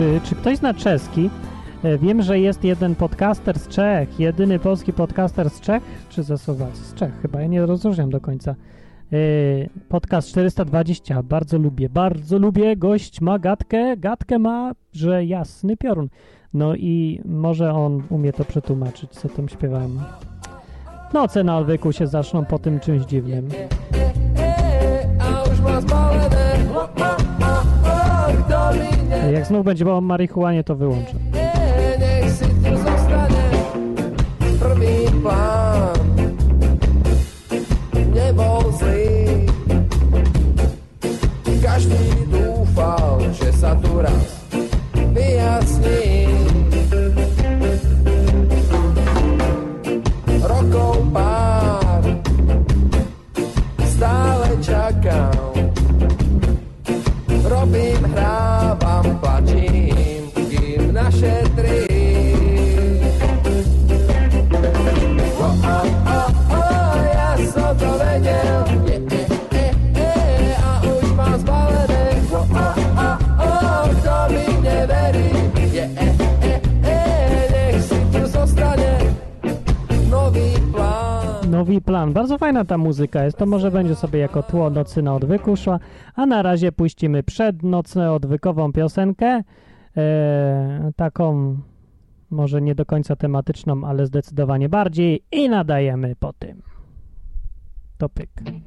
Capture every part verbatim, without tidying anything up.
Czy ktoś zna czeski? Wiem, że jest jeden podcaster z Czech, jedyny polski podcaster z Czech, czy ze Słowacji? Z Czech chyba, ja nie rozróżniam do końca. Podcast czterysta dwadzieścia, bardzo lubię, bardzo lubię, gość ma gadkę, gadkę ma, że jasny piorun. No i może on umie to przetłumaczyć, co tam śpiewałem. Noce na odwyku się zaczną po tym czymś dziwnym. Jak znów będzie o marihuanie, to wyłączę. Niech si tu zostane prvý plán. Nebol zlý, každý dúfal, že sa tu raz vyjasní. Rokov pár stále čakám, robím, hrávam, plačím, kým našetrí. Oh, oh, oh, oh, ja som to vedel, je, je, je, je, a už mám zbalené. Oh, oh, oh, oh, kto mi neverí, je, je, je, je, nech si tu zostane nový plán. Nowy plan. Bardzo fajna ta muzyka jest. To może będzie sobie jako tło Nocy na odwyku szła. A na razie puścimy przednocną odwykową piosenkę. E, taką może nie do końca tematyczną, ale zdecydowanie bardziej. I nadajemy po tym. To pyk.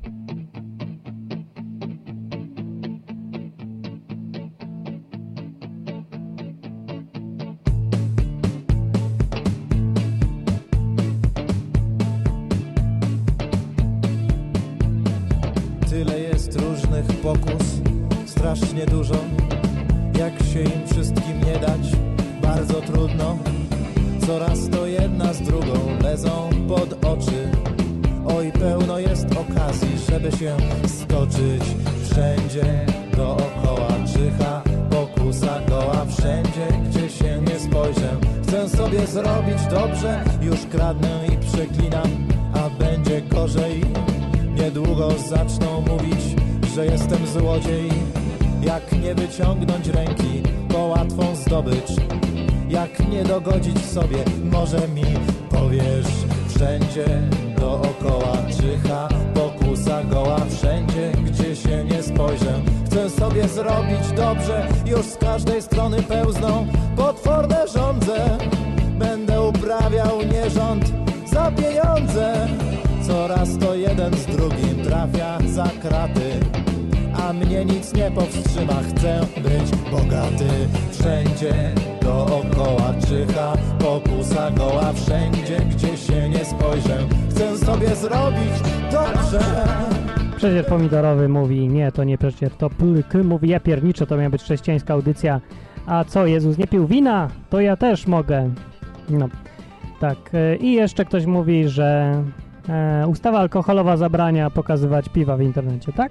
Tyle jest różnych pokus, strasznie dużo. Jak się im wszystkim nie dać, bardzo trudno. Coraz to jedna z drugą lezą pod oczy. Oj, pełno jest okazji, żeby się skoczyć. Wszędzie dookoła czyha pokusa goła. Wszędzie, gdzie się nie spojrzę, chcę sobie zrobić dobrze. Już kradnę i przeklinam, a będzie gorzej. Niedługo zaczną mówić, że jestem złodziej. Jak nie wyciągnąć ręki po łatwą zdobycz, jak nie dogodzić sobie, może mi powiesz. Wszędzie dookoła czyha pokusa goła. Wszędzie, gdzie się nie spojrzę, chcę sobie zrobić dobrze. Już z każdej strony pełzną potworne żądze. Będę uprawiał nierząd za pieniądze. Coraz to jeden z drugim trafia za kraty, a mnie nic nie powstrzyma, chcę być bogaty. Wszędzie dookoła czyha pokusa goła. Wszędzie, gdzie się nie spojrzę, chcę sobie zrobić dobrze. Przecież pomidorowy mówi, nie, to nie przecież, to pyk, mówi, ja pierniczę, to miała być chrześcijańska audycja. A co, Jezus nie pił wina? To ja też mogę. No, tak. I jeszcze ktoś mówi, że e, ustawa alkoholowa zabrania pokazywać piwa w internecie, tak?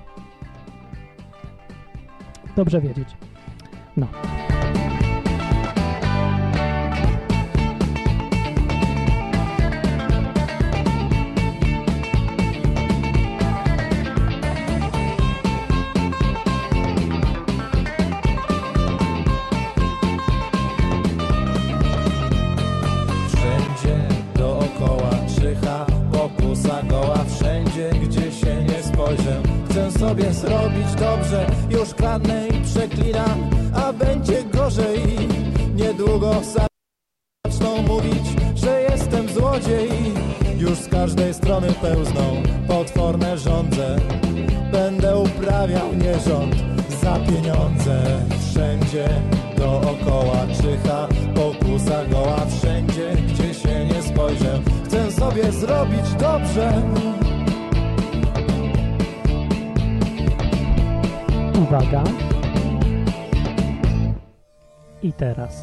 Dobrze wiedzieć. No. Wszędzie dookoła czyha pokusa goła. Wszędzie, gdzie się nie spojrzę, chcę sobie zrobić dobrze. Już kradnę i przeklinam, a będzie gorzej. Niedługo zaczną mówić, że jestem złodziej. Już z każdej strony pełzną potworne żądze. Będę uprawiał nierząd za pieniądze. Wszędzie dookoła czyha pokusa goła. Wszędzie, gdzie się nie spojrzę, chcę sobie zrobić dobrze. Uwaga. I teraz.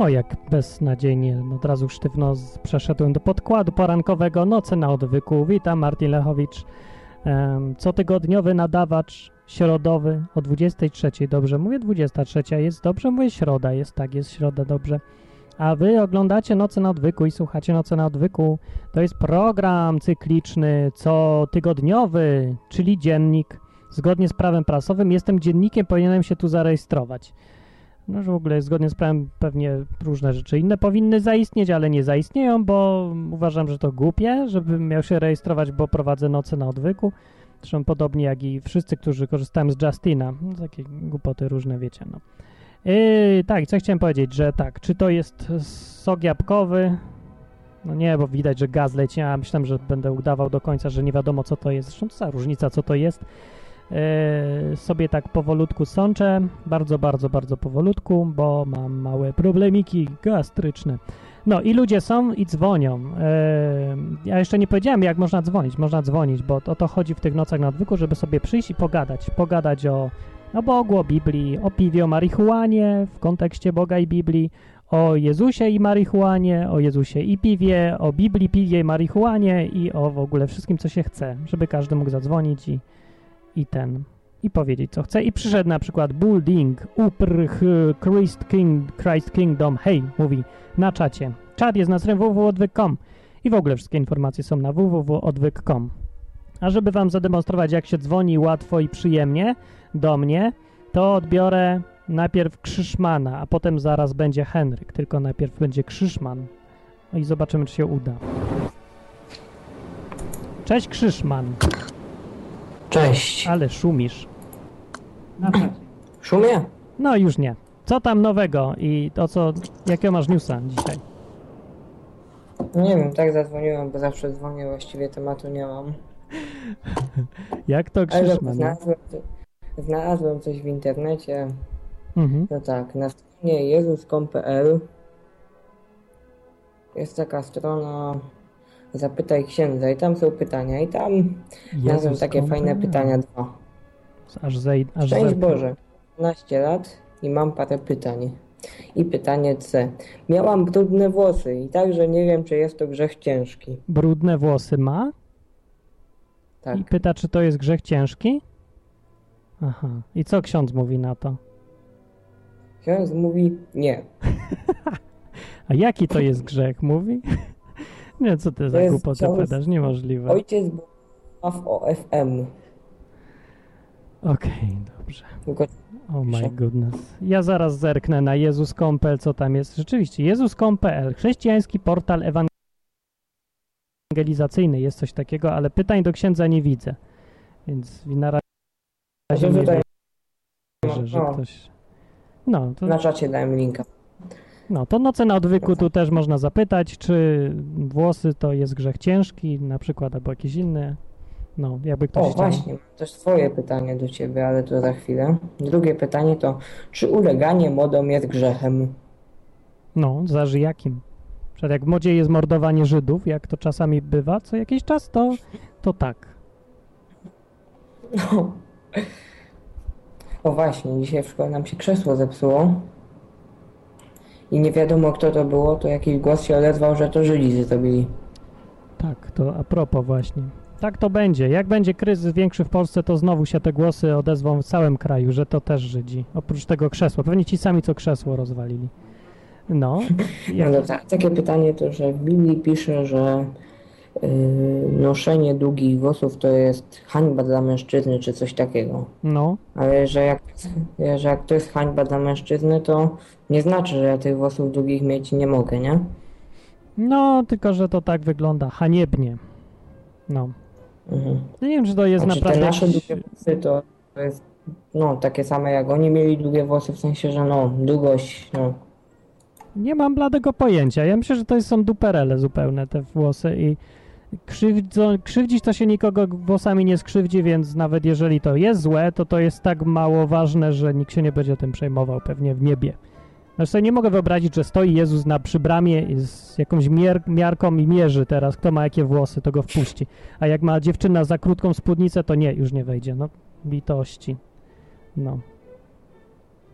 O, jak beznadziejnie, od razu sztywno z- przeszedłem do podkładu porankowego Noce na odwyku. Witam, Martin Lechowicz. Em, cotygodniowy nadawacz środowy o dwudziestej trzeciej. Dobrze mówię, dwudziesta trzecia jest dobrze, mówię środa, jest tak, jest środa, dobrze. A wy oglądacie Noce na odwyku i słuchacie Noce na odwyku. To jest program cykliczny, cotygodniowy, czyli dziennik. Zgodnie z prawem prasowym jestem dziennikiem, powinienem się tu zarejestrować. No, że w ogóle zgodnie z prawem pewnie różne rzeczy inne powinny zaistnieć, ale nie zaistnieją, bo uważam, że to głupie, żebym miał się rejestrować, bo prowadzę Noce na odwyku. Zresztą podobnie jak i wszyscy, którzy korzystają z Justina. No, takie głupoty różne, wiecie, no. Yy, tak, co chciałem powiedzieć, że tak, czy to jest sok jabłkowy? No nie, bo widać, że gaz leci, a myślałem, że będę udawał do końca, że nie wiadomo, co to jest. Zresztą to za różnica, co to jest. Yy, sobie tak powolutku sączę, bardzo, bardzo, bardzo powolutku, bo mam małe problemiki gastryczne. No i ludzie są i dzwonią. Yy, ja jeszcze nie powiedziałem, jak można dzwonić. Można dzwonić, bo o to chodzi w tych nocach na odwyku, żeby sobie przyjść i pogadać. Pogadać o, o Bogu, o Biblii, o piwie, o marihuanie w kontekście Boga i Biblii, o Jezusie i marihuanie, o Jezusie i piwie, o Biblii, piwie i marihuanie i o w ogóle wszystkim, co się chce, żeby każdy mógł zadzwonić i i ten, i powiedzieć, co chce. I przyszedł na przykład Building Upr Christ, King, Christ Kingdom, hej, mówi na czacie. Czat jest na stronie w w w kropka odwyk kropka com i w ogóle wszystkie informacje są na w w w kropka odwyk kropka com. A żeby wam zademonstrować, jak się dzwoni łatwo i przyjemnie do mnie, to odbiorę najpierw Krzyszmana, a potem zaraz będzie Henryk, tylko najpierw będzie Krzyszman. No i zobaczymy, czy się uda. Cześć, Krzyszman. Cześć. Ale szumisz. Na czacie. Szumie? No już nie. Co tam nowego i to co, jakiego masz newsa dzisiaj? Nie wiem, tak zadzwoniłem, bo zawsze dzwonię, właściwie tematu nie mam. Jak to Ale Krzyszman? znalazłem, znalazłem coś w internecie. Mhm. No tak, na stronie jezus kropka com kropka p l jest taka strona Zapytaj księdza i tam są pytania i tam znalazłem takie fajne pytania dwa. Aż zej... Aż Szczęść zerknę. Boże, piętnaście lat i mam parę pytań. I pytanie C. Miałam brudne włosy i także nie wiem, czy jest to grzech ciężki. Brudne włosy ma? Tak. I pyta, czy to jest grzech ciężki? Aha. I co ksiądz mówi na to? Ksiądz mówi nie. A jaki to jest grzech, mówi? Nie, co ty To za jest głupotę ksiądz- podasz? Niemożliwe. Ojciec był w O F M. Okej, dobrze. Tylko Oh my Proszę. goodness. Ja zaraz zerknę na jezus kropka com kropka p l, co tam jest. Rzeczywiście, jezus kropka com kropka p l. Chrześcijański portal ewangelizacyjny. Jest coś takiego, ale pytań do księdza nie widzę. Więc na razie że nie tutaj wierzę, że no, ktoś... No, to, na czacie dałem linka. no, to noce na odwyku tu też można zapytać, czy włosy to jest grzech ciężki, na przykład, albo jakiś inny. No, jakby ktoś O, chciał. właśnie, mam też swoje pytanie do ciebie, ale to za chwilę. Drugie pytanie to, czy uleganie modom jest grzechem? No, zależy jakim. Na przykład jak w modzie jest mordowanie Żydów, jak to czasami bywa, co jakiś czas, to, to tak. No. O właśnie, dzisiaj w szkole nam się krzesło zepsuło. I nie wiadomo kto to było, to jakiś głos się odezwał, że to Żydzi zrobili. Tak, to a propos właśnie. Tak to będzie. Jak będzie kryzys większy w Polsce, to znowu się te głosy odezwą w całym kraju, że to też Żydzi. Oprócz tego krzesła. Pewnie ci sami, co krzesło rozwalili. No. No Jak, dobra, takie pytanie to, że w Biblii pisze, że yy, noszenie długich włosów to jest hańba dla mężczyzny, czy coś takiego. no. Ale że jak, że jak to jest hańba dla mężczyzny, to nie znaczy, że ja tych włosów długich mieć nie mogę, nie? No, tylko że to tak wygląda haniebnie. No. Mhm. No nie wiem, czy to jest Znaczy te naprawdę... nasze jakiś- długie włosy to, to jest no takie same jak oni mieli długie włosy, w sensie, że no długość, no. Nie mam bladego pojęcia. Ja myślę, że to są duperele zupełne te włosy i krzywdzo, krzywdzić to się nikogo włosami nie skrzywdzi, więc nawet jeżeli to jest złe, to to jest tak mało ważne, że nikt się nie będzie tym przejmował pewnie w niebie. Znaczy sobie nie mogę wyobrazić, że stoi Jezus na przy bramie i z jakąś miar miarką i mierzy teraz, kto ma jakie włosy, to go wpuści. A jak ma dziewczyna za krótką spódnicę, to nie, już nie wejdzie. No, litości. No.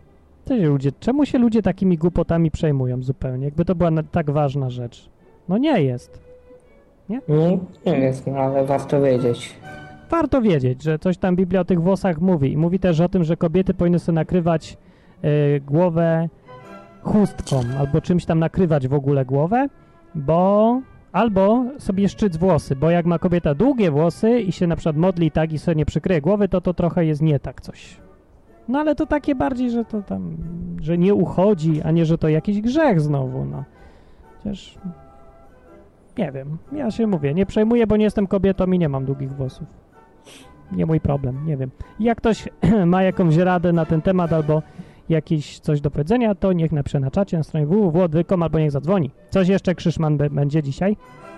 Co się ludzie, czemu się ludzie takimi głupotami przejmują zupełnie? Jakby to była na, tak ważna rzecz. No nie jest. Nie, nie jest, no ale warto wiedzieć. Warto wiedzieć, że coś tam Biblia o tych włosach mówi. I mówi też o tym, że kobiety powinny sobie nakrywać y, głowę chustką albo czymś tam nakrywać w ogóle głowę, bo albo sobie szczyc włosy, bo jak ma kobieta długie włosy i się na przykład modli tak i sobie nie przykryje głowy, to to trochę jest nie tak coś. No ale to takie bardziej, że to tam, że nie uchodzi, a nie, że to jakiś grzech znowu, no. Chociaż nie wiem, ja się mówię, nie przejmuję, bo nie jestem kobietą i nie mam długich włosów. Nie mój problem, nie wiem. Jak ktoś ma jakąś radę na ten temat albo jakieś coś do powiedzenia, to niech napisze na czacie na stronie w w w kropka odwyk kropka com albo niech zadzwoni. Coś jeszcze Krzyszman b- będzie dzisiaj?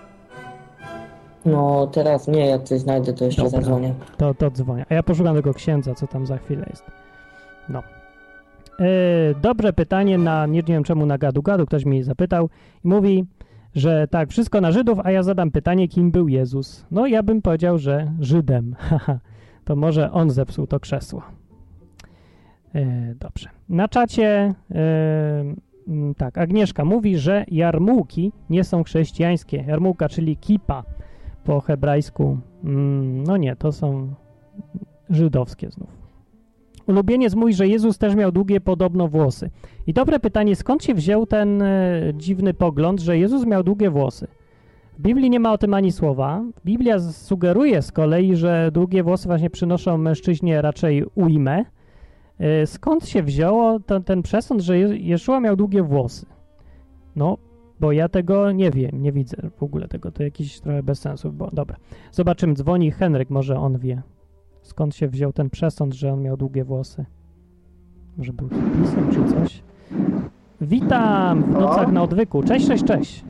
No teraz nie, jak coś znajdę, to jeszcze Dobra. zadzwonię. To, to dzwonię. A ja poszukam tego księdza, co tam za chwilę jest. No. Yy, dobre pytanie na, nie wiem czemu na gadu gadu, ktoś mnie zapytał i mówi, że tak, wszystko na Żydów, a ja zadam pytanie, kim był Jezus. No ja bym powiedział, że Żydem. Haha. To może on zepsuł to krzesło. Yy, dobrze. Na czacie yy, tak, Agnieszka mówi, że jarmułki nie są chrześcijańskie. Jarmułka, czyli kipa po hebrajsku. Mm, no nie, to są żydowskie znów. Ulubieniec mówi, że Jezus też miał długie podobno włosy. I dobre pytanie, skąd się wziął ten e, dziwny pogląd, że Jezus miał długie włosy? W Biblii nie ma o tym ani słowa. Biblia sugeruje z kolei, że długie włosy właśnie przynoszą mężczyźnie raczej ujmę. E, skąd się wzięło to, ten przesąd, że Je- Jeszua miał długie włosy? No, bo ja tego nie wiem, nie widzę w ogóle tego. To jakiś trochę bez sensu, bo dobra. Zobaczymy, dzwoni Henryk, może on wie. Skąd się wziął ten przesąd, że on miał długie włosy? Może był pisem czy coś? Witam w nocach na odwyku. Cześć, cześć, cześć.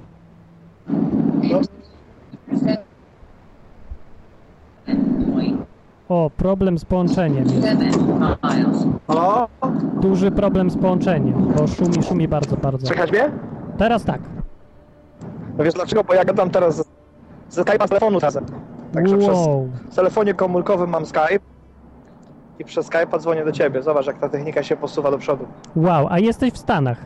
O, problem z połączeniem jest. Halo? Duży problem z połączeniem, bo szumi, szumi bardzo, bardzo. Słychać mnie? Teraz tak. No wiesz dlaczego? Bo ja gadam teraz z- ze Skype'a z telefonu razem. Także Wow. przez w telefonie komórkowym mam Skype i przez Skype'a dzwonię do ciebie. Zobacz, jak ta technika się posuwa do przodu. Wow, a jesteś w Stanach.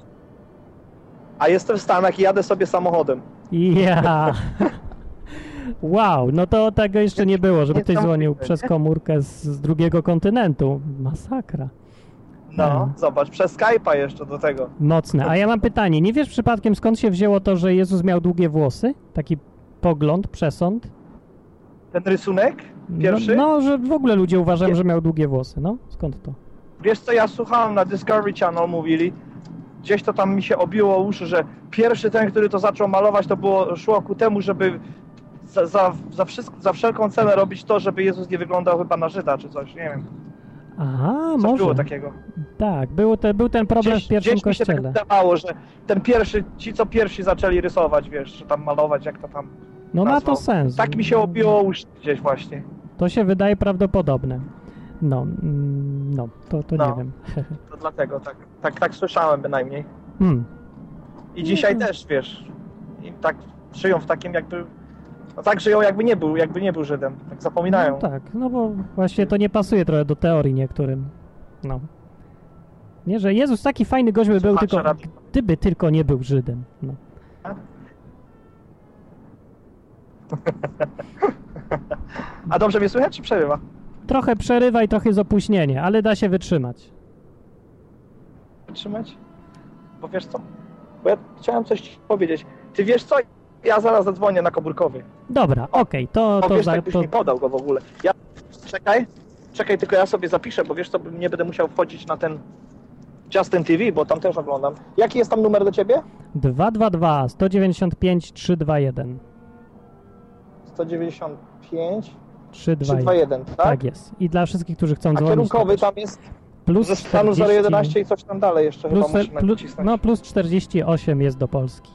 A jestem w Stanach i jadę sobie samochodem. Ja. Wow, no to tego jeszcze nie było, żeby ktoś Niesamowite, dzwonił nie? przez komórkę z, z drugiego kontynentu. Masakra. No, Mhm. zobacz, przez Skype'a jeszcze do tego. Mocne. A ja mam pytanie. Nie wiesz przypadkiem, skąd się wzięło to, że Jezus miał długie włosy? Taki pogląd, przesąd? Ten rysunek pierwszy? No, no że w ogóle ludzie uważają, Nie. że miał długie włosy. No, skąd to? Wiesz co, ja słuchałem na Discovery Channel, mówili, gdzieś to tam mi się obiło o uszy, że pierwszy ten, który to zaczął malować, to było, szło ku temu, żeby za, za, za, wszystko, za wszelką cenę robić to, żeby Jezus nie wyglądał chyba na Żyda, czy coś, nie wiem. Aha, Coś może. było takiego. Tak, był, te, był ten problem Gdzieś, w pierwszym gdzieś mi się tak kościele. wydawało, że ten pierwszy, ci co pierwsi zaczęli rysować, wiesz, czy tam malować, jak to tam No ma nazwał. to sens. Tak mi się obiło o uszy gdzieś właśnie. To się wydaje prawdopodobne. No, mm, no, to, to No. nie wiem. To dlatego, tak, tak, tak słyszałem bynajmniej. Hmm. I dzisiaj też, wiesz, i tak żyją w takim jakby, no tak żyją jakby nie był, jakby nie był Żydem, tak zapominają. No tak, no bo właśnie to nie pasuje trochę do teorii niektórym. No. Nie, że Jezus taki fajny gość by był, Słuchacze tylko radia. gdyby tylko nie był Żydem. No. A dobrze mnie słychać, czy przerywa? Trochę przerywa i trochę z opóźnienia, ale da się wytrzymać. Trzymać? Bo wiesz co? Bo ja chciałem coś ci powiedzieć. Ty wiesz co? Ja zaraz zadzwonię na komórkowy. Dobra, okej, to, O, to, wiesz, za, tak byś to mi podał go w ogóle. Ja... Czekaj, czekaj, tylko ja sobie zapiszę, bo wiesz co, nie będę musiał wchodzić na ten Justin T V, bo tam też oglądam. Jaki jest tam numer do ciebie? dwa dwa dwa, sto dziewięćdziesiąt pięć, trzysta dwadzieścia jeden. sto dziewięćdziesiąt pięć, trzysta trzysta dwadzieścia jeden. dwadzieścia jeden, tak? Tak jest. I dla wszystkich, którzy chcą A dzwonić. kierunkowy to tam jest plus ze stanu czterdzieści zero jedenaście i coś tam dalej jeszcze plus, chyba muszę plus, nacisnąć. no plus czterdzieści osiem jest do Polski.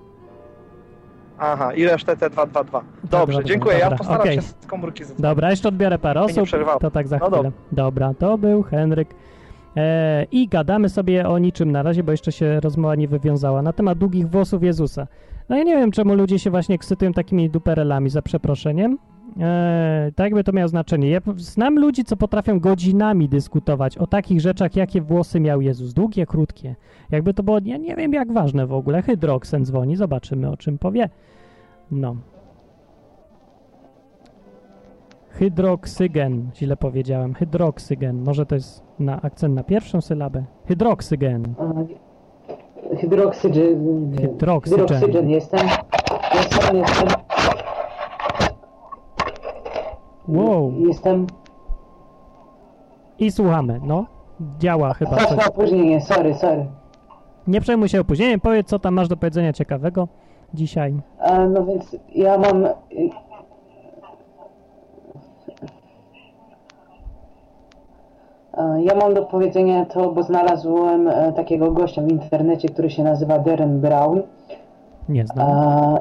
Aha, i resztę te dwa dwa dwa. dwa, Dobrze, dwa, dziękuję. dobra, Ja postaram okej. się z komórki zadzwonić. Dobra, jeszcze odbiorę parę Mnie nie osób, przerwało. to tak za No chwilę. dobra. Dobra, to był Henryk. E, I gadamy sobie o niczym na razie, bo jeszcze się rozmowa nie wywiązała, na temat długich włosów Jezusa. No ja nie wiem, czemu ludzie się właśnie ekscytują takimi duperelami, za przeproszeniem. e, tak jakby to miało znaczenie. Ja znam ludzi, co potrafią godzinami dyskutować o takich rzeczach, jakie włosy miał Jezus. Długie, krótkie. Jakby to było, ja nie wiem jak ważne w ogóle. Hydroksen dzwoni, zobaczymy o czym powie. No. Hydroksygen, źle powiedziałem. Hydroksygen. Może to jest na akcent na pierwszą sylabę. Hydroksygen. Hydroksygen. Hydroksygen. Hydroksygen jestem. Jestem, jestem. Wow. Jestem. I słuchamy, no. Działa chyba Coś coś. na opóźnienie, sorry, sorry. Nie przejmuj się opóźnieniem, powiedz co tam masz do powiedzenia ciekawego dzisiaj. A, no więc ja mam... A, Ja mam do powiedzenia to, bo znalazłem e, takiego gościa w internecie, który się nazywa Darren Brown. Nie znam. A,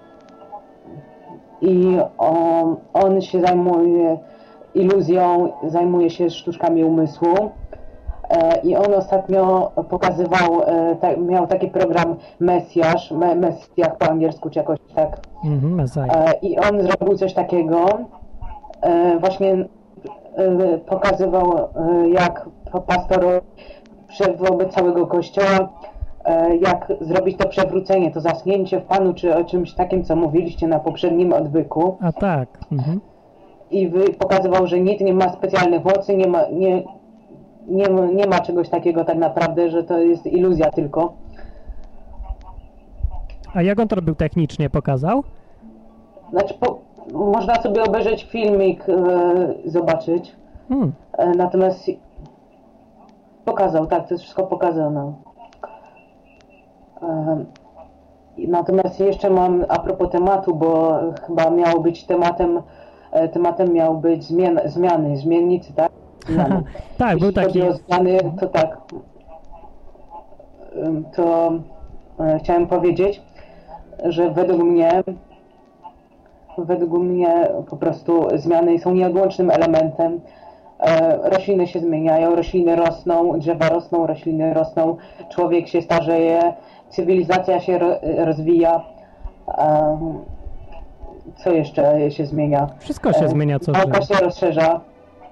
I on, on się zajmuje iluzją, zajmuje się sztuczkami umysłu. E, I on ostatnio pokazywał, e, ta, miał taki program Mesjasz, me, Mesjach po angielsku czy jakoś tak. Mhm, Mezaj. E, I on zrobił coś takiego, e, właśnie e, pokazywał e, jak pastor prze- wobec całego kościoła, e, jak zrobić to przewrócenie, to zasnięcie w Panu, czy o czymś takim, co mówiliście na poprzednim odwyku. A tak. Mhm. I wy, pokazywał, że nic nie ma specjalnych mocy, nie ma, nie, nie, nie ma czegoś takiego tak naprawdę, że to jest iluzja tylko. A jak on to robił technicznie? Pokazał? Znaczy, po, można sobie obejrzeć filmik, e, zobaczyć. Hmm. E, natomiast pokazał, tak, to jest wszystko pokazane. E, natomiast jeszcze mam a propos tematu, bo chyba miało być tematem, e, tematem miał być zmian, zmiany, zmiennicy, tak? Zmiany. Tak, był Jeśli taki... chodzi o zmiany, to tak. Ym, To e, chciałem powiedzieć, że według mnie według mnie po prostu zmiany są nieodłącznym elementem. E, rośliny się zmieniają, rośliny rosną, drzewa rosną, rośliny rosną, człowiek się starzeje, cywilizacja się ro, rozwija. E, co jeszcze się zmienia? Wszystko się E, zmienia co Nauka dzień. się rozszerza.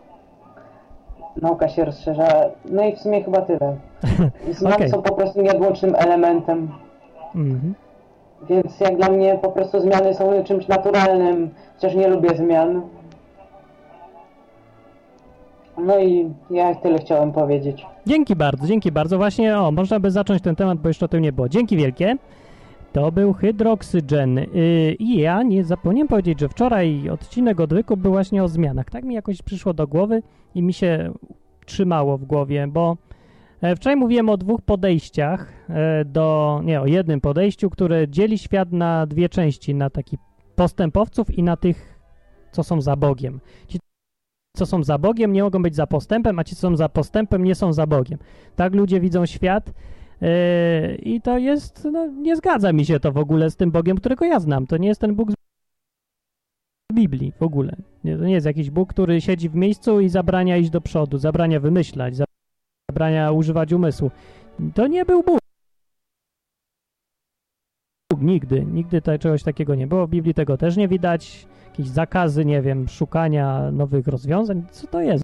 Nauka się rozszerza. No i w sumie chyba tyle. Zmiany Okej. są po prostu nieodłącznym elementem. Mhm. Więc jak dla mnie po prostu zmiany są czymś naturalnym, chociaż nie lubię zmian. No i ja tyle chciałem powiedzieć. Dzięki bardzo, dzięki bardzo. Właśnie, o, można by zacząć ten temat, bo jeszcze o tym nie było. Dzięki wielkie. To był Hydroksygen. Yy, I ja nie zapomniałem powiedzieć, że wczoraj odcinek odwyku był właśnie o zmianach. Tak mi jakoś przyszło do głowy i mi się trzymało w głowie, bo e, wczoraj mówiłem o dwóch podejściach e, do, nie, o jednym podejściu, które dzieli świat na dwie części, na takich postępowców i na tych, co są za Bogiem. Ci, co są za Bogiem, nie mogą być za postępem, a ci, co są za postępem, nie są za Bogiem. Tak ludzie widzą świat. Yy, I to jest, no nie zgadza mi się to w ogóle z tym Bogiem, którego ja znam. To nie jest ten Bóg z Biblii w ogóle. Nie, to nie jest jakiś Bóg, który siedzi w miejscu i zabrania iść do przodu, zabrania wymyślać, zabrania używać umysłu. To nie był Bóg. Bóg nigdy, nigdy to, czegoś takiego nie było. W Biblii tego też nie widać. Jakieś zakazy, nie wiem, szukania nowych rozwiązań. Co to jest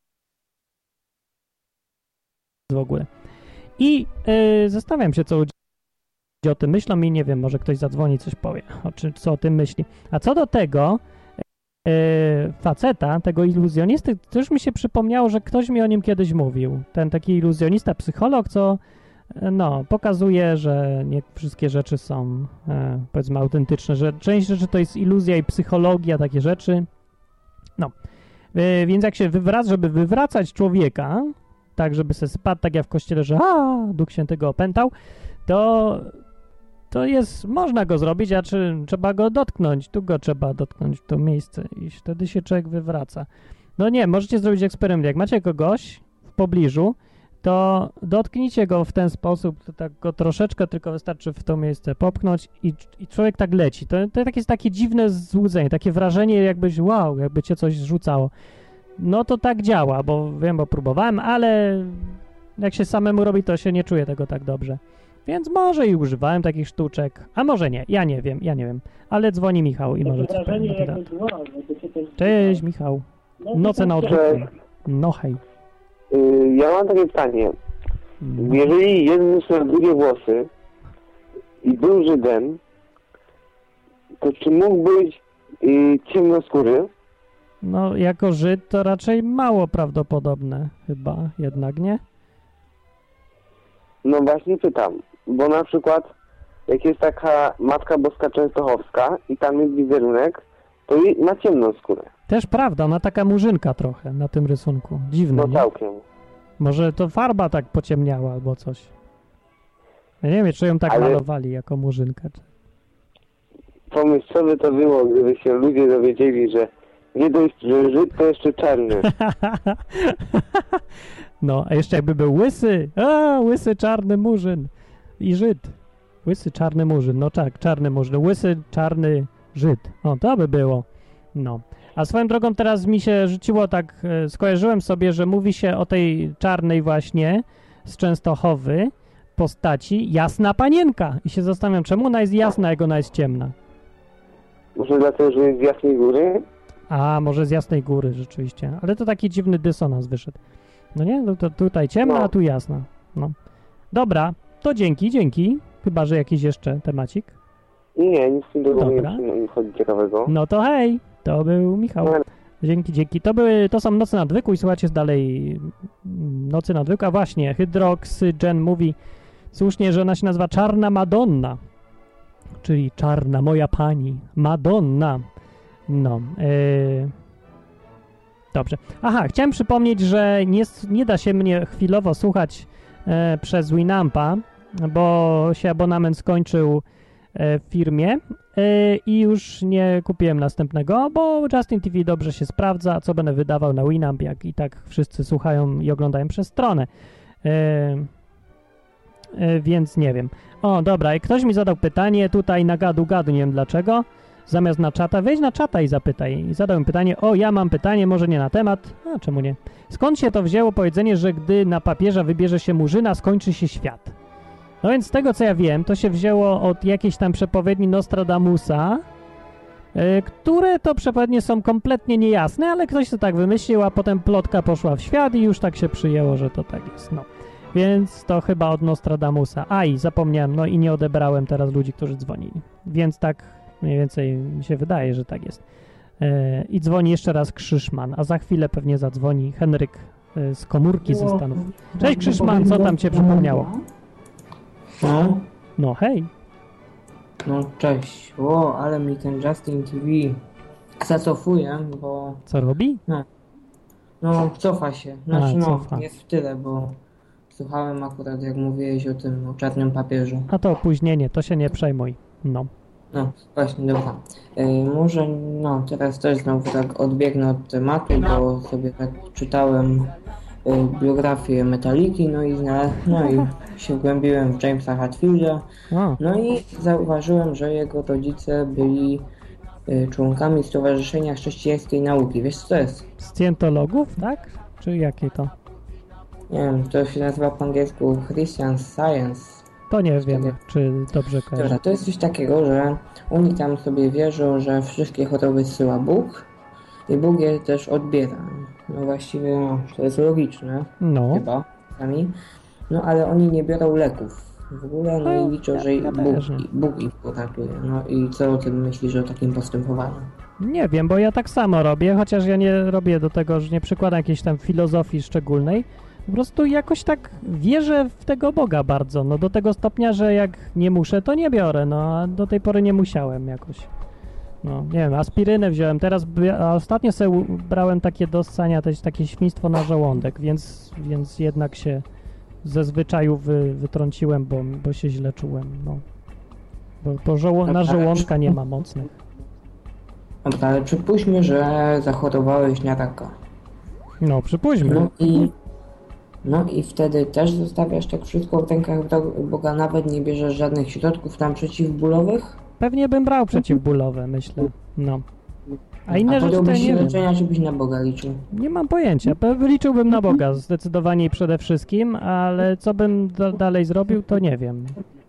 w ogóle? I yy, zastanawiam się, co ludzie o tym myślą i nie wiem, może ktoś zadzwoni, coś powie, o czym, co o tym myśli. A co do tego yy, faceta, tego iluzjonisty, to już mi się przypomniało, że ktoś mi o nim kiedyś mówił. Ten taki iluzjonista, psycholog, co yy, no, pokazuje, że nie wszystkie rzeczy są yy, powiedzmy autentyczne, że część rzeczy to jest iluzja i psychologia, takie rzeczy. No, yy, więc jak się wywraca, żeby wywracać człowieka, tak, żeby se spadł, tak jak w kościele, że a, Duch Świętego opętał, to, to jest, można go zrobić, a czy trzeba go dotknąć, tu go trzeba dotknąć, w to miejsce i wtedy się człowiek wywraca. No nie, możecie zrobić eksperyment, jak macie kogoś w pobliżu, to dotknijcie go w ten sposób, to tak go troszeczkę tylko wystarczy w to miejsce popchnąć i, i człowiek tak leci. To, to jest takie dziwne złudzenie, takie wrażenie, jakbyś wow, jakby cię coś zrzucało. No to tak działa, bo wiem, bo próbowałem, ale jak się samemu robi, to się nie czuje tego tak dobrze. Więc może i używałem takich sztuczek, a może nie, ja nie wiem, ja nie wiem. Ale dzwoni Michał i może coś powiem na ten temat. Cześć Michał. Noce na odwyku. No hej. Y, Ja mam takie pytanie. No. Jeżeli jeden miał długie włosy i był Żydem, to czy mógł być y, ciemnoskóry? No, jako Żyd to raczej mało prawdopodobne chyba, jednak nie? No właśnie pytam, bo na przykład jak jest taka Matka Boska Częstochowska i tam jest wizerunek, to i- ma ciemną skórę. Też prawda, ona taka murzynka trochę na tym rysunku. Dziwne, No nie? całkiem. Może to farba tak pociemniała albo coś. Ja nie wiem, czy ją tak Ale- malowali jako murzynkę. Czy... Pomyśl, co by to było, gdyby się ludzie dowiedzieli, że nie dość, że Żyd to jeszcze czarny. No, a jeszcze jakby był łysy. A, łysy czarny murzyn. I Żyd. Łysy czarny murzyn. No tak, czarny murzyn. Łysy czarny Żyd. O, to by było. No. A swoją drogą teraz mi się rzuciło tak, e, skojarzyłem sobie, że mówi się o tej czarnej właśnie z Częstochowy postaci jasna panienka. I się zastanawiam, czemu ona jest jasna, jak ona jest ciemna. Może dlatego, że jest z Jasnej Góry? A, może z Jasnej Góry rzeczywiście. Ale to taki dziwny dysonans wyszedł. No nie? No to tutaj ciemna, No. a tu jasna. No. Dobra, to dzięki, dzięki. Chyba, że jakiś jeszcze temacik. Nie, nic z tym do głowy Dobra. nie nie chodzi ciekawego. No to hej, to był Michał. No, Dzięki, dzięki. To były, to są Noce Nadwyku i słuchajcie dalej mm, Nocy Nadwyku. A właśnie, Hydroxygen mówi słusznie, że ona się nazywa Czarna Madonna. Czyli czarna moja pani. Madonna. No. Yy... Dobrze. Aha, chciałem przypomnieć, że nie, s- nie da się mnie chwilowo słuchać e, przez Winampa, bo się abonament skończył e, w firmie e, i już nie kupiłem następnego, bo Justin T V dobrze się sprawdza, co będę wydawał na Winamp, jak i tak wszyscy słuchają i oglądają przez stronę. E, e, więc nie wiem. O, dobra, i ktoś mi zadał pytanie tutaj na gadu gadu, nie wiem dlaczego. Zamiast na czata, wejdź na czata i zapytaj. I zadał mi pytanie, o, ja mam pytanie, może nie na temat, a czemu nie? Skąd się to wzięło powiedzenie, że gdy na papieża wybierze się murzyna, skończy się świat? No więc z tego, co ja wiem, to się wzięło od jakiejś tam przepowiedni Nostradamusa, yy, które to przepowiednie są kompletnie niejasne, ale ktoś to tak wymyślił, a potem plotka poszła w świat i już tak się przyjęło, że to tak jest, no. Więc to chyba od Nostradamusa. A i zapomniałem, no i nie odebrałem teraz ludzi, którzy dzwonili. Więc tak mniej więcej mi się wydaje, że tak jest. E, I dzwoni jeszcze raz Krzyszman, a za chwilę pewnie zadzwoni Henryk e, z komórki ze Stanów. Cześć Krzyszman, co tam cię przypomniało? No, No hej. no cześć. O, ale mi ten Justin T V zacofuje, bo Co robi? no cofa się. Znaczy A, no, cofa. jest w tyle, bo słuchałem akurat jak mówiłeś o tym, o czarnym papieżu. A to opóźnienie, to się nie przejmuj. No. No, właśnie, dobra. E, może, no, teraz też znowu tak odbiegnę od tematu, bo sobie tak czytałem e, biografię Metaliki, no i, zna, no i się wgłębiłem w Jamesa Hetfielda, O, no i zauważyłem, że jego rodzice byli e, członkami Stowarzyszenia Chrześcijańskiej Nauki. Wiesz co to jest? scjentologów, tak? Czy jakie to? Nie wiem, to się nazywa po angielsku Christian Science. To nie wiem, Wtedy- czy dobrze kojarzę. Dobra, to jest coś takiego, że oni tam sobie wierzą, że wszystkie choroby zsyła Bóg i Bóg je też odbiera. No właściwie no, to jest logiczne, No, chyba, sami. No ale oni nie biorą leków w ogóle, no No, i liczą, że ja- ja Bóg, też nie. Bóg ich poratuje. No i co o tym myślisz o takim postępowaniu? nie wiem, bo ja tak samo robię, chociaż ja nie robię do tego, że nie przykładam jakiejś tam filozofii szczególnej. Po prostu jakoś tak wierzę w tego Boga bardzo, no do tego stopnia, że jak nie muszę, to nie biorę, no a do tej pory nie musiałem jakoś. No, nie wiem, aspirynę wziąłem, teraz, by- a ostatnio sobie u- brałem takie do ssania, też takie świństwo na żołądek, więc, więc jednak się ze zwyczaju wy, wytrąciłem, bo, bo się źle czułem, no. Bo, bo żoło- na żołądka nie ma mocnych. Dobra, ale przypuśćmy, że zachorowałeś na raka. No, przypuśćmy. No i, no i wtedy też zostawiasz tak wszystko w rękach Boga, nawet nie bierzesz żadnych środków tam przeciwbólowych? Pewnie bym brał przeciwbólowe, myślę. No. A inne A rzeczy to ja podjąłbyś nie się wiem. leczenia, czy byś na Boga liczył? Nie mam pojęcia. Pe- Liczyłbym na Boga zdecydowanie i przede wszystkim, ale co bym da- dalej zrobił, to nie wiem.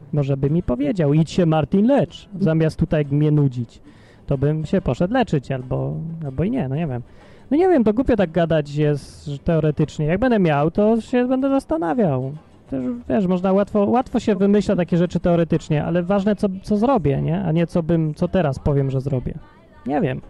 Może by mi powiedział, idź się Martin lecz, zamiast tutaj mnie nudzić. To bym się poszedł leczyć, albo, albo i nie, no nie wiem. No nie wiem, to głupio tak gadać jest że teoretycznie. Jak będę miał, to się będę zastanawiał. Też, wiesz, można łatwo, łatwo się wymyśla takie rzeczy teoretycznie, ale ważne co, co zrobię, nie? A nie co bym, co teraz powiem, że zrobię. Nie wiem.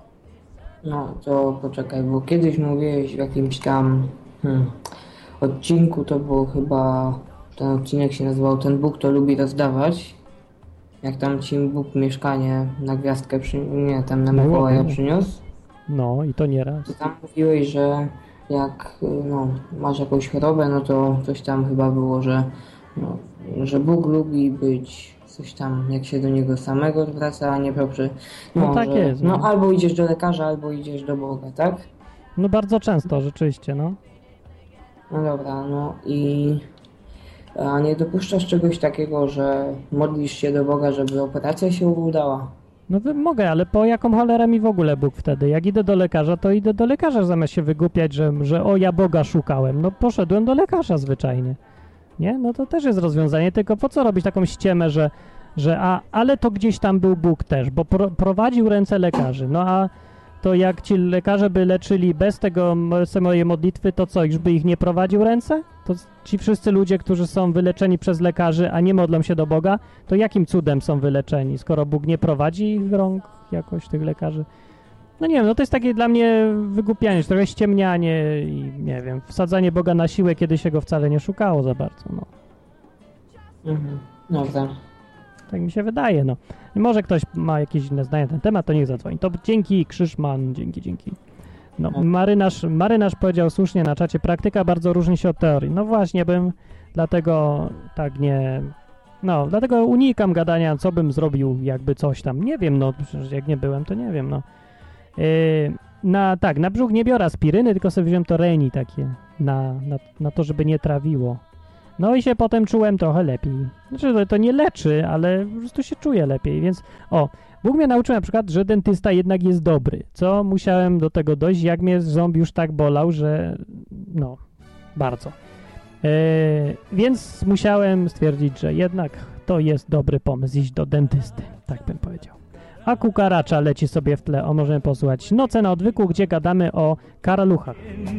No to poczekaj, bo kiedyś mówiłeś w jakimś tam hmm, odcinku, to było chyba, ten odcinek się nazywał Ten Bóg to lubi rozdawać. Jak tam ci Bóg mieszkanie na gwiazdkę, przy, nie, tam na Mikołaja przyniósł. No i to nieraz. To tam mówiłeś, że jak no, masz jakąś chorobę, no to coś tam chyba było, że, no, że Bóg lubi być coś tam, jak się do Niego samego zwraca, a nie poprzez... No, no tak że, jest. No. no albo idziesz do lekarza, albo idziesz do Boga, tak? No bardzo często, rzeczywiście, no. No dobra, no i... A nie dopuszczasz czegoś takiego, że modlisz się do Boga, żeby operacja się udała? No wy- mogę, ale po jaką cholerę mi w ogóle Bóg wtedy? Jak idę do lekarza, to idę do lekarza zamiast się wygłupiać, że, że o, ja Boga szukałem. No poszedłem do lekarza zwyczajnie. Nie? No to też jest rozwiązanie, tylko po co robić taką ściemę, że, że a, ale to gdzieś tam był Bóg też, bo pro, prowadził ręce lekarzy. No a to jak ci lekarze by leczyli bez tego bez mojej modlitwy, to co, już by ich nie prowadził ręce? To ci wszyscy ludzie, którzy są wyleczeni przez lekarzy, a nie modlą się do Boga, to jakim cudem są wyleczeni, skoro Bóg nie prowadzi ich rąk jakoś, tych lekarzy? No nie wiem, no to jest takie dla mnie wygłupianie, trochę ściemnianie i nie wiem, wsadzanie Boga na siłę, kiedy się go wcale nie szukało za bardzo, no. Mhm, dobra. Tak mi się wydaje, no. I może ktoś ma jakieś inne zdanie na ten temat, to niech zadzwoni. To dzięki, Krzyszman, dzięki, dzięki. No, marynarz, marynarz powiedział słusznie na czacie, praktyka bardzo różni się od teorii. No właśnie, bym dlatego tak nie... No, dlatego unikam gadania, co bym zrobił, jakby coś tam. Nie wiem, no, przecież jak nie byłem, to nie wiem, no. Yy, na, tak, na brzuch nie biorę aspiryny, tylko sobie wziąłem to Reni takie, na, na, na to, żeby nie trawiło. No i się potem czułem trochę lepiej. Znaczy, to, to nie leczy, ale po prostu się czuję lepiej, więc o, Bóg mnie nauczył na przykład, że dentysta jednak jest dobry, co musiałem do tego dojść, jak mnie ząb już tak bolał, że no, bardzo. Yy, więc musiałem stwierdzić, że jednak to jest dobry pomysł iść do dentysty, tak bym powiedział. A kukaracza leci sobie w tle, o możemy posłuchać Noce na odwyku, gdzie gadamy o karaluchach.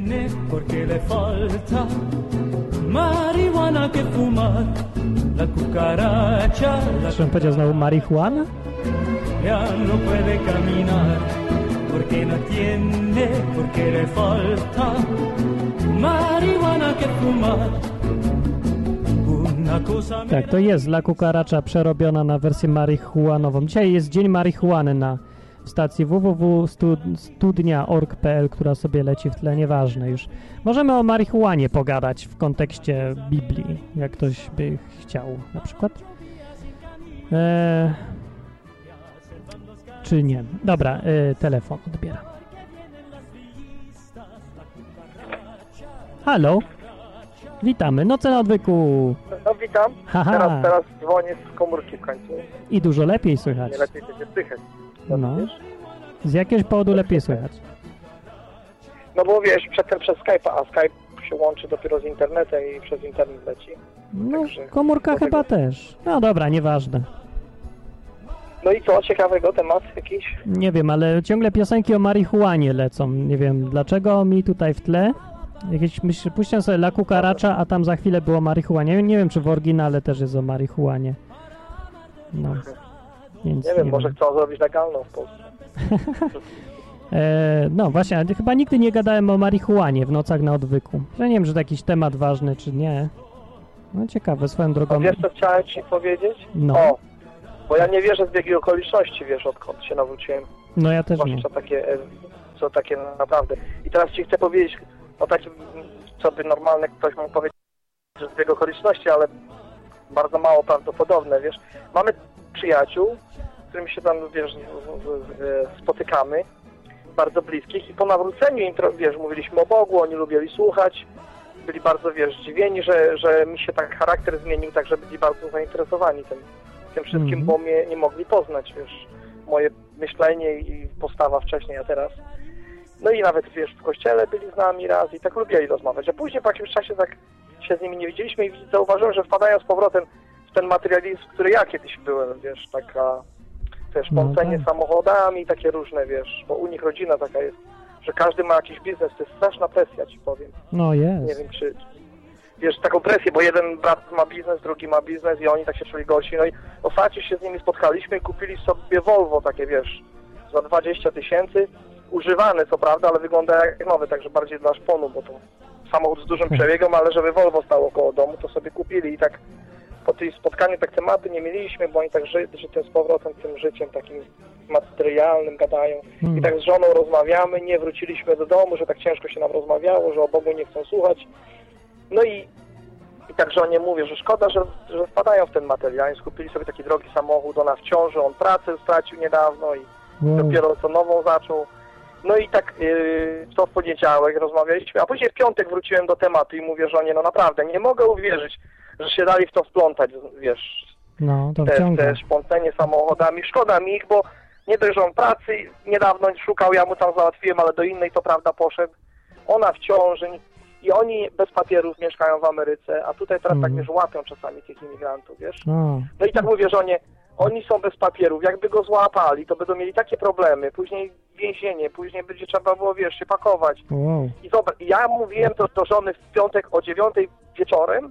Marihuana que fumar, la cucaracha, la Czy on powiedział znowu marihuana? ya no puede caminar, porque no tiene, porque le falta marihuana que fumar. Una cosa me Tak, to jest La Cucaracha przerobiona na wersję marihuanową. Dzisiaj jest Dzień Marihuany na stacji w w w kropka studnia kropka org kropka p l, która sobie leci w tle, nieważne już. Możemy o marihuanie pogadać w kontekście Biblii, jak ktoś by chciał na przykład. Eee, czy nie? Dobra, e, telefon odbieram. Halo? Witamy, Noce na odwyku. No witam. Haha. Teraz, teraz dzwonię z komórki w końcu. I dużo lepiej słychać. Nie lepiej będzie słychać. No. Z jakiegoś powodu lepiej słychać. No bo wiesz, przedtem przez Skype'a, a Skype się łączy dopiero z internetem i przez internet leci. No, Także komórka dlatego- chyba też. No dobra, nieważne. No i co, ciekawego temat jakiś? Nie wiem, ale ciągle piosenki o marihuanie lecą. Nie wiem, dlaczego mi tutaj w tle. Jakieś, myślę, puściłem sobie La Cucaracha, a tam za chwilę było marihuanie. Nie wiem, czy w oryginale też jest o marihuanie. No. Więc Nie wiem, może chcą zrobić legalną w Polsce. E, no właśnie, ale chyba nigdy nie gadałem o marihuanie w Nocach na odwyku. Że nie wiem, czy to jakiś temat ważny, czy nie. No ciekawe, swoją A drogą. wiesz, co chciałem ci powiedzieć? No. O, bo ja nie wierzę w biegi okoliczności, wiesz, odkąd się nawróciłem. No ja też nie. Zwłaszcza takie, e, co takie naprawdę. I teraz ci chcę powiedzieć o takim, co by normalny ktoś mógł powiedzieć, że zbieg okoliczności, ale bardzo mało prawdopodobne, wiesz. Mamy przyjaciół, z którymi się tam, wiesz, w- w- w- spotykamy, bardzo bliskich i po nawróceniu im, tro- wiesz, mówiliśmy o Bogu, oni lubili słuchać, byli bardzo, wiesz, zdziwieni, że, że mi się tak charakter zmienił, tak, że byli bardzo zainteresowani tym, tym wszystkim, Mhm. bo mnie nie mogli poznać, wiesz, moje myślenie i postawa wcześniej, a teraz. No i nawet, wiesz, w kościele byli z nami raz i tak lubili rozmawiać, a później po jakimś czasie tak się z nimi nie widzieliśmy i zauważyłem, że wpadają z powrotem w ten materializm, który ja kiedyś byłem, wiesz, taka też No pącenie tak. samochodami, takie różne, wiesz, bo u nich rodzina taka jest, że każdy ma jakiś biznes, to jest straszna presja, ci powiem. No jest. Nie wiem, czy, wiesz, taką presję, bo jeden brat ma biznes, drugi ma biznes i oni tak się czuli gorsi. No i ostatnio się z nimi spotkaliśmy i kupili sobie Volvo takie, wiesz, za dwadzieścia tysięcy, używane co prawda, ale wygląda jak nowy, także bardziej dla szponu, bo to samochód z dużym przebiegiem, ale żeby Volvo stało koło domu, to sobie kupili i tak po tym spotkaniu tak tematu nie mieliśmy, bo oni tak ży, żyją z powrotem tym życiem takim materialnym gadają. Hmm. I tak z żoną rozmawiamy, nie wróciliśmy do domu, że tak ciężko się nam rozmawiało, że o Bogu nie chcą słuchać. No i, i tak żonie mówię, że szkoda, że, że wpadają w ten materializm. Kupili sobie taki drogi samochód, ona w ciąży, on pracę stracił niedawno i Wow. dopiero co nową zaczął. No i tak yy, to w poniedziałek rozmawialiśmy, a później w piątek wróciłem do tematu i mówię żonie, no naprawdę, nie mogę uwierzyć, że się dali w to wplątać, wiesz, No, to te, wciąga. te szpącenie samochodami. Szkoda mi ich, bo nie dość, że on pracy niedawno szukał, ja mu tam załatwiłem, ale do innej to prawda poszedł. Ona w ciąży i oni bez papierów mieszkają w Ameryce, a tutaj teraz Mhm. tak, wiesz, łapią czasami tych imigrantów, wiesz. No, No i tak mówię żonie, oni są bez papierów, jakby go złapali, to będą mieli takie problemy, później więzienie, później będzie trzeba było, wiesz, się pakować. wow. I zobacz, ja mówiłem to do żony w piątek o dziewiątej wieczorem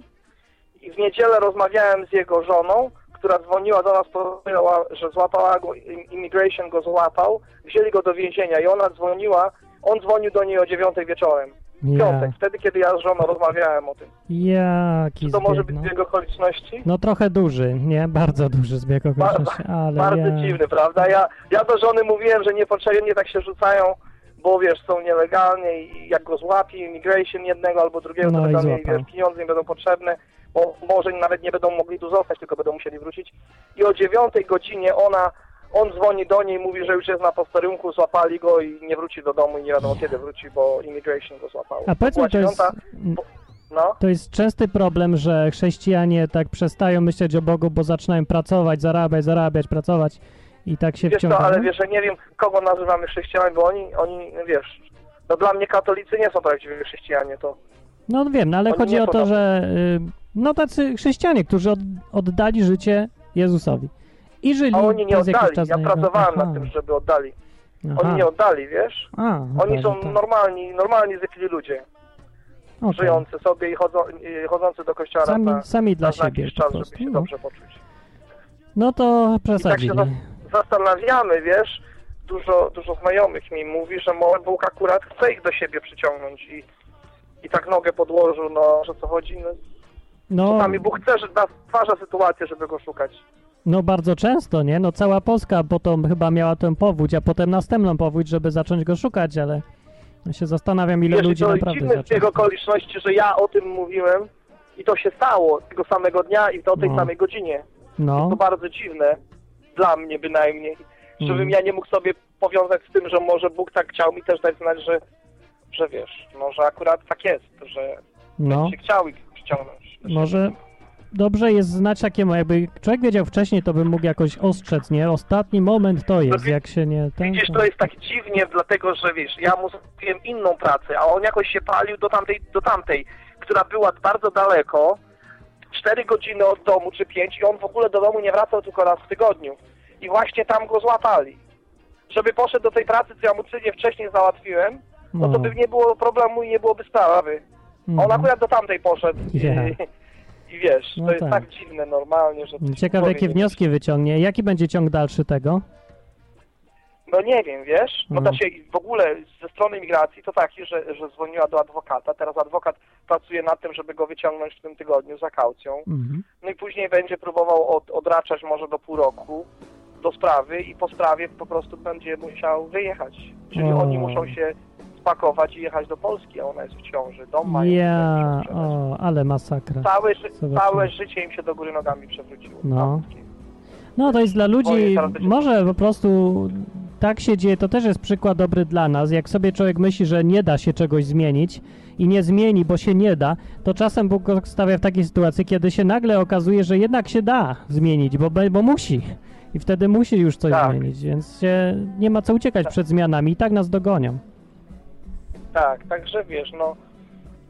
i w niedzielę rozmawiałem z jego żoną, która dzwoniła do nas, powiedziała, że złapała go, immigration go złapał, wzięli go do więzienia i ona dzwoniła, on dzwonił do niej o dziewiątej wieczorem. W Ja. piątek, wtedy kiedy ja z żoną rozmawiałem o tym. Jaki Czy to może zbieg, być no. zbieg okoliczności? No trochę duży, nie? Bardzo duży zbieg okoliczności, ale Bardzo ja... dziwny, prawda? Ja, ja do żony mówiłem, że niepotrzebnie tak się rzucają, bo wiesz, są nielegalnie i jak go złapi immigration jednego albo drugiego, No to i będą mieli, złapał. wiesz, pieniądze nie będą potrzebne, bo może nawet nie będą mogli tu zostać, tylko będą musieli wrócić. I o dziewiątej godzinie ona, on dzwoni do niej, mówi, że już jest na posterunku, złapali go i nie wróci do domu i nie wiadomo kiedy wróci, bo immigration go złapało. A powiedz mi, to jest, Dziewiąta, no. to jest częsty problem, że chrześcijanie tak przestają myśleć o Bogu, bo zaczynają pracować, zarabiać, zarabiać, pracować i tak się Wiesz wciągają. co, ale wiesz, że nie wiem, kogo nazywamy chrześcijanami, bo oni, oni, wiesz, no dla mnie katolicy nie są prawdziwi chrześcijanie, to... No wiem, no ale Oni chodzi nie o to, potrafią. że y, no tacy chrześcijanie, którzy od, oddali życie Jezusowi i żyli A oni nie przez jakiś oddali, czas ja dla Niego. pracowałem Aha. nad tym, żeby oddali. Aha. Oni nie oddali, wiesz? A, Oni oddali, są tak. normalni, normalni zwykli ludzie, Okej. żyjący sobie i chodzą, i chodzący do kościoła raz Sami, na, sami dla raz na siebie jakiś po czas, prostu. żeby się No. dobrze poczuć. no to I tak się przesadzili. za- zastanawiamy, wiesz, dużo, dużo znajomych mi mówi, że może Bóg akurat chce ich do siebie przyciągnąć i, i tak nogę podłożył, no, że co chodzi, no, No, czasami Bóg chce, że stwarza sytuację, żeby go szukać. no bardzo często, nie? No cała Polska potem chyba miała tę powódź, a potem następną powódź, żeby zacząć go szukać, ale ja się zastanawiam, ile Wiesz, ludzi to naprawdę dziwny zbieg zaczęło. okoliczności, że ja o tym mówiłem i to się stało tego samego dnia i to o tej No. samej godzinie. No, To bardzo dziwne, dla mnie bynajmniej, żebym Mm. ja nie mógł sobie powiązać z tym, że może Bóg tak chciał mi też dać znać, że, że wiesz, może akurat tak jest, że no, się chciał ich przyciągnąć. może dobrze jest znać takiemu, jakby człowiek wiedział wcześniej, to by mógł jakoś ostrzec, nie? Ostatni moment to jest, wi- jak się nie... Ten, Widzisz, to jest tak dziwnie, dlatego że wiesz, ja mu zrobiłem inną pracę, a on jakoś się palił do tamtej, do tamtej, która była bardzo daleko, cztery godziny od domu czy pięć i on w ogóle do domu nie wracał tylko raz w tygodniu. I właśnie tam go złapali. Żeby poszedł do tej pracy, co ja mu trzy dni wcześniej załatwiłem, no to by nie było problemu i nie byłoby sprawy. A on Mhm. akurat do tamtej poszedł i, Ja. i wiesz, No to jest tak. tak dziwne normalnie, że... Ciekawe, człowiek jakie nie- wnioski wyciągnie. Jaki będzie ciąg dalszy tego? No nie wiem, wiesz, no Mhm. znaczy w ogóle ze strony migracji to taki, że, że dzwoniła do adwokata, teraz adwokat pracuje nad tym, żeby go wyciągnąć w tym tygodniu za kaucją, Mhm. no i później będzie próbował od, odraczać może do pół roku do sprawy i po sprawie po prostu będzie musiał wyjechać, czyli O. oni muszą się spakować i jechać do Polski, a ona jest w ciąży, dom mają. Ja, muszą o, ale masakra. Całe, ży- Zobaczymy. całe życie im się do góry nogami przewróciło. No. No to jest dla ludzi, Moje teraz będzie- może po prostu tak się dzieje, to też jest przykład dobry dla nas. Jak sobie człowiek myśli, że nie da się czegoś zmienić i nie zmieni, bo się nie da, to czasem Bóg go stawia w takiej sytuacji, kiedy się nagle okazuje, że jednak się da zmienić, bo, be- bo musi. I wtedy musi już coś Tak. zmienić, więc się nie ma co uciekać przed zmianami i tak nas dogonią. Tak, także wiesz, no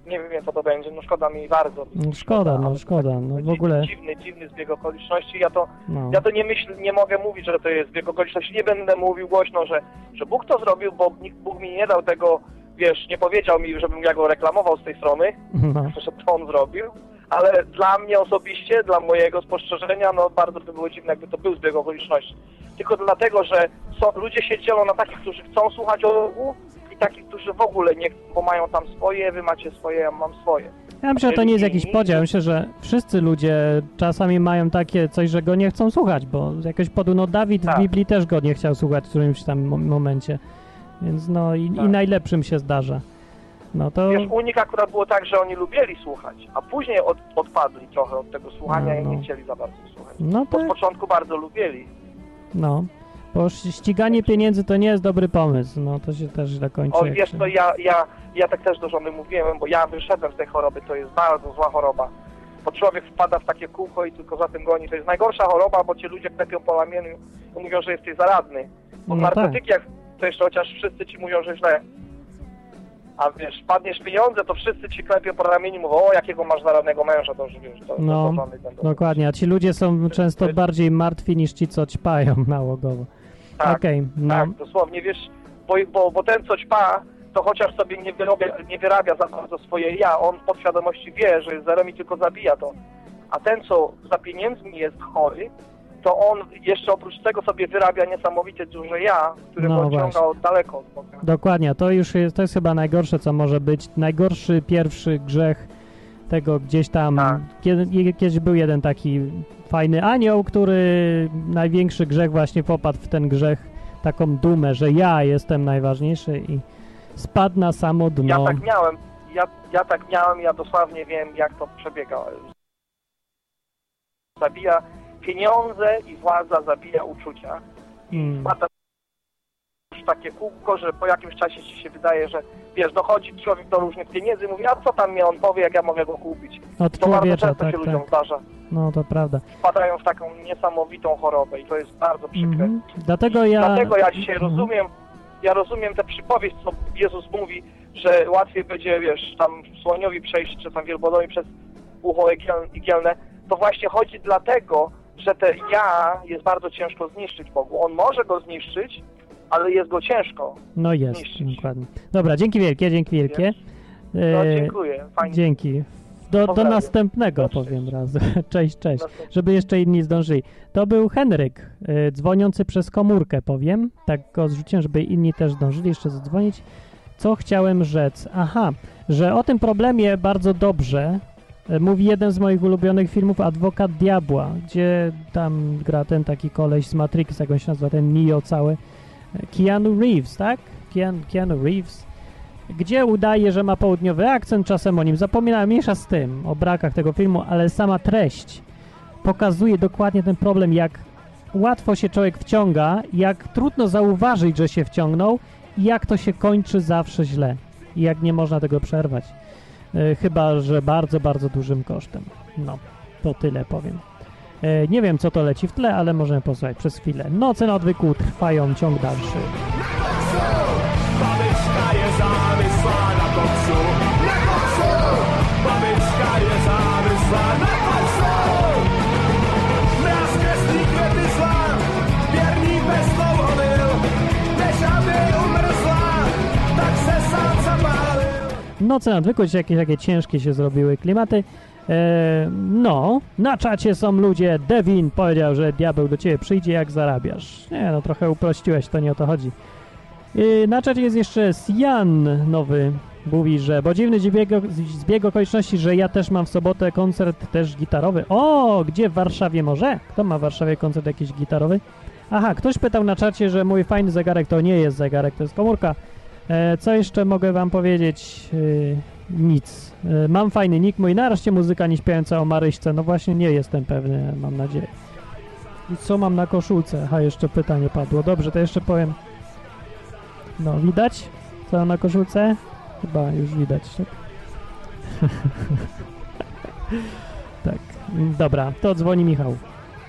nie wiem co to będzie, no szkoda mi bardzo. No szkoda, no szkoda, no w ogóle... Dziwny, dziwny zbieg okoliczności, ja to, No. ja to nie myśl, nie mogę mówić, że to jest zbieg okoliczności, nie będę mówił głośno, że, że Bóg to zrobił, bo nikt, Bóg mi nie dał tego, wiesz, nie powiedział mi, żebym ja go reklamował z tej strony, No. że to on zrobił, ale dla mnie osobiście, dla mojego spostrzeżenia, no bardzo by było dziwne, jakby to był zbieg okoliczności. Tylko dlatego, że są, ludzie się dzielą na takich, którzy chcą słuchać o Bogu i takich, którzy w ogóle nie chcą, bo mają tam swoje, wy macie swoje, ja mam swoje. Ja myślę, że to nie jest jakiś podział. Myślę, że wszyscy ludzie czasami mają takie coś, że go nie chcą słuchać, bo jakoś podobno Dawid Tak. w Biblii też go nie chciał słuchać w którymś tam mo- momencie. Więc no i, Tak. i najlepszym się zdarza. No to... Wiesz, u nich akurat było tak, że oni lubili słuchać, a później od, odpadli trochę od tego słuchania No, i no. nie chcieli za bardzo słuchać. No Bo z tak, początku bardzo lubili. no. Bo ściganie pieniędzy to nie jest dobry pomysł. No to się też źle kończy. O, jak wiesz się- co, ja, ja, ja tak też do żony mówiłem, bo ja wyszedłem z tej choroby, to jest bardzo zła choroba. Bo człowiek wpada w takie kółko i tylko za tym goni. To jest najgorsza choroba, bo cię ludzie klepią po ramieniu i mówią, że jesteś zaradny. Bo No narkotyki, jak to jeszcze chociaż wszyscy ci mówią, że źle. A wiesz, wpadniesz w pieniądze, to wszyscy ci klepią po ramieniu i mówią, o jakiego masz zaradnego męża, to już wiesz, to, No, to żony będą. Dokładnie, a ci ludzie są często bardziej martwi niż ci, co ćpają nałogowo. Tak, Okej, no. tak, dosłownie, wiesz, bo, bo, bo ten, co ćpa, to chociaż sobie nie wyrabia, nie wyrabia za bardzo swoje ja, on w podświadomości wie, że jest zerem i tylko zabija to. A ten, co za pieniędzmi jest chory, to on jeszcze oprócz tego sobie wyrabia niesamowicie duże ja, które No go odciąga właśnie. od daleko od Boga. Dokładnie, to już jest, to jest chyba najgorsze, co może być. Najgorszy pierwszy grzech tego gdzieś tam, Tak. kiedy, kiedyś był jeden taki fajny anioł, który największy grzech właśnie popadł w ten grzech, taką dumę, że ja jestem najważniejszy i spadł na samo dno. Ja tak miałem, ja, ja tak miałem, ja dosłownie wiem, jak to przebiega. Zabija pieniądze i władza zabija uczucia. Mm. Wpada już takie kółko, że po jakimś czasie ci się wydaje, że wiesz, dochodzi człowiek do różnych pieniędzy i mówi, a co tam mnie on powie, jak ja mogę go kupić. Od To bardzo człowiecza, często tak, się ludziom tak. zdarza. No to prawda. Wpadają w taką niesamowitą chorobę i to jest bardzo przykre. Mhm. Dlatego ja... Dlatego ja dzisiaj Mhm. rozumiem, ja rozumiem tę przypowieść, co Jezus mówi, że łatwiej będzie, wiesz, tam słoniowi przejść, czy tam wielbłądowi przez ucho igiel- igielne. To właśnie chodzi dlatego, że te ja jest bardzo ciężko zniszczyć Bogu. On może go zniszczyć, ale jest go ciężko. No jest, zniszczyć. dokładnie. Dobra, dzięki wielkie, dzięki wielkie. No, E, dziękuję, fajnie. Dzięki. Do, do Pozdrawiam. następnego No, powiem cześć. raz. Cześć, cześć. Następny. Żeby jeszcze inni zdążyli. To był Henryk, y, dzwoniący przez komórkę, powiem. Tak go zrzuciłem, żeby inni też zdążyli jeszcze zadzwonić. Co chciałem rzec? Aha, że o tym problemie bardzo dobrze y, mówi jeden z moich ulubionych filmów, Adwokat Diabła, gdzie tam gra ten taki koleś z Matrixa, jak on się nazywa, ten Neo cały. Keanu Reeves, tak? Keanu, Keanu Reeves. Gdzie udaje, że ma południowy akcent, czasem o nim zapomina, mniejsza z tym, o brakach tego filmu, ale sama treść pokazuje dokładnie ten problem, jak łatwo się człowiek wciąga, jak trudno zauważyć, że się wciągnął i jak to się kończy zawsze źle i jak nie można tego przerwać. E, chyba, że bardzo, bardzo dużym kosztem. No, to tyle powiem. E, nie wiem, co to leci w tle, ale możemy posłuchać przez chwilę. Noce na odwyku trwają, ciąg dalszy. Babička je závislá na koksu. Na koksu! Babička je závislá na koksu! Mráz kreslí květy zla, věrný bez dlouhovil. Než aby umrzla, tak se sám zapálil. Noce na odwyku, dzisiaj jakieś takie ciężkie się zrobiły klimaty. E, no, na czacie są ludzie. Devin powiedział, że diabeł do ciebie przyjdzie, jak zarabiasz. Nie, no trochę uprościłeś, to nie o to chodzi. E, na czacie jest jeszcze Sian nowy. Mówi, że bo dziwny zbieg, zbieg okoliczności, że ja też mam w sobotę koncert też gitarowy. O, gdzie w Warszawie może? Kto ma w Warszawie koncert jakiś gitarowy? Aha, ktoś pytał na czacie, że mój fajny zegarek to nie jest zegarek, to jest komórka. E, co jeszcze mogę wam powiedzieć? E, nic. E, mam fajny nick mój, nareszcie muzyka nie śpiewająca o Maryśce. No właśnie nie jestem pewny, mam nadzieję. I co mam na koszulce? Aha, jeszcze pytanie padło. Dobrze, to jeszcze powiem. No, widać? Co mam na koszulce? Chyba już widać, tak? Tak. Dobra, to dzwoni Michał.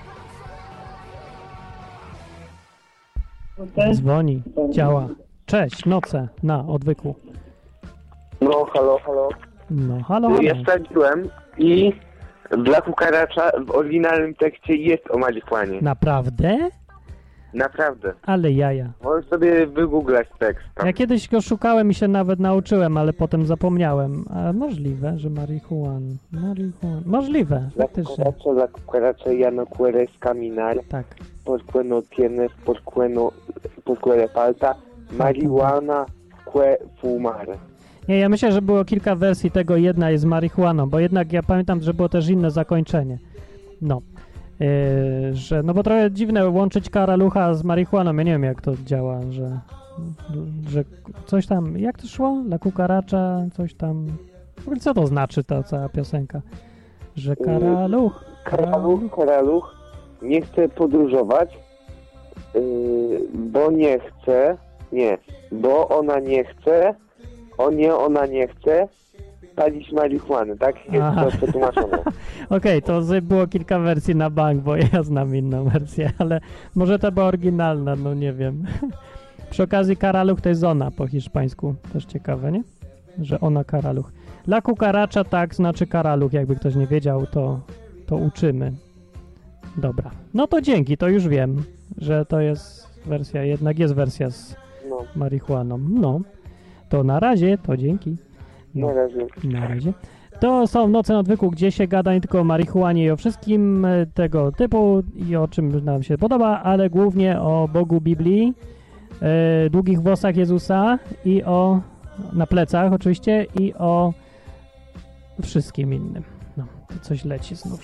Dzwoni, działa. Cześć, noce na odwyku. No, halo, halo. No, halo, halo. Ja sprawdziłem i dla kukaracza w oryginalnym tekście jest o marihuanie. Naprawdę? Naprawdę. Ale jaja. Możesz sobie wygooglać tekst. Tam. Ja kiedyś go szukałem i się nawet nauczyłem, ale potem zapomniałem. A możliwe, że marihuan. Marihuan. Możliwe, Dla faktycznie. kukaracza, dla kukaracza ja no quieres caminar. Tak. Porque no tienes, porque no, porque le falta marihuana que fumar. Nie, ja myślę, że było kilka wersji tego, jedna jest z marihuaną, bo jednak ja pamiętam, że było też inne zakończenie. No. Yy, że, no bo trochę dziwne łączyć karalucha z marihuaną, ja nie wiem jak to działa, że, że coś tam, jak to szło? Dla kukaracza, coś tam, w ogóle co to znaczy ta cała piosenka? Że karaluch, Karaluch, karaluch nie chce podróżować, yy, bo nie chce, nie, bo ona nie chce, o nie, ona nie chce palić marihuany, tak jest Aha. to przetłumaczone. Okej, okay, to z- było kilka wersji na bank, bo ja znam inną wersję, ale może to była oryginalna, no nie wiem. Przy okazji karaluch to jest ona po hiszpańsku, też ciekawe, nie? Że ona karaluch. Dla kukaracza tak znaczy karaluch, jakby ktoś nie wiedział, to, to uczymy. Dobra, no to dzięki, to już wiem, że to jest wersja, jednak jest wersja z No, marihuaną. No, to na razie, to dzięki. No. na razie. Na razie. To są Noce na odwyku, gdzie się gada nie tylko o marihuanie i o wszystkim e, tego typu i o czym nam się podoba, ale głównie o Bogu Biblii, e, długich włosach Jezusa i o na plecach oczywiście i o wszystkim innym. No, to coś leci znów.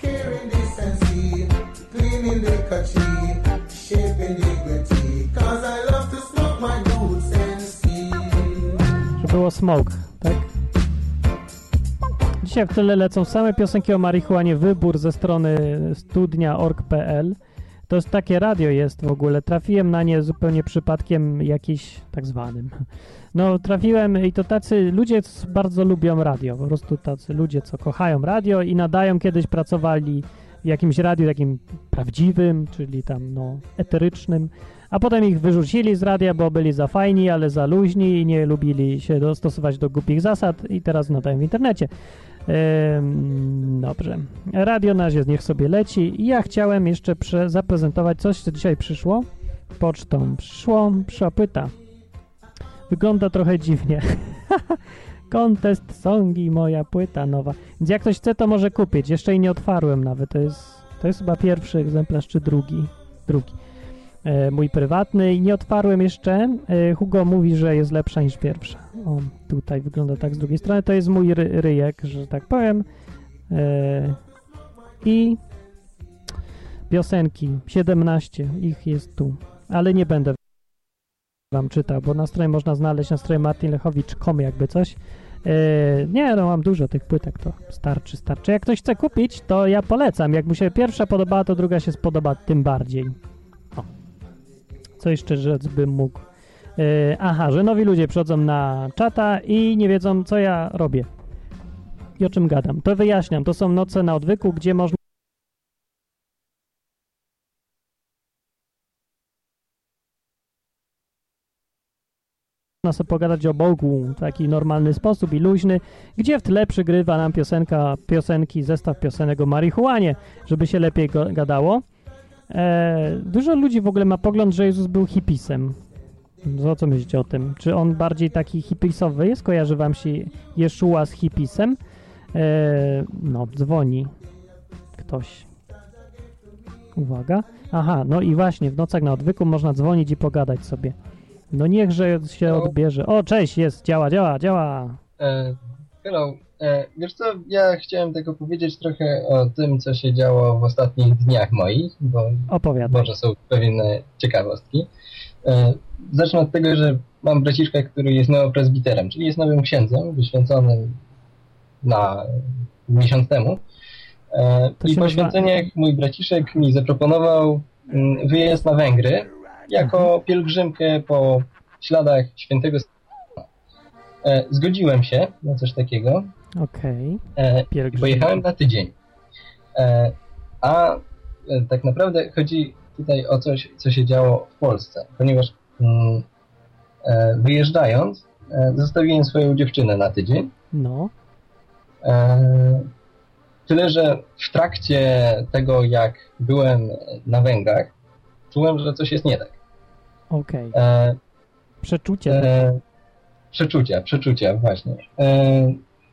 Że było smoke, tak? Dzisiaj w tyle lecą same piosenki o marihuanie, wybór ze strony studnia kropka org kropka p l. To jest takie radio jest w ogóle. Trafiłem na nie zupełnie przypadkiem jakiś tak zwanym. No trafiłem i to tacy ludzie, co bardzo lubią radio. Po prostu tacy ludzie, co kochają radio i nadają, kiedyś pracowali w jakimś radiu takim prawdziwym, czyli tam no eterycznym, a potem ich wyrzucili z radia, bo byli za fajni, ale za luźni i nie lubili się dostosować do głupich zasad i teraz nadają w internecie. Ehm, dobrze. Radio na razie niech sobie leci i ja chciałem jeszcze prze- zaprezentować coś, co dzisiaj przyszło. Pocztą przyszło, przepyta. Wygląda trochę dziwnie. Contest Songi, moja płyta nowa. Więc jak ktoś chce, to może kupić. Jeszcze jej nie otwarłem nawet. To jest, to jest chyba pierwszy egzemplarz, czy drugi. Drugi. E, mój prywatny i nie otwarłem jeszcze. E, Hugo mówi, że jest lepsza niż pierwsza. O, tutaj wygląda tak z drugiej strony. To jest mój ry- ryjek, że tak powiem. E, I piosenki. siedemnaście ich jest tu. Ale nie będę wam czytał, bo na stronie można znaleźć, na stronie martin lechowicz kropka com jakby coś. Yy, nie, no mam dużo tych płytek, to starczy, starczy. Jak ktoś chce kupić, to ja polecam. Jak mu się pierwsza podobała, to druga się spodoba tym bardziej. O. Co jeszcze rzec bym mógł? Yy, aha, że nowi ludzie przychodzą na czata i nie wiedzą, co ja robię i o czym gadam. To wyjaśniam. To są Noce na odwyku, gdzie można można sobie pogadać o Bogu w taki normalny sposób i luźny, gdzie w tle przygrywa nam piosenka, piosenki, zestaw piosenek o marihuanie, żeby się lepiej go, gadało. E, dużo ludzi w ogóle ma pogląd, że Jezus był hipisem. Co, co myślicie o tym? Czy on bardziej taki hipisowy jest? Kojarzy wam się Jeszua z hipisem? E, no, dzwoni ktoś. Uwaga. Aha, no i właśnie w nocach na odwyku można dzwonić i pogadać sobie. No niechże się Hello. odbierze. O, cześć, jest, działa, działa, działa. E, hello. E, wiesz co, ja chciałem tylko powiedzieć trochę o tym, co się działo w ostatnich dniach moich, bo Opowiadaj. może są pewne ciekawostki. E, zacznę od tego, że mam braciszka, który jest neopresbiterem, czyli jest nowym księdzem, wyświęconym na miesiąc temu. E, To I się po nazywa- święceniach mój braciszek mi zaproponował mm, wyjazd na Węgry jako Mhm. pielgrzymkę po śladach świętego Stefana. E, zgodziłem się na coś takiego. Okej. E, Pielgrzymka. Pojechałem na tydzień. E, a e, tak naprawdę chodzi tutaj o coś, co się działo w Polsce, ponieważ mm, e, wyjeżdżając e, zostawiłem swoją dziewczynę na tydzień No. E, tyle, że w trakcie tego, jak byłem na Węgrach, czułem, że coś jest nie tak. Okej. Okay. E, przeczucia. E, przeczucia, przeczucia, właśnie. E,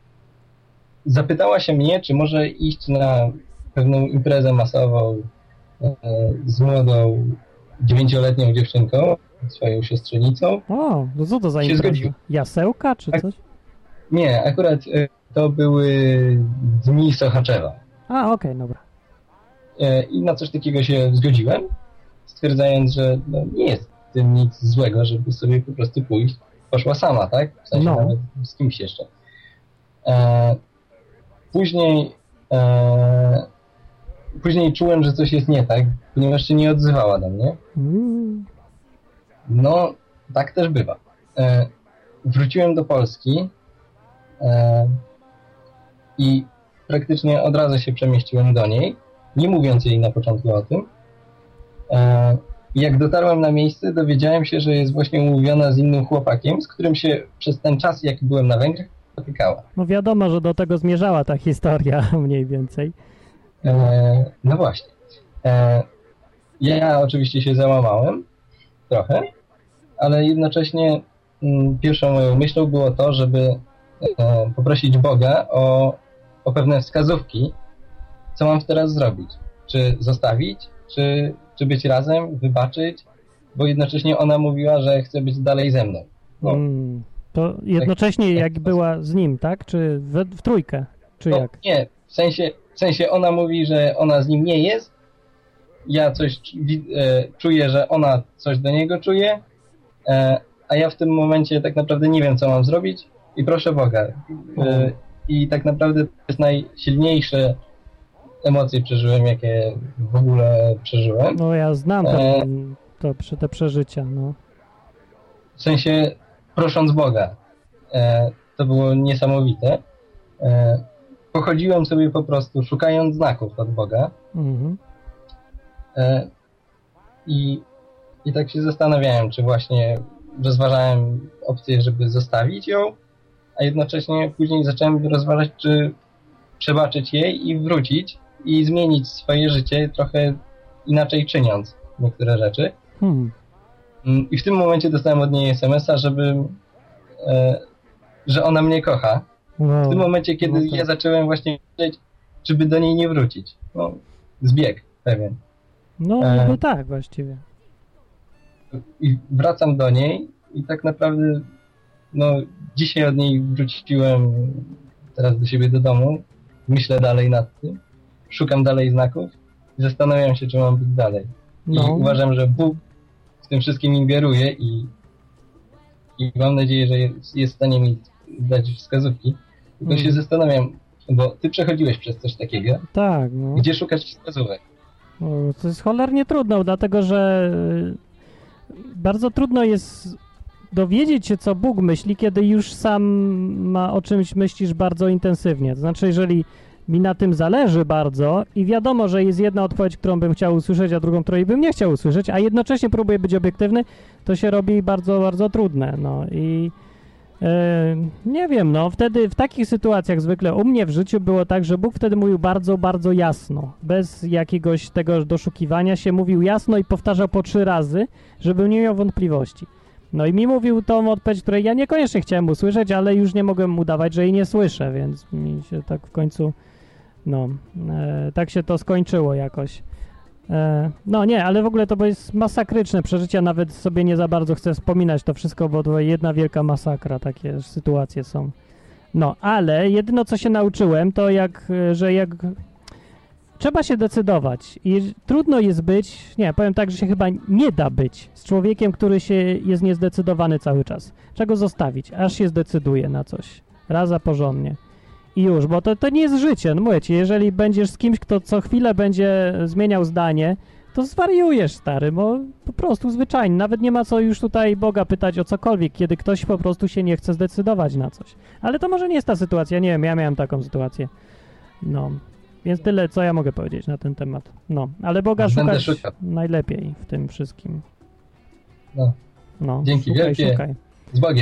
zapytała się mnie, czy może iść na pewną imprezę masową e, z młodą dziewięcioletnią dziewczynką, swoją siostrzenicą. O, no co to za impreza? Zgodził. Jasełka czy coś? Nie, akurat e, to były dni Sochaczewa. A, okej, okay, dobra. E, I na coś takiego się zgodziłem, stwierdzając, że no, nie jest w tym nic złego, żeby sobie po prostu pójść. Poszła sama, tak? W sensie no. nawet z kimś jeszcze. E, później e, później czułem, że coś jest nie tak, ponieważ się nie odzywała do mnie. Mm. No, tak też bywa. E, wróciłem do Polski e, i praktycznie od razu się przemieściłem do niej, nie mówiąc jej na początku o tym. E, jak dotarłem na miejsce, dowiedziałem się, że jest właśnie umówiona z innym chłopakiem, z którym się przez ten czas, jak byłem na Węgrzech, spotykała. No wiadomo, że do tego zmierzała ta historia mniej więcej. E, no właśnie. E, ja oczywiście się załamałem trochę, ale jednocześnie m, pierwszą moją myślą było to, żeby e, poprosić Boga o, o pewne wskazówki, co mam teraz zrobić. Czy zostawić, czy, czy być razem, wybaczyć, bo jednocześnie ona mówiła, że chce być dalej ze mną. No. Mm, to jednocześnie tak, jak tak, była z nim, tak? Czy w, w trójkę? Czy no, jak? Nie, w sensie, w sensie ona mówi, że ona z nim nie jest, ja coś e, czuję, że ona coś do niego czuje, e, a ja w tym momencie tak naprawdę nie wiem, co mam zrobić i proszę Boga. E, I tak naprawdę to jest najsilniejsze emocje przeżyłem, jakie w ogóle przeżyłem. No ja znam e, to, to, te przeżycia, no. W sensie, prosząc Boga. E, to było niesamowite. E, pochodziłem sobie po prostu, szukając znaków od Boga. Mhm. E, i, I tak się zastanawiałem, czy właśnie rozważałem opcję, żeby zostawić ją, a jednocześnie później zacząłem rozważać, czy przebaczyć jej i wrócić i zmienić swoje życie trochę inaczej czyniąc niektóre rzeczy. Hmm. I w tym momencie dostałem od niej es em es a, żeby, e, że ona mnie kocha. Wow. W tym momencie, kiedy no to... ja zacząłem właśnie myśleć, czy by do niej nie wrócić. No, zbieg pewien. No, e, no tak właściwie. I wracam do niej i tak naprawdę no, dzisiaj od niej wróciłem teraz do siebie do domu. Myślę dalej nad tym. Szukam dalej znaków i zastanawiam się, czy mam być dalej. No. I uważam, że Bóg w tym wszystkim ingeruje i, i mam nadzieję, że jest, jest w stanie mi dać wskazówki. Tylko mm. się zastanawiam, bo ty przechodziłeś przez coś takiego. Tak, no. Gdzie szukać wskazówek? O, to jest cholernie trudno, dlatego że bardzo trudno jest dowiedzieć się, co Bóg myśli, kiedy już sam ma o czymś myślisz bardzo intensywnie. To znaczy, jeżeli mi na tym zależy bardzo i wiadomo, że jest jedna odpowiedź, którą bym chciał usłyszeć, a drugą, której bym nie chciał usłyszeć, a jednocześnie próbuję być obiektywny, to się robi bardzo, bardzo trudne. No i yy, nie wiem, no wtedy w takich sytuacjach zwykle u mnie w życiu było tak, że Bóg wtedy mówił bardzo, bardzo jasno, bez jakiegoś tego doszukiwania się, mówił jasno i powtarzał po trzy razy, żebym nie miał wątpliwości. No i mi mówił tą odpowiedź, której ja niekoniecznie chciałem usłyszeć, ale już nie mogłem udawać, że jej nie słyszę, więc mi się tak w końcu, no, e, tak się to skończyło jakoś. E, no nie, ale w ogóle to jest masakryczne przeżycie, nawet sobie nie za bardzo chcę wspominać to wszystko, bo to jedna wielka masakra, takie sytuacje są. No, ale jedyno, co się nauczyłem, to jak, że jak trzeba się decydować i trudno jest być, nie, powiem tak, że się chyba nie da być z człowiekiem, który się jest niezdecydowany cały czas. Trzeba go zostawić, aż się zdecyduje na coś. Raz a porządnie. I już, bo to, to nie jest życie. No mówię ci, jeżeli będziesz z kimś, kto co chwilę będzie zmieniał zdanie, to zwariujesz, stary, bo po prostu zwyczajnie. Nawet nie ma co już tutaj Boga pytać o cokolwiek, kiedy ktoś po prostu się nie chce zdecydować na coś. Ale to może nie jest ta sytuacja, nie wiem, ja miałem taką sytuację. No, więc tyle, co ja mogę powiedzieć na ten temat. No, ale Boga szukać szukał. najlepiej w tym wszystkim. No, no dzięki szukaj, wielkie. Szukaj. Z Bogiem.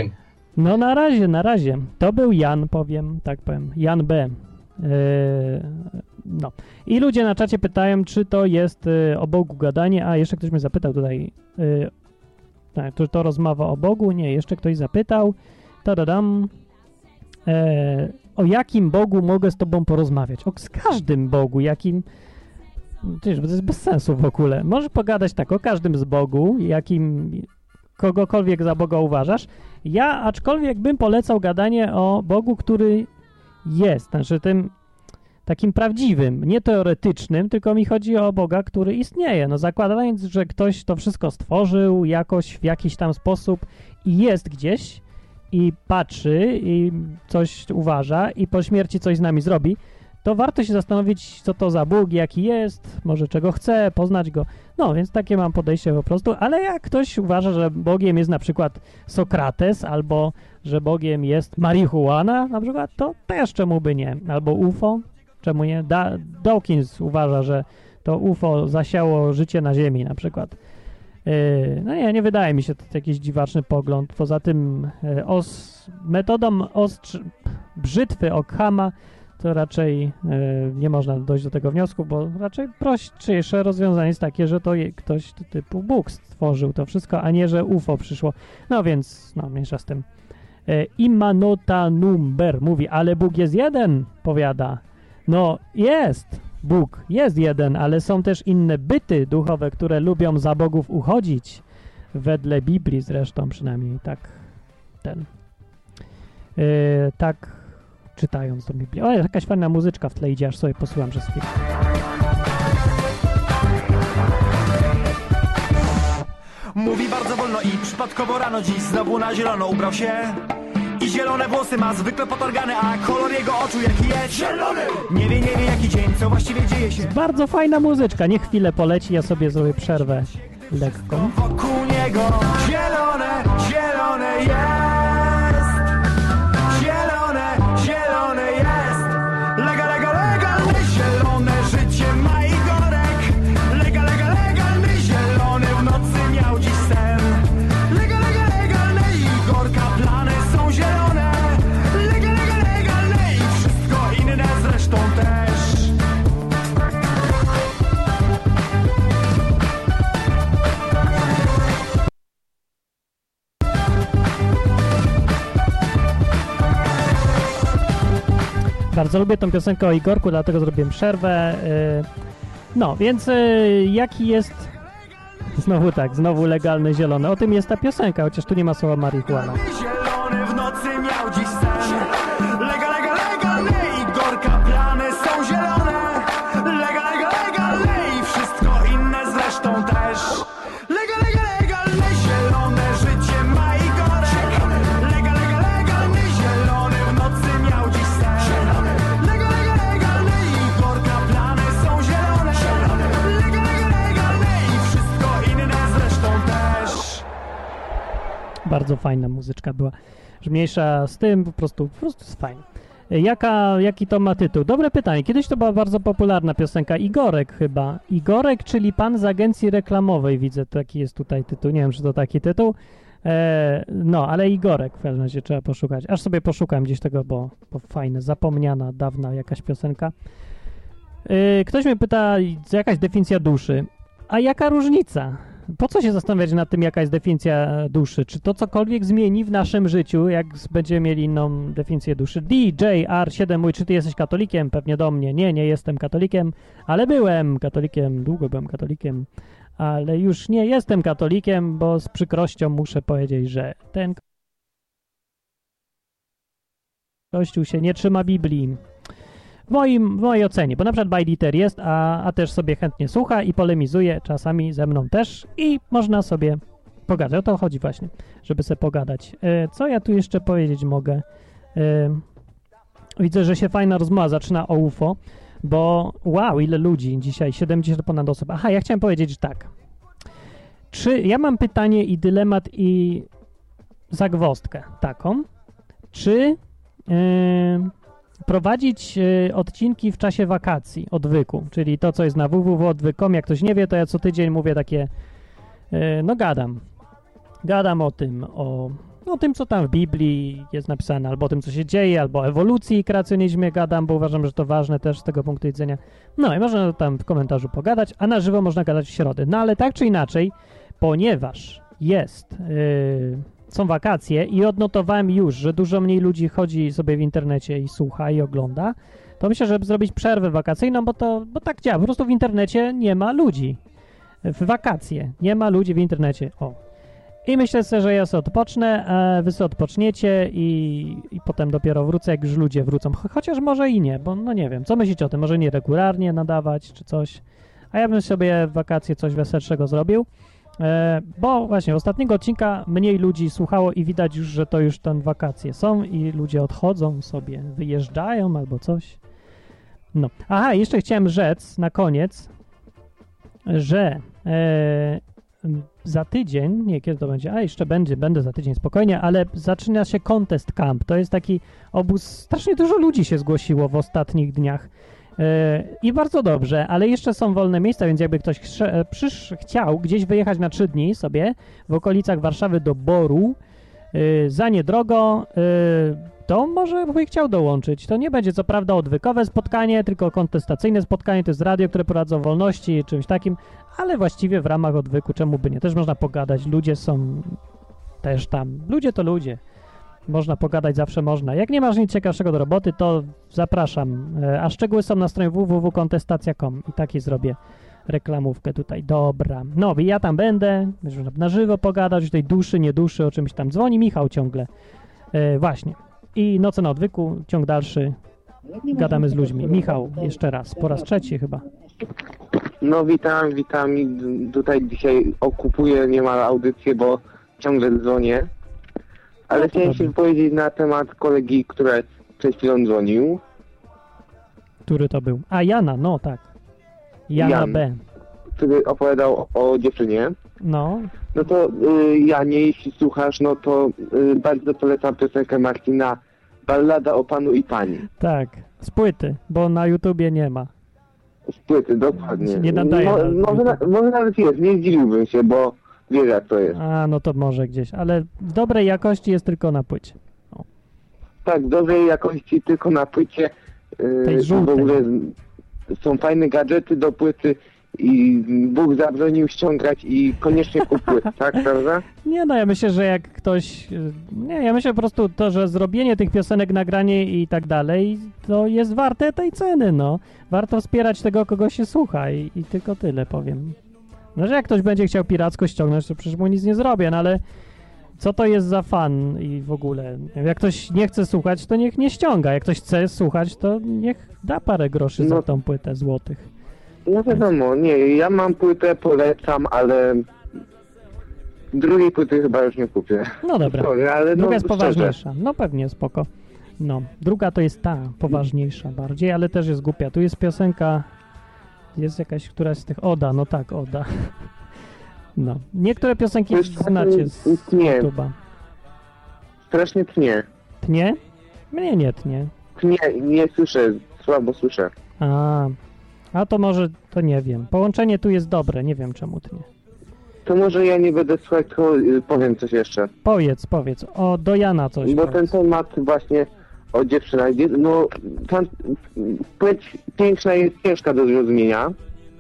No na razie, na razie. To był Jan, powiem, tak powiem, Jan B. Yy, no. I ludzie na czacie pytają, czy to jest yy, o Bogu gadanie, a jeszcze ktoś mnie zapytał tutaj, yy, tak, to, to rozmowa o Bogu? Nie, jeszcze ktoś zapytał, tadadam, yy, o jakim Bogu mogę z tobą porozmawiać? O z każdym Bogu, jakim... Przecież to jest bez sensu w ogóle. Możesz pogadać tak o każdym z Bogu, jakim kogokolwiek za Boga uważasz. Ja aczkolwiek bym polecał gadanie o Bogu, który jest, znaczy tym takim prawdziwym, nie teoretycznym, tylko mi chodzi o Boga, który istnieje. No zakładając, że ktoś to wszystko stworzył jakoś, w jakiś tam sposób i jest gdzieś i patrzy i coś uważa i po śmierci coś z nami zrobi, to warto się zastanowić, co to za Bóg, jaki jest, może czego chce, poznać go. No, więc takie mam podejście po prostu, ale jak ktoś uważa, że Bogiem jest na przykład Sokrates, albo że Bogiem jest marihuana na przykład, to też czemu by nie? Albo U F O, czemu nie? Da- Dawkins uważa, że to U F O zasiało życie na Ziemi na przykład. Yy, no nie, nie wydaje mi się to jakiś dziwaczny pogląd. Poza tym yy, os, metodą ostrzy- brzytwy Ockhama to raczej y, nie można dojść do tego wniosku, bo raczej prostsze rozwiązanie jest takie, że to je, ktoś typu Bóg stworzył to wszystko, a nie, że U F O przyszło. No więc, no mniejsza z tym. Y, Imanota Number mówi, ale Bóg jest jeden, powiada. No jest, Bóg jest jeden, ale są też inne byty duchowe, które lubią za bogów uchodzić. Wedle Biblii zresztą przynajmniej tak ten. Y, tak czytając do Biblii. O, jakaś fajna muzyczka w tle idzie, aż sobie posłucham przez chwilę. Mówi bardzo wolno i przypadkowo rano dziś znowu na zielono ubrał się. I zielone włosy ma zwykle potargane, a kolor jego oczu jaki jest zielony. Nie wie, nie wie jaki dzień, co właściwie dzieje się. Bardzo fajna muzyczka, niech chwilę poleci, ja sobie zrobię przerwę lekką. Wokół niego zielone, zielone jest. Bardzo lubię tą piosenkę o Igorku, dlatego zrobiłem przerwę. No, więc jaki jest... Znowu tak, znowu legalny zielony. O tym jest ta piosenka, chociaż tu nie ma słowa marihuana. Zielony w nocy miał dziś sen. Lega, lega, legalny Igorka, plany są zielone. Lega, lega, legalny i wszystko inne zresztą też. Lega, lega, legalny, zielone życie ma Igorek. Lega, lega, legalny, zielony w nocy miał dziś sen. Lega, lega, legalny Igorka, plany są zielone. Lega, lega, legalny i wszystko inne zresztą też. Bardzo fajna muzyczka była. Mniejsza z tym, po prostu, po prostu jest fajna. Jaka, jaki to ma tytuł? Dobre pytanie. Kiedyś to była bardzo popularna piosenka. Igorek chyba. Igorek, czyli pan z agencji reklamowej. Widzę, taki jest tutaj tytuł. Nie wiem, czy to taki tytuł. E, no, ale Igorek w każdym razie trzeba poszukać. Aż sobie poszukam gdzieś tego, bo, bo fajne, zapomniana, dawna jakaś piosenka. E, ktoś mnie pyta, jakaś definicja duszy. A jaka różnica? Po co się zastanawiać nad tym, jaka jest definicja duszy? Czy to cokolwiek zmieni w naszym życiu, jak będziemy mieli inną definicję duszy? D J R siedem mówi, czy ty jesteś katolikiem? Pewnie do mnie. Nie, nie jestem katolikiem, ale byłem katolikiem, długo byłem katolikiem, ale już nie jestem katolikiem, bo z przykrością muszę powiedzieć, że ten Kościół się nie trzyma Biblii. W, moim, w mojej ocenie, bo na przykład Bajditer jest, a, a też sobie chętnie słucha i polemizuje czasami ze mną też i można sobie pogadać. O to chodzi właśnie, żeby sobie pogadać. E, co ja tu jeszcze powiedzieć mogę? E, widzę, że się fajna rozmowa zaczyna o U F O, bo wow, ile ludzi dzisiaj, siedemdziesiąt ponad osób. Aha, ja chciałem powiedzieć, że tak. Czy ja mam pytanie i dylemat i zagwozdkę taką, czy... E, prowadzić y, odcinki w czasie wakacji, odwyku, czyli to, co jest na w w w kropka odwyk kropka com. Jak ktoś nie wie, to ja co tydzień mówię takie, y, no gadam. Gadam o tym, o o tym, co tam w Biblii jest napisane, albo o tym, co się dzieje, albo o ewolucji i kreacjonizmie gadam, bo uważam, że to ważne też z tego punktu widzenia. No i można tam w komentarzu pogadać, a na żywo można gadać w środę. No ale tak czy inaczej, ponieważ jest, yy, są wakacje i odnotowałem już, że dużo mniej ludzi chodzi sobie w internecie i słucha i ogląda, to myślę, żeby zrobić przerwę wakacyjną, bo to bo tak działa. Po prostu w internecie nie ma ludzi. W wakacje nie ma ludzi w internecie. O. I myślę sobie, że ja sobie odpocznę, a wy sobie odpoczniecie i, i potem dopiero wrócę, jak już ludzie wrócą. Ch- chociaż może i nie, bo no nie wiem. Co myślicie o tym? Może nie regularnie nadawać czy coś? A ja bym sobie w wakacje coś weselszego zrobił. E, bo właśnie ostatniego odcinka mniej ludzi słuchało i widać już, że to już ten wakacje są i ludzie odchodzą sobie, wyjeżdżają albo coś. No. Aha, jeszcze chciałem rzec na koniec, że e, za tydzień, nie kiedy to będzie, a jeszcze będzie, będę za tydzień spokojnie, ale zaczyna się Contest Camp. To jest taki obóz, strasznie dużo ludzi się zgłosiło w ostatnich dniach. I bardzo dobrze, ale jeszcze są wolne miejsca, więc jakby ktoś chce, przysz, chciał gdzieś wyjechać na trzy dni sobie w okolicach Warszawy do Boru yy, za niedrogo, yy, to może by chciał dołączyć. To nie będzie co prawda odwykowe spotkanie, tylko kontestacyjne spotkanie, to jest radio, które prowadzą wolności, czymś takim, ale właściwie w ramach odwyku, czemu by nie? Też można pogadać, ludzie są też tam, ludzie to ludzie. Można pogadać, zawsze można. Jak nie masz nic ciekawszego do roboty, to zapraszam. A szczegóły są na stronie w w w kropka kontestacja kropka com i taki zrobię reklamówkę tutaj. Dobra. No i ja tam będę, można na żywo pogadać, o tej duszy, nie duszy, o czymś tam. Dzwoni Michał ciągle. E, właśnie. I Noce na odwyku, ciąg dalszy. Gadamy z ludźmi. Michał, jeszcze raz. Po raz trzeci chyba. No witam, witam. I tutaj dzisiaj okupuję niemal audycję, bo ciągle dzwonię. Ale chciałem się powiedzieć na temat kolegi, który przed chwilą dzwonił. Który to był? A, Jana, no tak. Jana Jan, B. Który opowiadał o dziewczynie. No. No to y, Janie, jeśli słuchasz, no to y, bardzo polecam piosenkę Marcina Ballada o panu i pani. Tak, z płyty, bo na YouTubie nie ma. Z płyty, dokładnie. Nie nadaje Mo, na może, na, może nawet jest, nie zdziwiłbym się, bo wiesz jak to jest. A, no to może gdzieś, ale w dobrej jakości jest tylko na płycie. O. Tak, dobrej jakości tylko na płycie. Tej Yy, żółtej. w ogóle są fajne gadżety do płyty i Bóg zabronił ściągać i koniecznie kup płyt, tak, prawda? Nie no, ja myślę, że jak ktoś... y, Nie, ja myślę po prostu to, że zrobienie tych piosenek, nagranie i tak dalej, to jest warte tej ceny, no. Warto wspierać tego, kogo się słucha i, i tylko tyle powiem. No, że jak ktoś będzie chciał piracko ściągnąć, to przecież mu nic nie zrobię, no ale co to jest za fan i w ogóle? Jak ktoś nie chce słuchać, to niech nie ściąga. Jak ktoś chce słuchać, to niech da parę groszy No. za tą płytę złotych. No wiadomo, nie, ja mam płytę, polecam, ale drugiej płyty chyba już nie kupię. No dobra. Sorry, ale Druga no, jest szczerze. poważniejsza. No pewnie, spoko. No, druga to jest ta, poważniejsza bardziej, ale też jest głupia. Tu jest piosenka, jest jakaś, któraś z tych, Oda, no tak, Oda. No, niektóre piosenki To jest znacie z tnie. YouTube'a. Strasznie tnie. Tnie? Mnie nie tnie. Tnie, nie słyszę, słabo słyszę. A, a to może, to nie wiem. Połączenie tu jest dobre, nie wiem czemu tnie. To może ja nie będę słuchać, tylko y, powiem coś jeszcze. Powiedz, powiedz, o, do Jana coś Bo ten powiedz. temat właśnie o dziewczynach, dzie- no tam płeć piękna jest ciężka do zrozumienia.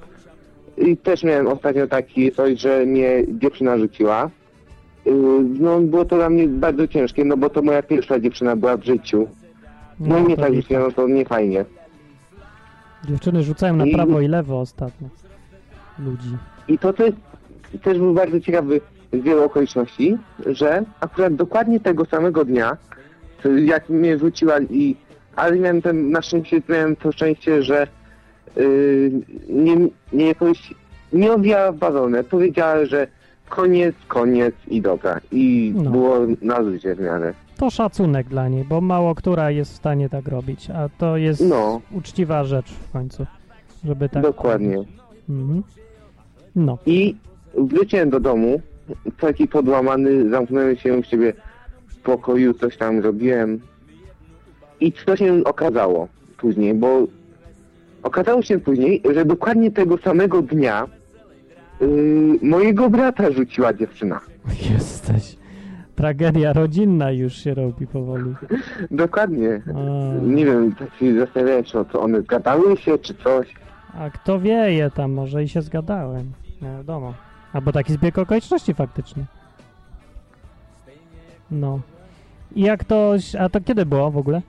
I też miałem ostatnio taki coś, że mnie dziewczyna rzuciła. Yy, No było to dla mnie bardzo ciężkie, no bo to moja pierwsza dziewczyna była w życiu. No, i mnie to tak lipa. rzuciła, no to nie fajnie. Dziewczyny rzucają na I- prawo i lewo ostatnio. Ludzi. I to też, też był bardzo ciekawy z wielu okoliczności, że akurat dokładnie tego samego dnia, jak mnie rzuciła i... Ale miałem ten, na szczęście miałem to szczęście, że yy, nie, nie jakoś nie owijała w bawełnę. Powiedziała, że koniec, koniec i dobra. I No. było na luzie w miarę. To szacunek dla niej, bo mało która jest w stanie tak robić, a to jest No. uczciwa rzecz w końcu, żeby tak Dokładnie. robić. Mhm. No, I wróciłem do domu, taki podłamany, zamknąłem się u siebie w pokoju, coś tam robiłem. I co się okazało później, bo okazało się później, że dokładnie tego samego dnia yy, mojego brata rzuciła dziewczyna. jesteś. Tragedia rodzinna już się robi powoli. Dokładnie. A, Nie wiem, tak się zastanawiałem, czy to one zgadały się, czy coś. a kto wieje tam, może i się zgadałem. Nie wiadomo. Albo taki zbieg okoliczności faktycznie. No. I jak to... A to kiedy było w ogóle?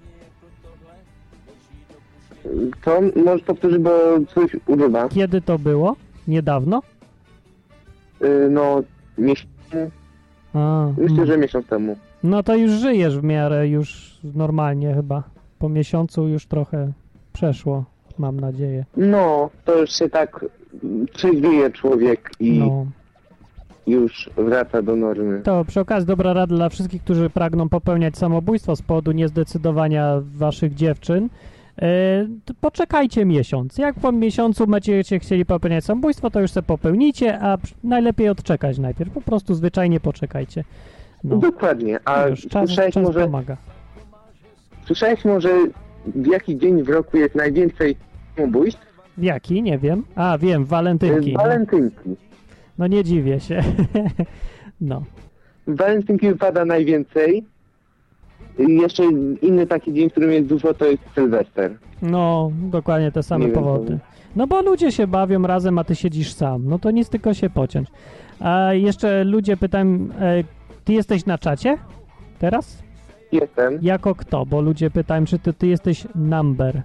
To możesz powtórzyć, bo coś urywa. Kiedy to było? Niedawno? Yy, no, miesiąc... A, Myślę, mm. że miesiąc temu. No to już żyjesz w miarę, już normalnie chyba. Po miesiącu już trochę przeszło, mam nadzieję. No, to już się tak trzeźwieje człowiek i No. już wraca do normy. To przy okazji dobra rada dla wszystkich, którzy pragną popełniać samobójstwo z powodu niezdecydowania waszych dziewczyn. Yy, to poczekajcie miesiąc. Jak po miesiącu będziecie chcieli popełniać samobójstwo, to już sobie popełnijcie, a przy- najlepiej odczekać najpierw. Po prostu zwyczajnie poczekajcie. No. Dokładnie, a Już czas, słyszałeś czas może, pomaga. słyszałeś może w jaki dzień w roku jest najwięcej samobójstw? W jaki? Nie wiem. A, wiem, walentynki. Yy, Walentynki. No nie dziwię się. No. W Walentynki wypada najwięcej. I jeszcze inny taki dzień, w którym jest dużo, to jest Sylwester. No, dokładnie te same Nie wiem, powody. czemu. No bo ludzie się bawią razem, a ty siedzisz sam. No to nic, tylko się pociąć. A jeszcze ludzie pytają, e, ty jesteś na czacie? Teraz? Jestem. Jako kto? Bo ludzie pytają, czy ty, ty jesteś number.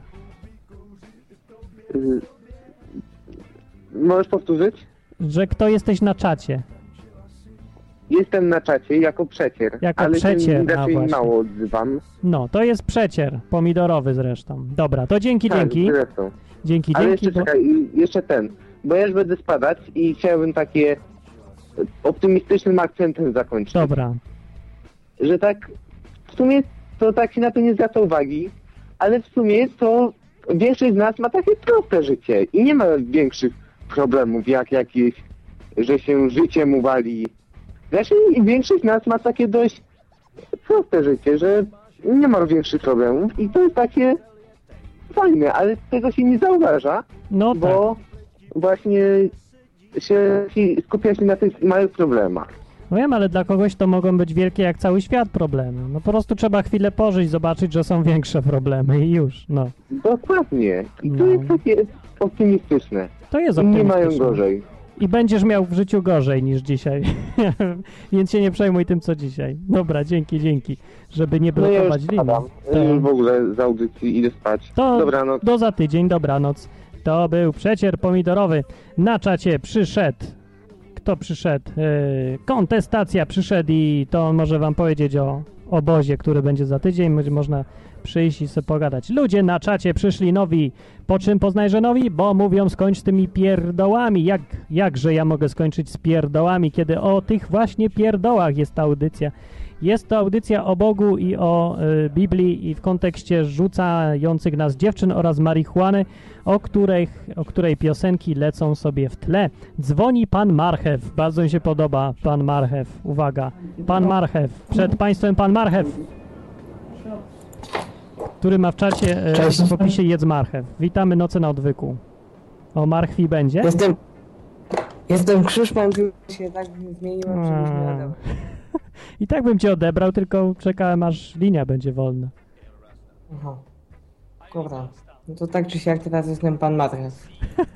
Yy, Możesz powtórzyć? Że kto jesteś na czacie? Jestem na czacie jako przecier, Jako ale przecier, się a raczej właśnie. mało odzywam. No, to jest przecier. Pomidorowy zresztą. Dobra, to dzięki, Tak, dzięki. zresztą. Dzięki, Ale dzięki. jeszcze Bo... czekaj, i jeszcze ten, bo ja już będę spadać i chciałbym takie optymistycznym akcentem zakończyć. Dobra. Że tak, w sumie to tak się na to nie zwraca uwagi, ale w sumie to większość z nas ma takie proste życie i nie ma większych problemów jak jakieś, że się życiem uwali. Zresztą większość z nas ma takie dość proste życie, że nie ma większych problemów i to jest takie fajne, ale tego się nie zauważa, No bo właśnie się skupia się na tych małych problemach. No wiem, ale dla kogoś to mogą być wielkie jak cały świat problemy. No po prostu trzeba chwilę pożyć, zobaczyć, że są większe problemy i już, no. Dokładnie. I to No. jest takie optymistyczne. To jest Nie optymistyczne. mają gorzej. I będziesz miał w życiu gorzej niż dzisiaj. Więc się nie przejmuj tym, co dzisiaj. Dobra, dzięki, dzięki. Żeby nie No ja już blokować linii. spadam. To- Już w ogóle z audycji idę spać. To Dobranoc. do za tydzień, dobranoc. To był przecier pomidorowy. Na czacie przyszedł. Kto przyszedł? Yy, kontestacja przyszedł i to on może wam powiedzieć o obozie, który będzie za tydzień. Będzie można przyjść i sobie pogadać. Ludzie na czacie przyszli nowi. Po czym poznaj, że nowi? Bo mówią skończ z tymi pierdołami. Jak, jakże ja mogę skończyć z pierdołami, kiedy o tych właśnie pierdołach jest ta audycja. Jest to audycja o Bogu i o y, Biblii i w kontekście rzucających nas dziewczyn oraz marihuany, o, których, o której piosenki lecą sobie w tle. Dzwoni pan Marchew. Bardzo mi się podoba pan Marchew. Uwaga. Pan Marchew. Przed państwem pan Marchew, który ma w czacie y, w opisie jedz marchew. Witamy Noce na Odwyku. O marchwi będzie? Jestem... Jestem Krzyszman, się tak zmieniłem, że już nie A. odebrał. I tak bym cię odebrał, tylko czekałem aż linia będzie wolna. Aha. Dobra. No to tak czy siak teraz jestem pan Matres.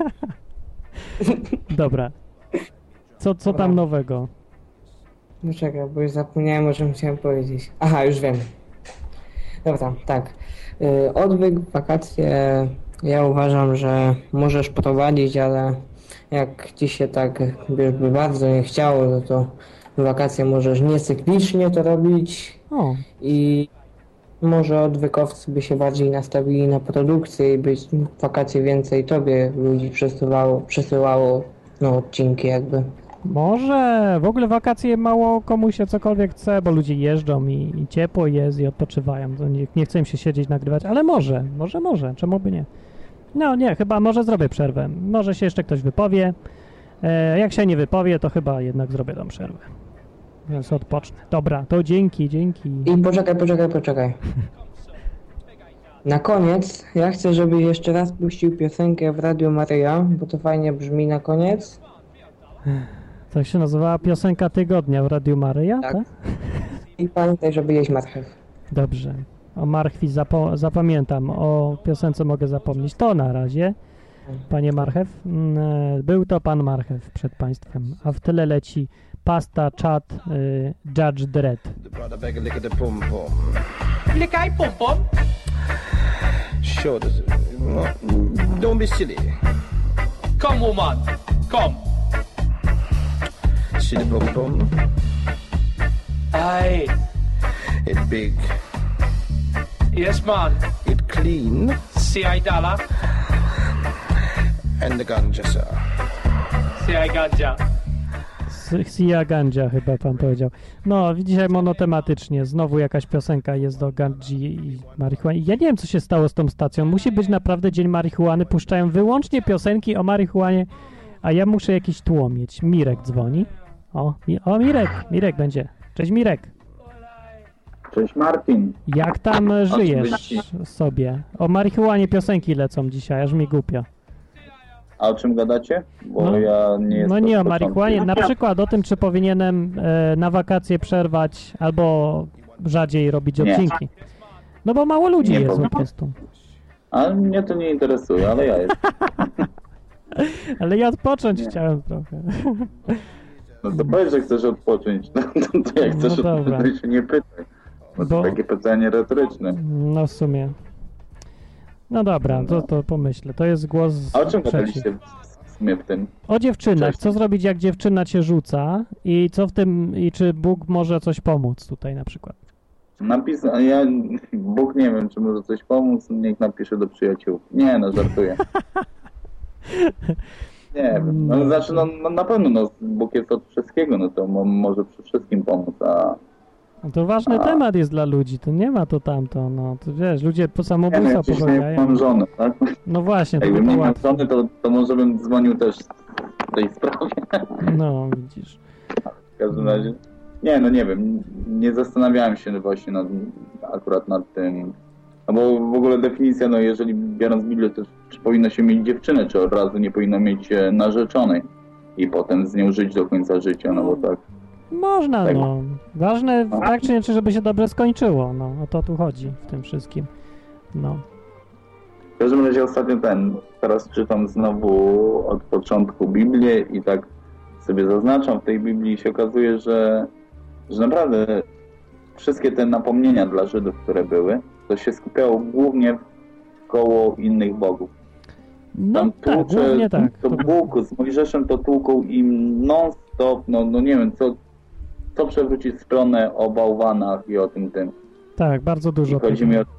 Dobra. Co, co tam nowego? No czekaj, bo już zapomniałem, o czym chciałem powiedzieć. Aha, już wiem. Dobra, tak. Yy, odwyk, wakacje, ja uważam, że możesz prowadzić, ale jak ci się tak wiesz, by bardzo nie chciało, no to wakacje możesz niecyklicznie to robić O, i może odwykowcy by się bardziej nastawili na produkcję i być w wakacje więcej tobie ludzi przesyłało, przesyłało no, odcinki jakby. może w ogóle wakacje mało komu się cokolwiek chce, bo ludzie jeżdżą i, i ciepło jest i odpoczywają. To nie, nie chcę im się siedzieć, nagrywać, ale może, może, może, czemu by nie? No nie, chyba może zrobię przerwę. Może się jeszcze ktoś wypowie. E, jak się nie wypowie, to chyba jednak zrobię tą przerwę. Więc odpocznę. Dobra, to dzięki, dzięki. I poczekaj, poczekaj, poczekaj. Na koniec ja chcę, żebyś jeszcze raz puścił piosenkę w Radio Maryja, bo to fajnie brzmi na koniec. To się nazywała piosenka tygodnia w Radiu Maryja, tak? Tak. tak? I pamiętaj, żeby jeść marchew. Dobrze. O marchwi zapo- zapamiętam, o piosence mogę zapomnieć. To na razie, panie Marchew. Mm, Był to pan Marchew przed państwem, a w tyle leci Pasta, Chat, y, Judge Dredd. Likaj pom pom. Sure, does- no, don't be silly. Come woman, come. See the bum bum? Aye. It big, Yes man. it clean, See I dollar. and the ganja, sir. See I ganja. Sia Gandzia chyba pan powiedział. No, dzisiaj monotematycznie. Znowu jakaś piosenka jest do gandzi i marihuany. Ja nie wiem, co się stało z tą stacją. Musi być naprawdę dzień marihuany. Puszczają wyłącznie piosenki o marihuanie, a ja muszę jakiś tłum mieć. Mirek dzwoni. O, mi- o Mirek. Mirek będzie. Cześć Mirek. Cześć Martin. Jak tam e, żyjesz Oczywiście. sobie? O marihuanie piosenki lecą dzisiaj, aż mi głupio. A o czym gadacie? Bo No, ja nie jestem. No nie o w początku. marihuanie, na przykład o tym, czy powinienem e, na wakacje przerwać albo rzadziej robić Nie. odcinki. No bo mało ludzi Nie jest powiem. po prostu. A mnie to nie interesuje, ale ja jestem. Ale ja odpocząć Nie. chciałem trochę. No to powiedz, że chcesz odpocząć. No to, to jak chcesz No dobra. odpocząć, to się nie pytaj. Bo to Bo- takie pytanie retoryczne. No w sumie. No dobra, to, to pomyślę. To jest głos A o czym przeciw. gadaliście w, w sumie w tym? O dziewczynach. Cześć. Co zrobić, jak dziewczyna cię rzuca i co w tym, i czy Bóg może coś pomóc tutaj na przykład? Napis, a ja, Bóg nie wiem, czy może coś pomóc, niech napisze do przyjaciół. Nie, no żartuję. Nie wiem, no znaczy, no, no na pewno, no Bóg jest od wszystkiego, no to mo, może przy wszystkim pomóc, a No to ważny A. temat jest dla ludzi, to nie ma to tamto, no to wiesz, ludzie po nie samobójstwo wiem, przecież nie popełniają. mam żony, tak? No właśnie, to by Jakbym to nie miał łatwo. żony, to, to może bym dzwonił też w tej sprawie. No widzisz. W każdym razie, nie, no nie wiem, nie zastanawiałem się właśnie nad, akurat nad tym, no bo w ogóle definicja, no jeżeli biorąc Biblię, to czy powinno się mieć dziewczynę, czy od razu nie powinno mieć e, narzeczonej i potem z nią żyć do końca życia, no bo tak. Można, Tak. no. Ważne No. tak czy nie, czy żeby się dobrze skończyło, no. O to tu chodzi w tym wszystkim. No. W każdym razie ostatnio ten, teraz czytam znowu od początku Biblię i tak sobie zaznaczam w tej Biblii i się okazuje, że, że naprawdę wszystkie te napomnienia dla Żydów, które były, to się skupiało głównie koło innych bogów. No Tam tak, tłucze, głównie tak. to Bóg z Mojżeszem to tłuką im non-stop, no, no nie wiem, co, co przewrócić stronę o bałwanach i o tym tym. Tak, bardzo dużo. I chodzi tego. mi o...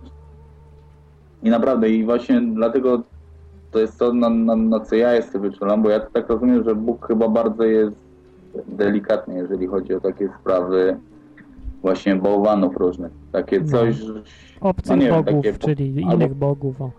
I naprawdę, i właśnie dlatego to jest to, na, na, na co ja jestem wyczulam, bo ja tak rozumiem, że Bóg chyba bardzo jest delikatny, jeżeli chodzi o takie sprawy właśnie bałwanów różnych. Takie coś, że... Obcych no nie wiem, bogów, takie- czyli albo- innych bogów. O.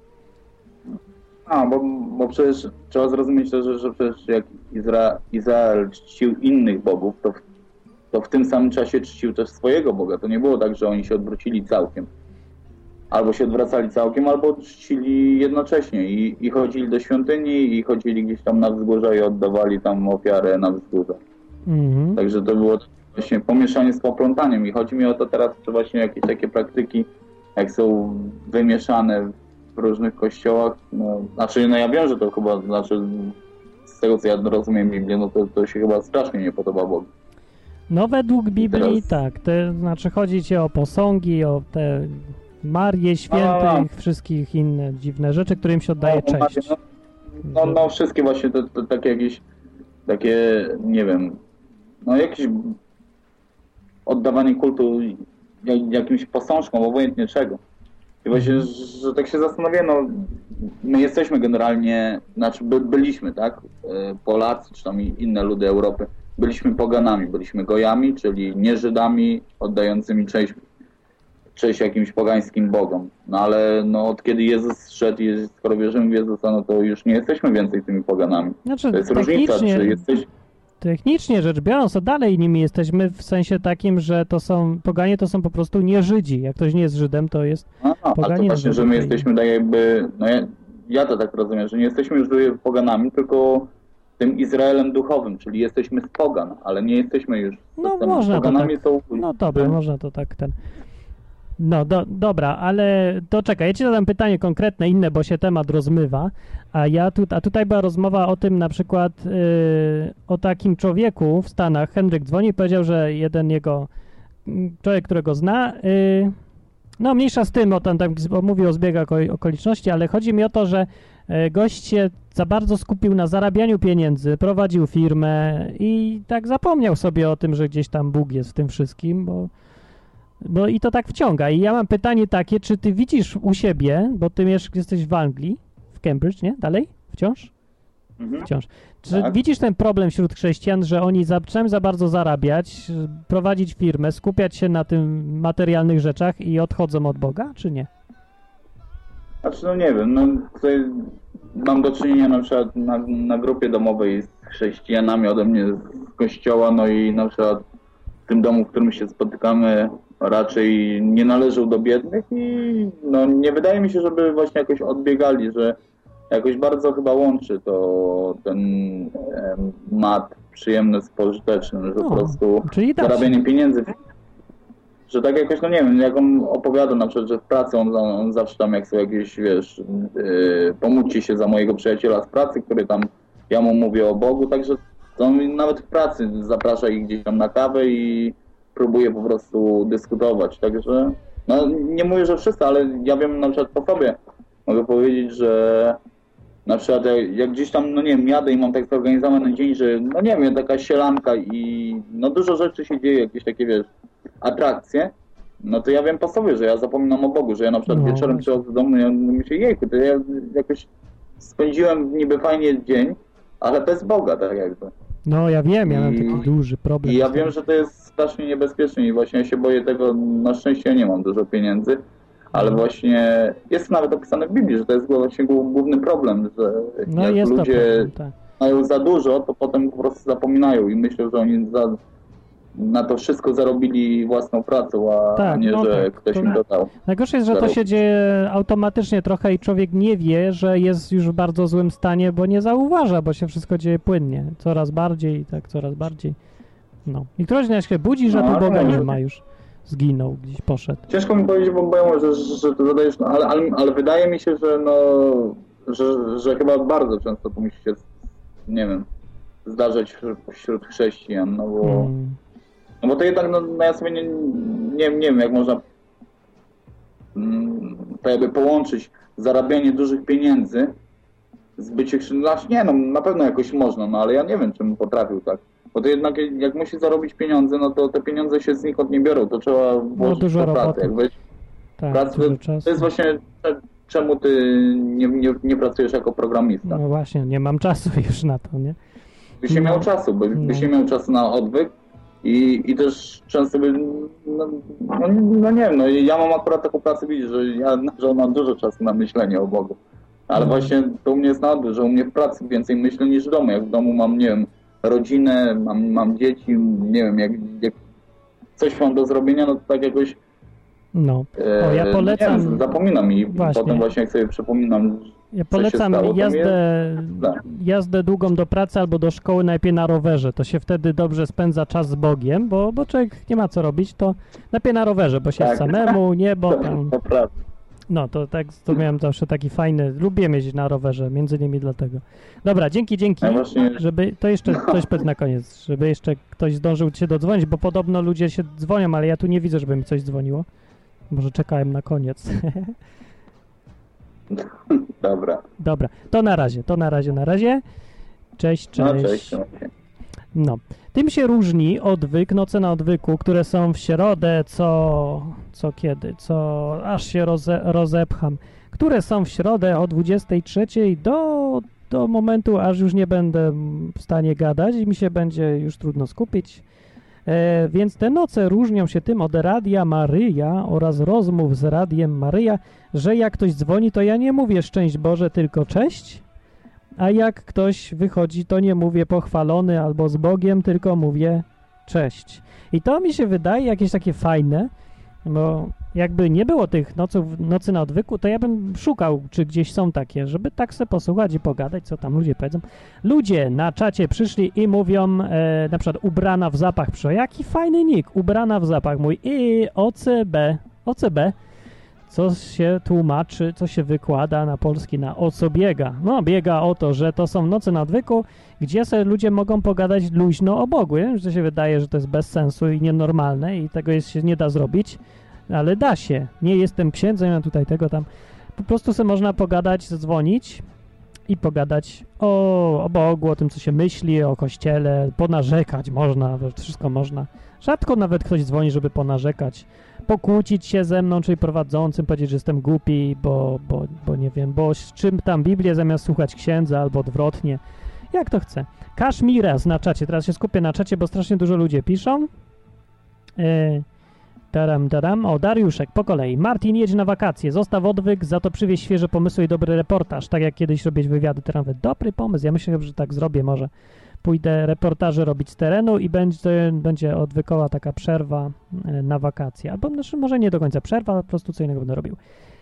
A, bo, bo przecież trzeba zrozumieć to, że, że przecież jak Izra, Izrael czcił innych bogów, to w, to w tym samym czasie czcił też swojego Boga. To nie było tak, że oni się odwrócili całkiem. Albo się odwracali całkiem, albo czcili jednocześnie i, i chodzili do świątyni i chodzili gdzieś tam na wzgórza i oddawali tam ofiarę na wzgórza. Mhm. Także to było właśnie pomieszanie z poplątaniem i chodzi mi o to teraz, że właśnie jakieś takie praktyki, jak są wymieszane w różnych kościołach, no, znaczy no ja wiem, że to chyba, znaczy z tego co ja rozumiem Biblię, no to, to się chyba strasznie nie podoba Bogu. No według Biblii teraz- tak, to znaczy chodzi ci o posągi, o te Marię Świętych, wszystkich inne dziwne rzeczy, którym się oddaje No, cześć. No, no, no wszystkie właśnie te, te takie jakieś, takie, nie wiem, no jakieś oddawanie kultu jak- jakimś posążkom, obojętnie czego. I właśnie, że tak się zastanawiam, no my jesteśmy generalnie, znaczy by, byliśmy, tak, e, Polacy, czy tam i inne ludy Europy, byliśmy poganami, byliśmy gojami, czyli nie Żydami oddającymi cześć, cześć jakimś pogańskim bogom. No ale no od kiedy Jezus szedł i skoro wierzymy w Jezusa, no to już nie jesteśmy więcej tymi poganami. Znaczy, To jest różnica, technicznie- czy jesteś... Technicznie rzecz biorąc, to dalej nimi jesteśmy w sensie takim, że to są, poganie to są po prostu nie Żydzi. Jak ktoś nie jest Żydem, to jest A, a to poganin. właśnie, że my jesteśmy tak jakby, no ja, ja to tak rozumiem, że nie jesteśmy już poganami, tylko tym Izraelem duchowym, czyli jesteśmy z pogan, ale nie jesteśmy już No z można to poganami, tak, to... no dobra, można to tak ten... No do, dobra, ale to czekaj, ja ci zadam pytanie konkretne, inne, bo się temat rozmywa, a ja tu, a tutaj była rozmowa o tym na przykład yy, o takim człowieku w Stanach. Henryk dzwoni i powiedział, że jeden jego człowiek, którego zna, yy, no mniejsza z tym, o tam, tam bo mówił o zbiegach okoliczności, ale chodzi mi o to, że yy, gość się za bardzo skupił na zarabianiu pieniędzy, prowadził firmę i tak zapomniał sobie o tym, że gdzieś tam Bóg jest w tym wszystkim, bo Bo i to tak wciąga. I ja mam pytanie takie, czy ty widzisz u siebie, bo ty jesteś w Anglii, w Cambridge, nie? Dalej? Wciąż? Mhm. Wciąż. Czy Tak. widzisz ten problem wśród chrześcijan, że oni zaczynają za bardzo zarabiać, prowadzić firmę, skupiać się na tym materialnych rzeczach i odchodzą od Boga, czy nie? Znaczy, no nie wiem, no tutaj mam do czynienia na przykład na, na grupie domowej z chrześcijanami ode mnie z kościoła, no i na przykład w tym domu, w którym się spotykamy, raczej nie należą do biednych i no nie wydaje mi się, żeby właśnie jakoś odbiegali, że jakoś bardzo chyba łączy to ten e, mat przyjemny z pożytecznym, że No, po prostu czyli da się. zarabianie pieniędzy, że tak jakoś, no nie wiem, jak on opowiada na przykład, że w pracy on, on zawsze tam jak są jakieś, wiesz, yy, pomóżcie się za mojego przyjaciela z pracy, który tam, ja mu mówię o Bogu, także to on nawet w pracy zaprasza ich gdzieś tam na kawę i próbuje po prostu dyskutować, także no nie mówię, że wszyscy, ale ja wiem na przykład po sobie, mogę powiedzieć, że na przykład jak, jak gdzieś tam, no nie wiem, jadę i mam tak zorganizowany dzień, że no nie wiem, taka sielanka i no dużo rzeczy się dzieje, jakieś takie, wiesz, atrakcje, no to ja wiem po sobie, że ja zapominam o Bogu, że ja na przykład No, wieczorem właśnie. przychodzę do domu i ja myślę, jejku, to ja jakoś spędziłem niby fajnie dzień, ale bez Boga, tak jakby. No ja wiem, ja mam I- taki duży problem. I ja z tym. wiem, że to jest strasznie niebezpieczne i właśnie ja się boję tego, na szczęście ja nie mam dużo pieniędzy, ale Mhm. właśnie jest nawet opisane w Biblii, że to jest właśnie głó- główny problem, że No jak jest to ludzie problem, tak. mają za dużo, to potem po prostu zapominają i myślą, że oni za, na to wszystko zarobili własną pracą, a Tak, nie, no że tak, ktoś to- im dodał. Najgorsze jest, że to zarobić. się dzieje automatycznie trochę i człowiek nie wie, że jest już w bardzo złym stanie, bo nie zauważa, bo się wszystko dzieje płynnie. Coraz bardziej i tak coraz bardziej. No. I któregoś dnia się budzi, że No, tu Boga no. nie ma już. Zginął, gdzieś poszedł. Ciężko mi powiedzieć, bo, bo ja mówię, że, że, że to zadajesz, no, ale, ale, ale wydaje mi się, że no, że, że chyba bardzo często to musi się, nie wiem, zdarzać wśród, wśród chrześcijan, no bo, Mm. no bo to jednak, no, no ja sobie nie, nie, nie wiem, jak można mm, to jakby połączyć zarabianie dużych pieniędzy z byciem chrześcijaninem. Nie, no na pewno jakoś można, no ale ja nie wiem, czym potrafił tak. Bo to jednak jak musi zarobić pieniądze, no to te pieniądze się znikąd nie biorą, to trzeba włożyć dużo do pracy. roboty. Jak weź Tak, pracę, dużo to, czasu. to jest właśnie cze- czemu ty nie, nie, nie pracujesz jako programista. No właśnie, nie mam czasu już na to, nie? Byś nie no. miał czasu, by, byś nie miał czasu na odwyk i, i też często by, no, no, no nie wiem, no ja mam akurat taką pracę, widzisz, że ja że mam dużo czasu na myślenie o Bogu. Ale No. właśnie to u mnie jest na odwrót, że u mnie w pracy więcej myślę niż w domu. Jak w domu mam, nie wiem, rodzinę, mam, mam dzieci, nie wiem, jak, jak coś mam do zrobienia, no to tak jakoś No. O, ja e, polecam... nie wiem, zapominam i Właśnie. potem właśnie jak sobie przypominam, Ja co polecam się stało, to jazdę, mnie- tak. jazdę długą do pracy albo do szkoły najpierw na rowerze. To się wtedy dobrze spędza czas z Bogiem, bo, bo człowiek nie ma co robić, to najpierw na rowerze, bo się Tak. samemu, niebo tam. To prawda. No to tak, to miałem zawsze taki fajny, lubię jeździć na rowerze, między innymi dlatego. Dobra, dzięki, dzięki, Ja właśnie- żeby, to jeszcze coś powiedz na koniec, żeby jeszcze ktoś zdążył cię dodzwonić, bo podobno ludzie się dzwonią, ale ja tu nie widzę, żeby mi coś dzwoniło. Może czekałem na koniec. Dobra. Dobra, to na razie, to na razie, na razie. Cześć, cześć. No cześć. No, tym się różni odwyk, noce na odwyku, które są w środę, co, co kiedy, co aż się roze, rozepcham, które są w środę o dwudziestej trzeciej do, do momentu, aż już nie będę w stanie gadać i mi się będzie już trudno skupić. E, więc te noce różnią się tym od Radia Maryja oraz rozmów z Radiem Maryja, że jak ktoś dzwoni, to ja nie mówię szczęść Boże, tylko cześć, a jak ktoś wychodzi, to nie mówię pochwalony albo z Bogiem, tylko mówię cześć. I to mi się wydaje jakieś takie fajne, Bo jakby nie było tych noców, nocy na odwyku, to ja bym szukał, czy gdzieś są takie, żeby tak se posłuchać i pogadać, co tam ludzie powiedzą. Ludzie na czacie przyszli i mówią, e, na przykład ubrana w zapach, przy jaki fajny nick, ubrana w zapach, mój i O C B, O C B, co się tłumaczy, co się wykłada na polski, na o co biega. No biega o to, że to są noce na odwyku, gdzie sobie ludzie mogą pogadać luźno o Bogu. Ja wiem, że to się wydaje, że to jest bez sensu i nienormalne i tego jest, się nie da zrobić, ale da się. Nie jestem księdzem, ja tutaj tego tam. Po prostu sobie można pogadać, zadzwonić i pogadać o, o Bogu, o tym, co się myśli, o Kościele, ponarzekać można, wszystko można. Rzadko nawet ktoś dzwoni, żeby ponarzekać, pokłócić się ze mną, czyli prowadzącym, powiedzieć, że jestem głupi, bo, bo, bo nie wiem, bo czym tam Biblię zamiast słuchać księdza, albo odwrotnie. Jak to chce. Kaszmiras na czacie, teraz się skupię na czacie, bo strasznie dużo ludzie piszą. Yy, taram, taram. O, Dariuszek, po kolei. Martin, jedź na wakacje, zostaw odwyk, za to przywieź świeże pomysły i dobry reportaż, tak jak kiedyś robić wywiady, teraz nawet dobry pomysł, ja myślę, że tak zrobię może. Pójdę reportaże robić z terenu i będzie, będzie odwykowa taka przerwa na wakacje. Albo znaczy, może nie do końca przerwa, po prostu co innego będę robił.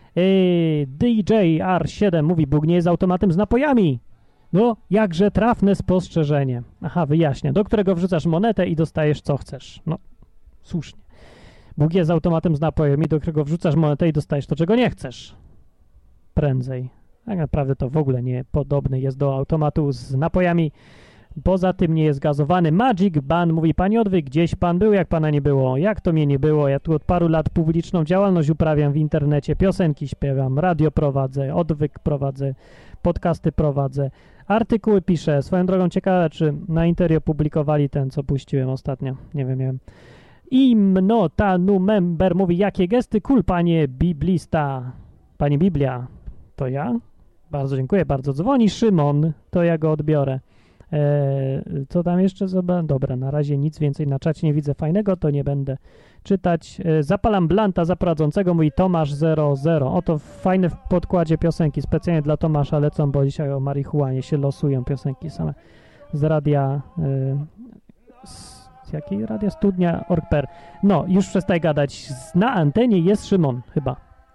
Yy, D J R siedem mówi, Bóg nie jest automatem z napojami. No, jakże trafne spostrzeżenie. Aha, wyjaśnia. Do którego wrzucasz monetę i dostajesz co chcesz. No, słusznie. Bóg jest automatem z napojami, do którego wrzucasz monetę i dostajesz to, czego nie chcesz. Prędzej. Tak naprawdę to w ogóle nie podobny jest do automatu z napojami. Poza tym nie jest gazowany. Magic Ban mówi, panie odwyk, gdzieś pan był, jak pana nie było? Jak to mnie nie było? Ja tu od paru lat publiczną działalność uprawiam w internecie, piosenki śpiewam, radio prowadzę, odwyk prowadzę, podcasty prowadzę, artykuły piszę. Swoją drogą ciekawe, czy na Interio publikowali ten, co puściłem ostatnio. Nie wiem, nie wiem. Imnotanu Member mówi, jakie gesty, kul, panie biblista. Pani Biblia, to ja? Bardzo dziękuję, bardzo dzwoni Szymon, to ja go odbiorę. Eee, co tam jeszcze? Dobra, na razie nic więcej na czacie nie widzę fajnego, to nie będę czytać. Eee, zapalam blanta za prowadzącego, mój Tomasz zero zero. Oto fajne w podkładzie piosenki, specjalnie dla Tomasza lecą, bo dzisiaj o marihuanie się losują piosenki same z radia... Eee, z, z jakiej radia? Studnia kropka org kropka p r. No, już przestań gadać. Na antenie jest Szymon, chyba.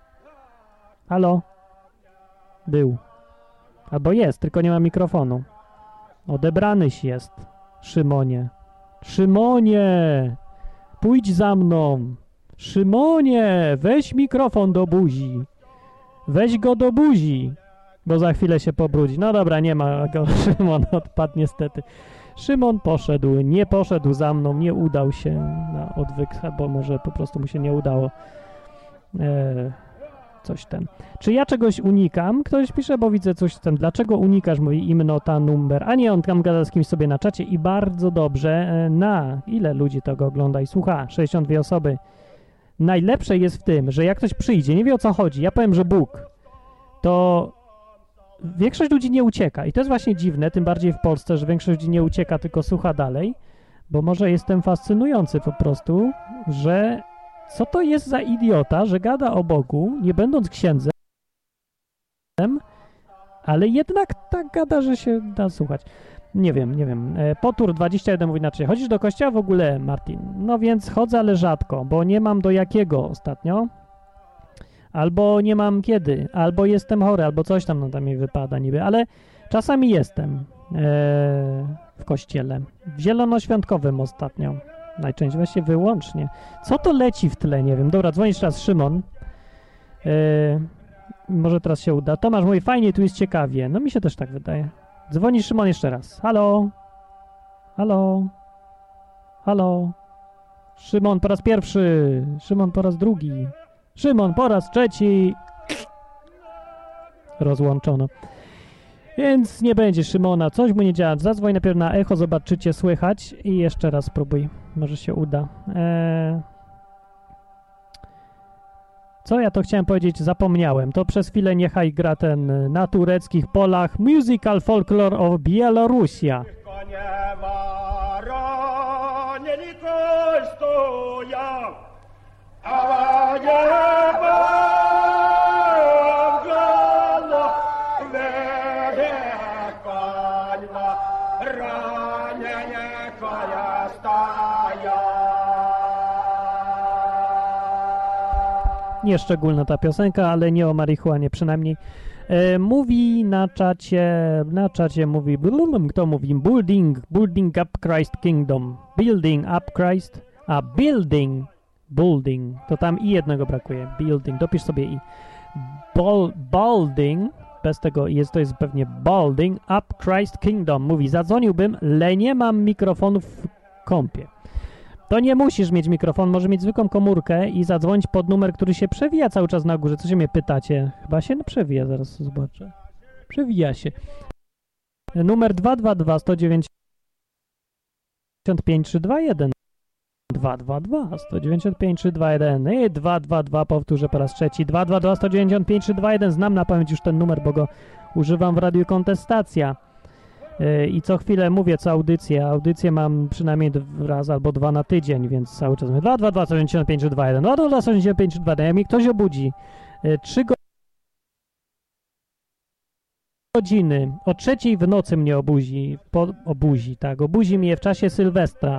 Halo? Był. Albo jest, tylko nie ma mikrofonu. Odebranyś jest, Szymonie. Szymonie! Pójdź za mną. Szymonie! Weź mikrofon do buzi. Weź go do buzi, bo za chwilę się pobrudzi. No dobra, nie ma go. Szymon odpadł niestety. Szymon poszedł, nie poszedł za mną, nie udał się na odwyk, bo może po prostu mu się nie udało. Eee... Coś ten. Czy ja czegoś unikam? Ktoś pisze, bo widzę coś tam. Dlaczego unikasz, mówi Imnota Number? A nie, on tam gada z kimś sobie na czacie i bardzo dobrze. Na ile ludzi tego ogląda i słucha? sześćdziesiąt dwie osoby. Najlepsze jest w tym, że jak ktoś przyjdzie, nie wie o co chodzi, ja powiem, że Bóg, to większość ludzi nie ucieka. I to jest właśnie dziwne, tym bardziej w Polsce, że większość ludzi nie ucieka, tylko słucha dalej, bo może jestem fascynujący po prostu, że co to jest za idiota, że gada o Bogu, nie będąc księdzem, ale jednak tak gada, że się da słuchać. Nie wiem, nie wiem. Potur dwadzieścia jeden mówi inaczej. Chodzisz do kościoła w ogóle, Martin? No więc chodzę, ale rzadko, bo nie mam do jakiego ostatnio. Albo nie mam kiedy, albo jestem chory, albo coś tam, no tam mi wypada niby, ale czasami jestem ee, w kościele. W zielonoświątkowym ostatnio. Najczęściej, właśnie wyłącznie. Co to leci w tle? Nie wiem. Dobra, dzwonisz teraz Szymon. Yy, może teraz się uda. Tomasz mówi, fajnie, tu jest ciekawie. No mi się też tak wydaje. Dzwoni Szymon jeszcze raz. Halo? Halo? Halo? Szymon po raz pierwszy. Szymon po raz drugi. Szymon po raz trzeci. Rozłączono. Więc nie będzie Szymona, coś mu nie działa. Zadzwoń najpierw na echo, zobacz, czy cię słychać i jeszcze raz spróbuj. Może się uda. Eee... Co ja to chciałem powiedzieć? Zapomniałem. To przez chwilę niechaj gra ten na tureckich polach Musical Folklore of Białorusia. Nieszczególna ta piosenka, ale nie o marihuanie przynajmniej. E, mówi na czacie, na czacie mówi, blum, kto mówi? Building, building up Christ Kingdom. Building up Christ, a building, building, to tam i jednego brakuje. Building, dopisz sobie i. Bal, balding, bez tego jest, to jest pewnie balding up Christ Kingdom. Mówi, zadzwoniłbym, ale nie mam mikrofonu w kompie. To nie musisz mieć mikrofon, może mieć zwykłą komórkę i zadzwonić pod numer, który się przewija cały czas na górze. Co się mnie pytacie? Chyba się przewija, zaraz zobaczę. Przewija się. Numer dwa dwa dwa, sto dziewięćdziesiąt pięć, trzysta dwadzieścia jeden. dwa dwa dwa, sto dziewięćdziesiąt pięć, trzysta dwadzieścia jeden. I dwa dwa dwa, powtórzę po raz trzeci. dwa dwa dwa, sto dziewięćdziesiąt pięć, trzysta dwadzieścia jeden. Znam na pamięć już ten numer, bo go używam w Radiu Kontestacja. I co chwilę mówię co audycję. Audycję mam przynajmniej raz albo dwa na tydzień, więc cały czas mówię dwa dwa dwa, sto dziewięćdziesiąt pięć, trzysta dwadzieścia jeden. dwa dwa dwa, sto dziewięćdziesiąt pięć, trzysta dwadzieścia jeden. Jak mnie ktoś obudzi trzy godziny, o trzeciej w nocy mnie obuzi, po, obuzi, tak, obuzi mnie w czasie Sylwestra.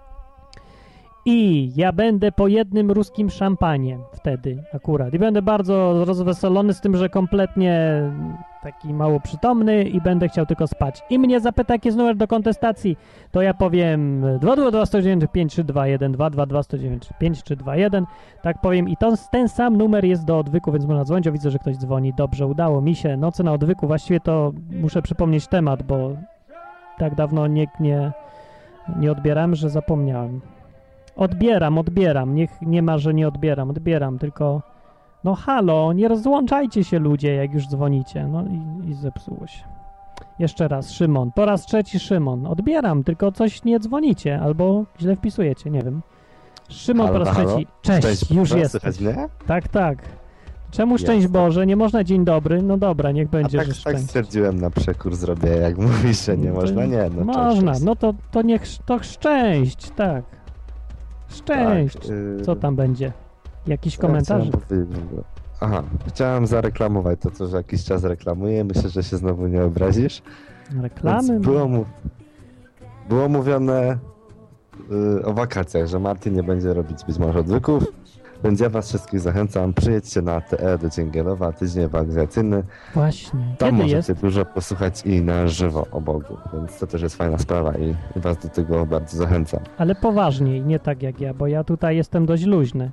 I ja będę po jednym ruskim szampanie wtedy akurat. I będę bardzo rozweselony z tym, że kompletnie taki mało przytomny i będę chciał tylko spać. I mnie zapyta, jaki jest numer do kontestacji, to ja powiem dwa dwa dwa, sto dziewięćdziesiąt pięć, trzysta dwadzieścia jeden, dwa dwa dwa, sto dziewięćdziesiąt pięć, trzysta dwadzieścia jeden. Tak powiem i to, ten sam numer jest do odwyku, więc można dzwonić. O, widzę, że ktoś dzwoni. Dobrze, udało mi się. Noce na odwyku. Właściwie to muszę przypomnieć temat, bo tak dawno nie, nie, nie odbierałem, że zapomniałem. Odbieram, odbieram. Niech nie ma, że nie odbieram. Odbieram, tylko no halo, nie rozłączajcie się ludzie, jak już dzwonicie. No i, i zepsuło się. Jeszcze raz, Szymon. Po raz trzeci Szymon. Odbieram, tylko coś nie dzwonicie, albo źle wpisujecie, nie wiem. Szymon Halo, po raz halo? trzeci. Cześć, Szczęść już Boże, jest. słychać mnie? Tak, tak. Czemu szczęść Jestem. Boże? Nie można dzień dobry? No dobra, niech będzie, A tak, że tak szczęść. stwierdziłem na przekór zrobię, jak mówisz, że nie No to można, nie, no można, cześć, no to, to niech to szczęść, tak. Szczęść. Tak, yy, Co tam będzie? Jakiś co komentarz? chciałem powiedzieć? Aha, chciałem zareklamować to, co że jakiś czas reklamuję. Myślę, że się znowu nie obrazisz. Reklamy? Więc było, mu, było mówione yy, o wakacjach, że Martin nie będzie robić być może odwyków, więc ja was wszystkich zachęcam, przyjedźcie na T E do Dzięgielowa, tydzień ewangelizacyjny. Właśnie. Tam Kiedy możecie jest? dużo posłuchać i na żywo o Bogu, więc to też jest fajna sprawa i was do tego bardzo zachęcam. Ale poważniej, nie tak jak ja, bo ja tutaj jestem dość luźny.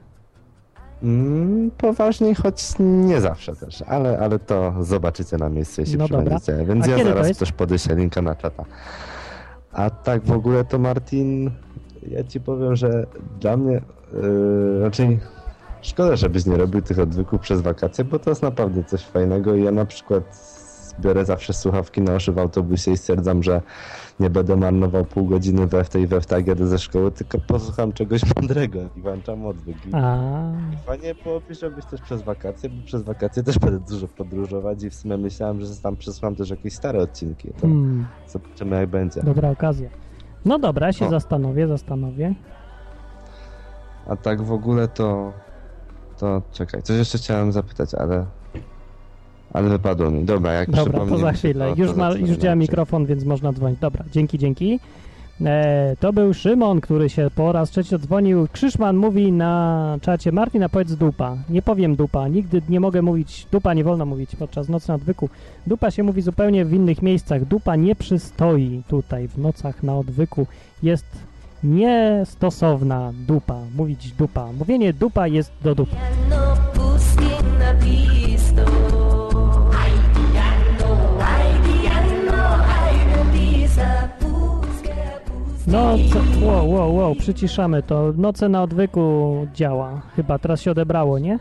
Mm, poważniej, choć nie zawsze też, ale, ale to zobaczycie na miejscu, jeśli No dobra. przybędziecie. Więc A ja kiedy to zaraz jest? też podeślę linka na czata. A tak w ogóle to Martin, ja ci powiem, że dla mnie yy, raczej szkoda, żebyś nie robił tych odwyków przez wakacje, bo to jest naprawdę coś fajnego i ja na przykład biorę zawsze słuchawki na uszy w autobusie i stwierdzam, że nie będę marnował pół godziny we w tej we w tak jadę ze szkoły, tylko posłucham czegoś mądrego i włączam odwyk. I A. fajnie byłoby, żebyś też przez wakacje, bo przez wakacje też będę dużo podróżować i w sumie myślałem, że tam przesłam też jakieś stare odcinki. To Hmm. zobaczymy jak będzie. Dobra okazja. No dobra, ja się O. zastanowię, zastanowię. A tak w ogóle to... To czekaj, coś jeszcze chciałem zapytać, ale... Ale wypadło mi. Dobra, jak Dobra, to przypomnę za mi się, chwilę. to- Już, to ma, zadzwonię już działa na mikrofon, więc można dzwonić. Dobra, dzięki, dzięki. E, to był Szymon, który się po raz trzeci odzwonił. Krzyszman mówi na czacie: Martina, powiedz dupa. Nie powiem dupa. Nigdy nie mogę mówić dupa, nie wolno mówić podczas nocy na odwyku. Dupa się mówi zupełnie w innych miejscach. Dupa nie przystoi tutaj w nocach na odwyku. Jest niestosowna dupa. Mówić dupa. Mówienie dupa jest do dupy. No, co, wow, wow, wow, przyciszamy to. Noce na odwyku działa. Chyba teraz się odebrało, nie?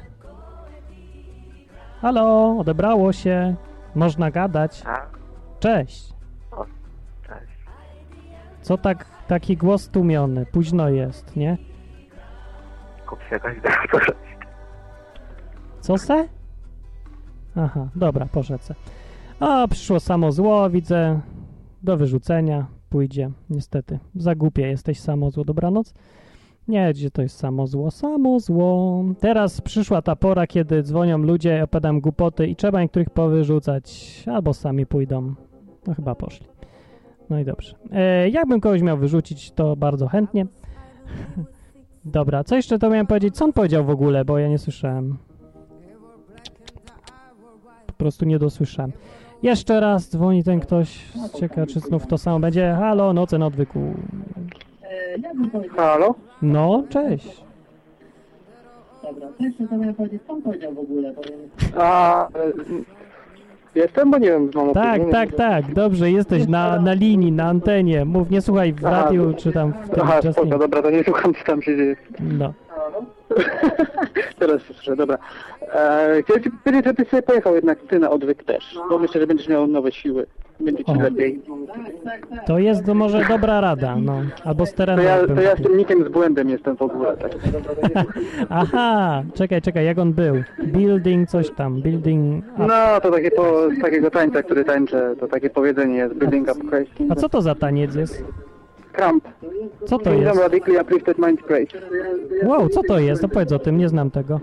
Halo, odebrało się. Można gadać. Cześć. Cześć. Co tak, taki głos tłumiony? Późno jest, nie? Kup się jakaś deszcz. Co se? Aha, dobra, poszedł se. O, przyszło samo zło, widzę. Do wyrzucenia pójdzie, niestety. Za głupie jesteś, samo zło. Dobranoc. Nie, gdzie to jest samo zło? Samo zło. Teraz przyszła ta pora, kiedy dzwonią ludzie, opowiadam głupoty i trzeba niektórych powyrzucać. Albo sami pójdą. No chyba poszli. No i dobrze. E, jakbym kogoś miał wyrzucić, to bardzo chętnie. Dobra, co jeszcze to miałem powiedzieć? Co on powiedział w ogóle, bo ja nie słyszałem. prostu nie dosłyszałem. Jeszcze raz dzwoni ten ktoś, ciekawe czy znów to samo będzie. Halo, noce na odwyku. Halo? No, cześć. Dobra, cześć, co to miałem powiedzieć, co powiedział w ogóle? A, y, jestem, bo nie wiem, mam Tak, opinię, tak, nie tak, dobrze, jesteś na, na linii, na antenie. Mów, nie słuchaj w Aha, radiu, czy tam w tym Aha, Just spoko, Nie. dobra, to nie słucham, co tam się dzieje. No. Teraz słyszę, dobra. E, chciałem ci powiedzieć, żebyś sobie pojechał jednak ty na odwyk też, bo myślę, że będziesz miał nowe siły. Będzie ci O. lepiej. To jest to może dobra rada, no. Albo z To terenu. ja, jakbym to ja z kupił. tym nikiem z błędem jestem w ogóle, tak. Aha, czekaj, czekaj, jak on był? Building coś tam, building up. No, to takie po, z takiego tańca, który tańczę, to takie powiedzenie jest, building up Christ. A co to za taniec jest? Kramp. Co to Kingdom jest? Radically Uplifted Mind Grace. Wow, co to jest? Opowiedz o tym, nie znam tego.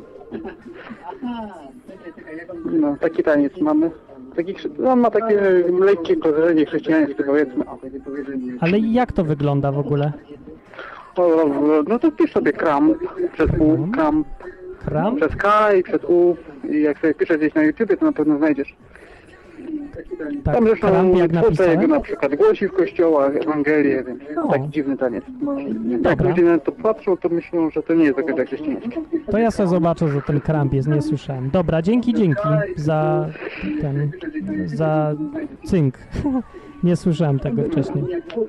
No, taki taniec mamy. Taki, chrze- on ma takie lekkie korzenie chrześcijańskie, powiedzmy. Ale jak to wygląda w ogóle? O, no to wpisz sobie kramp przez U, kramp. Kramp? Przez K i przez U. I jak sobie wpiszesz gdzieś na YouTubie, to na pewno znajdziesz. Tak, Tam zresztą kramp jak twórca napisałem? jego na przykład głosi w kościołach Ewangelię, więc O. taki dziwny taniec. Jak Dobra. ludzie na to patrzą, to myślą, że to nie jest do końca chrześcijańskie. To ja sobie zobaczę, że ten kramp jest, nie słyszałem. Dobra, dzięki, dzięki za ten, za cynk. Nie słyszałem tego wcześniej.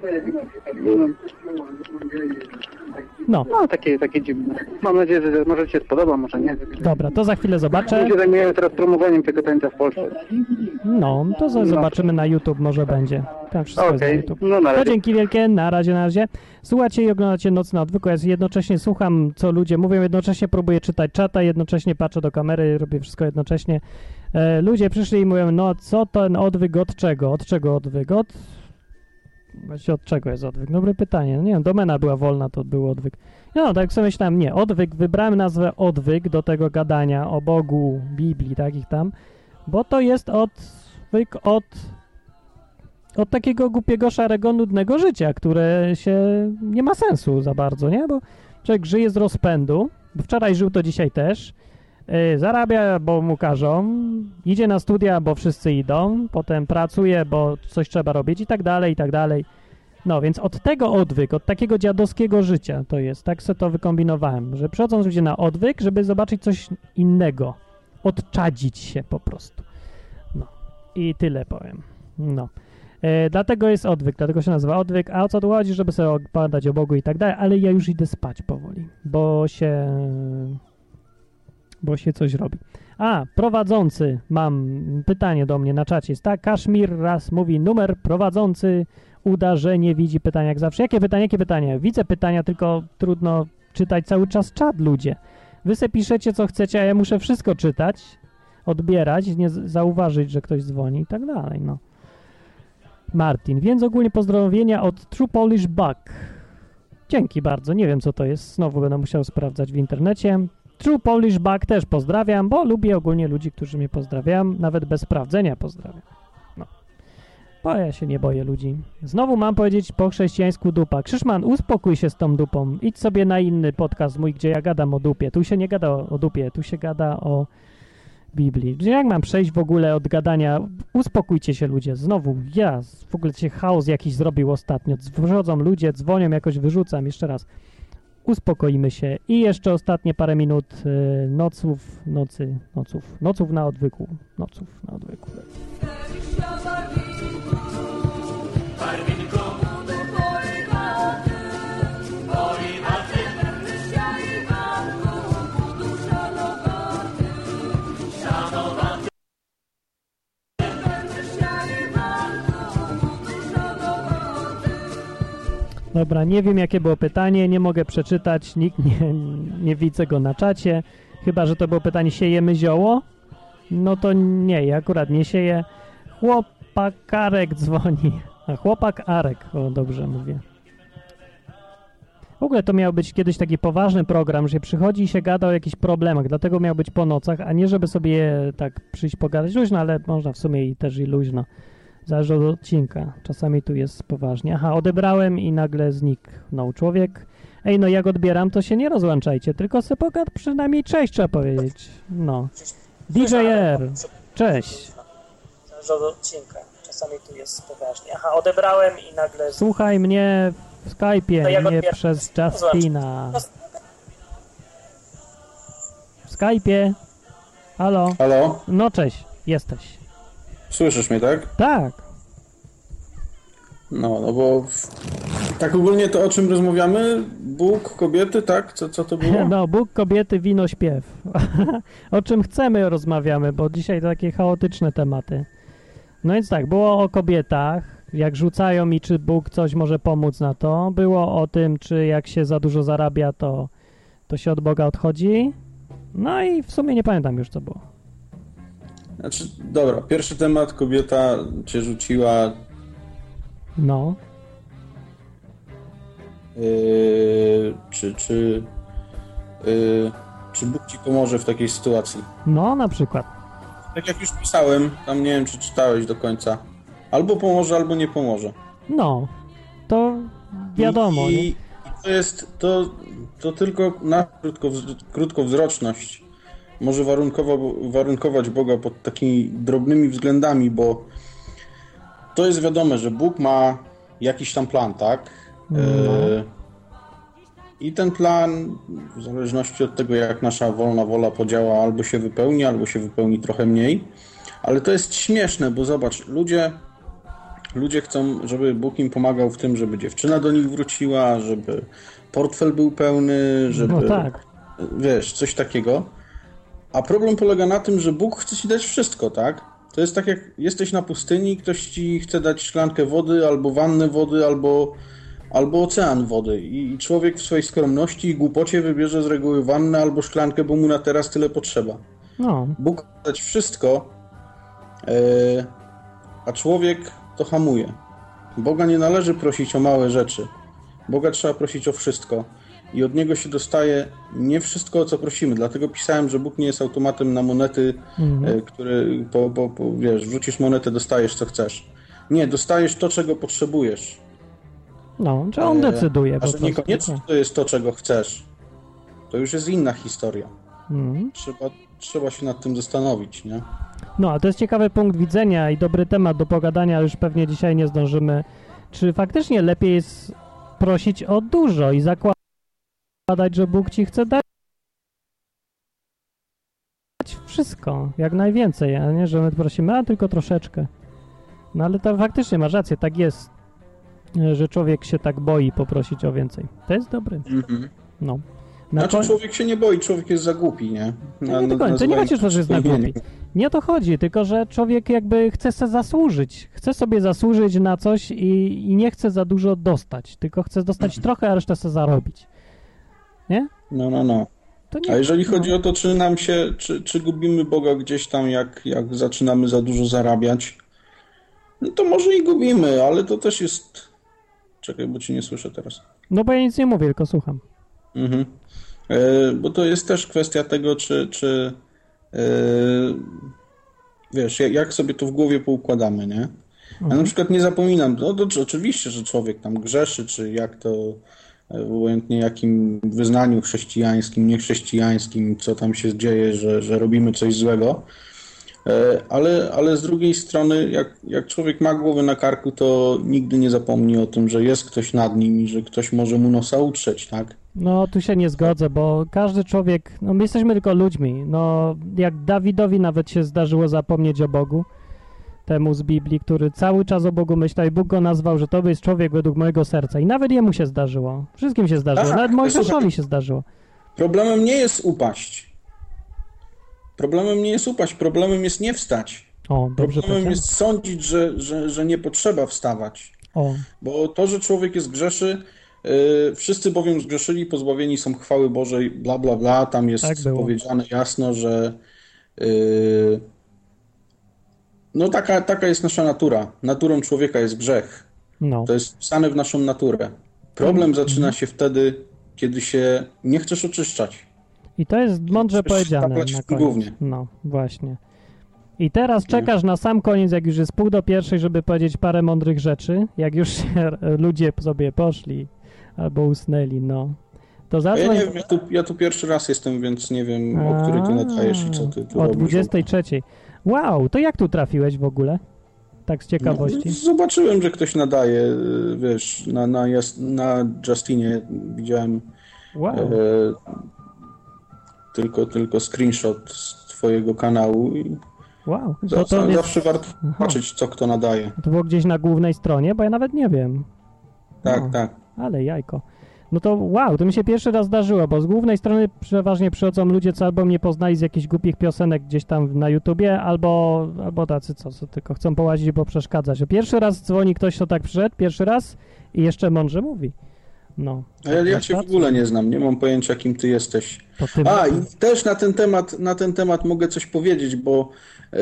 No. No, takie, takie dziwne. Mam nadzieję, że może ci się spodoba, może nie. Dobra, to za chwilę zobaczę. Ludzie zajmują teraz promowaniem tego tańca w Polsce. No, to zo- zobaczymy na YouTube, może będzie. Tam wszystko jest na Okej, YouTube. no na To razie. dzięki wielkie, na razie, na razie. Słuchajcie i oglądacie Noc na odwyku. Ja jednocześnie słucham, co ludzie mówią, jednocześnie próbuję czytać czata, jednocześnie patrzę do kamery, robię wszystko jednocześnie. E, ludzie przyszli i mówią, no co ten odwyk od czego? Od czego odwyk? Od... Właściwie od czego jest odwyk? Dobre pytanie. No nie wiem, domena była wolna, to był odwyk. No, tak jak sobie myślałem, nie, odwyk, wybrałem nazwę odwyk do tego gadania o Bogu, Biblii, takich tam, bo to jest odwyk od, od takiego głupiego, szarego, nudnego życia, które się nie ma sensu za bardzo, nie? Bo człowiek żyje z rozpędu, bo wczoraj żył, to dzisiaj też, yy, zarabia, bo mu każą, idzie na studia, bo wszyscy idą, potem pracuje, bo coś trzeba robić i tak dalej, i tak dalej. No, więc od tego odwyk, od takiego dziadowskiego życia to jest, tak sobie to wykombinowałem, że przychodzą ludzie na odwyk, żeby zobaczyć coś innego, odczadzić się po prostu. No, i tyle powiem. No, e, dlatego jest odwyk, dlatego się nazywa odwyk, a o co tu chodzi, żeby sobie opowiadać o Bogu i tak dalej, ale ja już idę spać powoli, bo się, bo się coś robi. A, prowadzący, mam pytanie do mnie na czacie, jest tak, Kaszmir raz mówi, numer prowadzący uda, że nie widzi pytania jak zawsze. Jakie pytanie, jakie pytanie? Widzę pytania, tylko trudno czytać cały czas czat, ludzie. Wy se piszecie, co chcecie, a ja muszę wszystko czytać, odbierać, nie z- zauważyć, że ktoś dzwoni i tak dalej, no. Martin, więc ogólnie pozdrowienia od True Polish Bug. Dzięki bardzo, nie wiem co to jest, znowu będę musiał sprawdzać w internecie. True Polish Bug też pozdrawiam, bo lubię ogólnie ludzi, którzy mnie pozdrawiają, nawet bez sprawdzenia pozdrawiam. No. Bo ja się nie boję ludzi. Znowu mam powiedzieć po chrześcijańsku dupa. Krzyszman, uspokój się z tą dupą. Idź sobie na inny podcast mój, gdzie ja gadam o dupie. Tu się nie gada o, o dupie, tu się gada o Biblii. Gdzie jak mam przejść w ogóle od gadania? Uspokójcie się ludzie. Znowu, ja, w ogóle się chaos jakiś zrobił ostatnio. Wchodzą ludzie, dzwonią, jakoś wyrzucam. Jeszcze raz. Uspokoimy się. I jeszcze ostatnie parę minut y, noców, nocy, noców, noców na odwyku. Noców na odwyku. Dobra, nie wiem jakie było pytanie, nie mogę przeczytać, nikt nie, nie widzę go na czacie. Chyba że to było pytanie, siejemy zioło? No to nie, ja akurat nie sieję. Chłopak Arek dzwoni. A chłopak Arek, o dobrze mówię. W ogóle to miał być kiedyś taki poważny program, że się przychodzi i się gada o jakichś problemach, dlatego miał być po nocach, a nie żeby sobie tak przyjść pogadać luźno, ale można w sumie i też i luźno. Zależy od odcinka. Czasami tu jest poważnie. Aha, odebrałem i nagle zniknął człowiek. Ej, no jak odbieram, to się nie rozłączajcie, tylko se pogad przynajmniej cześć trzeba powiedzieć. No. D J R, cześć. do odcinka. Czasami tu jest poważnie. Aha, odebrałem i nagle... Słuchaj mnie w Skype'ie, To ja go nie odbieram. przez No, Justina. W Skype'ie. Halo? Halo? No cześć, jesteś. Słyszysz mnie, tak? Tak. No, no bo w... tak ogólnie to o czym rozmawiamy? Bóg, kobiety, tak? Co, co to było? No, Bóg, kobiety, wino, śpiew. O czym chcemy rozmawiamy, bo dzisiaj takie chaotyczne tematy. No więc tak, było o kobietach, jak rzucają i czy Bóg coś może pomóc na to. Było o tym, czy jak się za dużo zarabia, to, to się od Boga odchodzi. No i w sumie nie pamiętam już, co było. Znaczy, dobra, pierwszy temat, kobieta cię rzuciła. No. Yy, czy, czy, yy, czy Bóg ci pomoże w takiej sytuacji? No, na przykład. Tak jak już pisałem, tam nie wiem, czy czytałeś do końca. Albo pomoże, albo nie pomoże. No, to wiadomo. I, nie? i to jest, to, to tylko na krótkowz- krótkowzroczność może warunkowo, warunkować Boga pod takimi drobnymi względami, bo to jest wiadome, że Bóg ma jakiś tam plan, tak? No. E, I ten plan, w zależności od tego, jak nasza wolna wola podziała, albo się wypełni, albo się wypełni trochę mniej. Ale to jest śmieszne, bo zobacz, ludzie, ludzie chcą, żeby Bóg im pomagał w tym, żeby dziewczyna do nich wróciła, żeby portfel był pełny, żeby, No tak. wiesz, coś takiego. A problem polega na tym, że Bóg chce ci dać wszystko, tak? To jest tak, jak jesteś na pustyni, ktoś ci chce dać szklankę wody, albo wannę wody, albo, albo ocean wody. I człowiek w swojej skromności i głupocie wybierze z reguły wannę albo szklankę, bo mu na teraz tyle potrzeba. No. Bóg chce dać wszystko, yy, a człowiek to hamuje. Boga nie należy prosić o małe rzeczy. Boga trzeba prosić o wszystko. I od Niego się dostaje nie wszystko, o co prosimy. Dlatego pisałem, że Bóg nie jest automatem na monety, Mhm. e, który, po, po, po, wiesz, wrzucisz monetę, dostajesz co chcesz. Nie, dostajesz to, czego potrzebujesz. No, że on E, decyduje. A po że prostu. niekoniecznie to jest to, czego chcesz. To już jest inna historia. Mhm. Trzeba, trzeba się nad tym zastanowić, nie? No, a to jest ciekawy punkt widzenia i dobry temat do pogadania, ale już pewnie dzisiaj nie zdążymy. Czy faktycznie lepiej jest prosić o dużo i zakładać, że Bóg ci chce dać wszystko, jak najwięcej, a nie, że my prosimy, a tylko troszeczkę. No ale to faktycznie masz rację, tak jest, że człowiek się tak boi poprosić o więcej. To jest dobry. Mhm. No. Na Znaczy koń- człowiek się nie boi, człowiek jest za głupi, nie? No nie do końca. To nie chodzi o to, że jest na głupi. Nie o to chodzi, tylko że człowiek jakby chce sobie zasłużyć. Chce sobie zasłużyć na coś i, i nie chce za dużo dostać, tylko chce dostać trochę, a resztę sobie zarobić. Nie? No, no, no. To nie, A jeżeli no. chodzi o to, czy nam się, czy, czy gubimy Boga gdzieś tam, jak, jak zaczynamy za dużo zarabiać, no to może i gubimy, ale to też jest... Czekaj, bo cię nie słyszę teraz. No bo ja nic nie mówię, tylko słucham. Mhm. E, bo to jest też kwestia tego, czy, czy e, wiesz, jak, jak sobie to w głowie poukładamy, nie? Ja na przykład nie zapominam, no to czy- oczywiście, że człowiek tam grzeszy, czy jak to, e, obojętnie jakim wyznaniu chrześcijańskim, niechrześcijańskim, co tam się dzieje, że, że robimy coś złego, e, ale, ale z drugiej strony, jak, jak człowiek ma głowę na karku, to nigdy nie zapomni o tym, że jest ktoś nad nim i że ktoś może mu nosa utrzeć, tak? No tu się nie zgodzę, bo każdy człowiek, no my jesteśmy tylko ludźmi. No jak Dawidowi nawet się zdarzyło zapomnieć o Bogu, temu z Biblii, który cały czas o Bogu myślał i Bóg go nazwał, że to jest człowiek według mojego serca. I nawet jemu się zdarzyło. Wszystkim się zdarzyło. Tak, Nawet to Mojżeszowi słuchaj. się zdarzyło. Problemem nie jest upaść. Problemem nie jest upaść, problemem jest nie wstać. O, dobrze Problemem powiedziałem. jest sądzić, że, że, że nie potrzeba wstawać. O, Bo to, że człowiek jest grzeszy, yy, wszyscy bowiem zgrzeszyli, pozbawieni są chwały Bożej, bla, bla, bla. Tam jest Tak było. powiedziane jasno, że yy, no taka, taka jest nasza natura. Naturą człowieka jest grzech. no. To jest wpisane w naszą naturę. Problem zaczyna się wtedy, kiedy się nie chcesz oczyszczać. I to jest mądrze Chcesz powiedziane taplać na w koniec. gównie. No, właśnie. I teraz czekasz na sam koniec, jak już jest pół do pierwszej, żeby powiedzieć parę mądrych rzeczy. Jak już się ludzie sobie poszli albo usnęli, no. To Ja zadzwoń... nie wiem, ja tu, ja tu pierwszy raz jestem, więc nie wiem, o który ty nadajesz i co ty tu O robisz. dwudziestej trzeciej. Wow, to jak tu trafiłeś w ogóle? Tak z ciekawości. No, zobaczyłem, że ktoś nadaje, wiesz, na, na, na Justinie widziałem wow. e, tylko, tylko screenshot z twojego kanału i wow. za, to to zawsze jest... warto patrzeć, co kto nadaje. To było gdzieś na głównej stronie, bo ja nawet nie wiem. Tak, no, tak. Ale jajko. No to wow, to mi się pierwszy raz zdarzyło, bo z głównej strony przeważnie przychodzą ludzie, co albo mnie poznali z jakichś głupich piosenek gdzieś tam na YouTubie, albo, albo tacy, co, co tylko chcą połazić i poprzeszkadzać. Pierwszy raz dzwoni ktoś, kto tak przyszedł, pierwszy raz i jeszcze mądrze mówi. No. A ja, ja cię w ogóle nie znam, nie mam pojęcia, kim ty jesteś. Ty A, i też na ten temat, na ten temat mogę coś powiedzieć, bo e,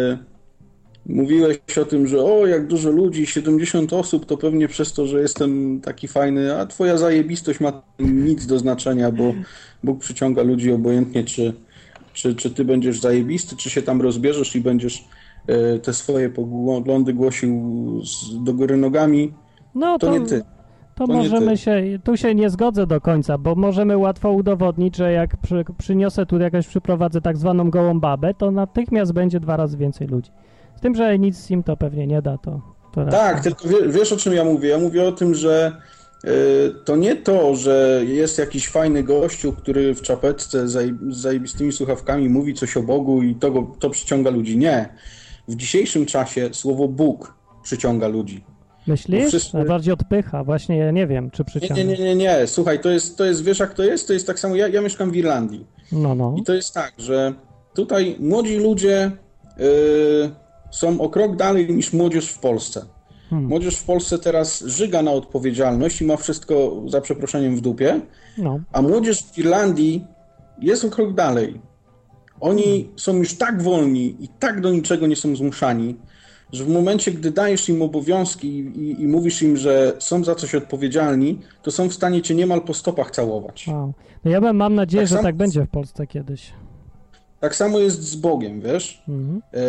mówiłeś o tym, że o, jak dużo ludzi, siedemdziesiąt osób, to pewnie przez to, że jestem taki fajny, a twoja zajebistość ma nic do znaczenia, bo Bóg przyciąga ludzi obojętnie, czy, czy, czy ty będziesz zajebisty, czy się tam rozbierzesz i będziesz e, te swoje poglądy głosił z, do góry nogami, no to, to nie ty. To, To możemy się, tu się nie zgodzę do końca, bo możemy łatwo udowodnić, że jak przy, przyniosę tu jakaś, przyprowadzę tak zwaną gołą babę, to natychmiast będzie dwa razy więcej ludzi. Z tym, że nic im to pewnie nie da, to... to tak, raz. tylko wie, wiesz, o czym ja mówię? Ja mówię o tym, że y, to nie to, że jest jakiś fajny gościu, który w czapeczce z zajebistymi słuchawkami mówi coś o Bogu i to, go, to przyciąga ludzi. Nie. W dzisiejszym czasie słowo Bóg przyciąga ludzi. Myślisz? Wszyscy... Bardziej odpycha. Właśnie ja nie wiem, czy przyciąga. Nie, nie, nie, nie. Słuchaj, to jest, to jest, wiesz jak to jest? To jest tak samo, ja, ja mieszkam w Irlandii. No, no. I to jest tak, że tutaj młodzi ludzie y, są o krok dalej niż młodzież w Polsce. Hmm. Młodzież w Polsce teraz żyga na odpowiedzialność i ma wszystko, za przeproszeniem, w dupie, no. A młodzież w Irlandii jest o krok dalej. Oni hmm. są już tak wolni i tak do niczego nie są zmuszani, że w momencie, gdy dajesz im obowiązki i, i, i mówisz im, że są za coś odpowiedzialni, to są w stanie cię niemal po stopach całować. Wow. No ja mam nadzieję, tak że sam... tak będzie w Polsce kiedyś. Tak samo jest z Bogiem, wiesz? Mhm. E...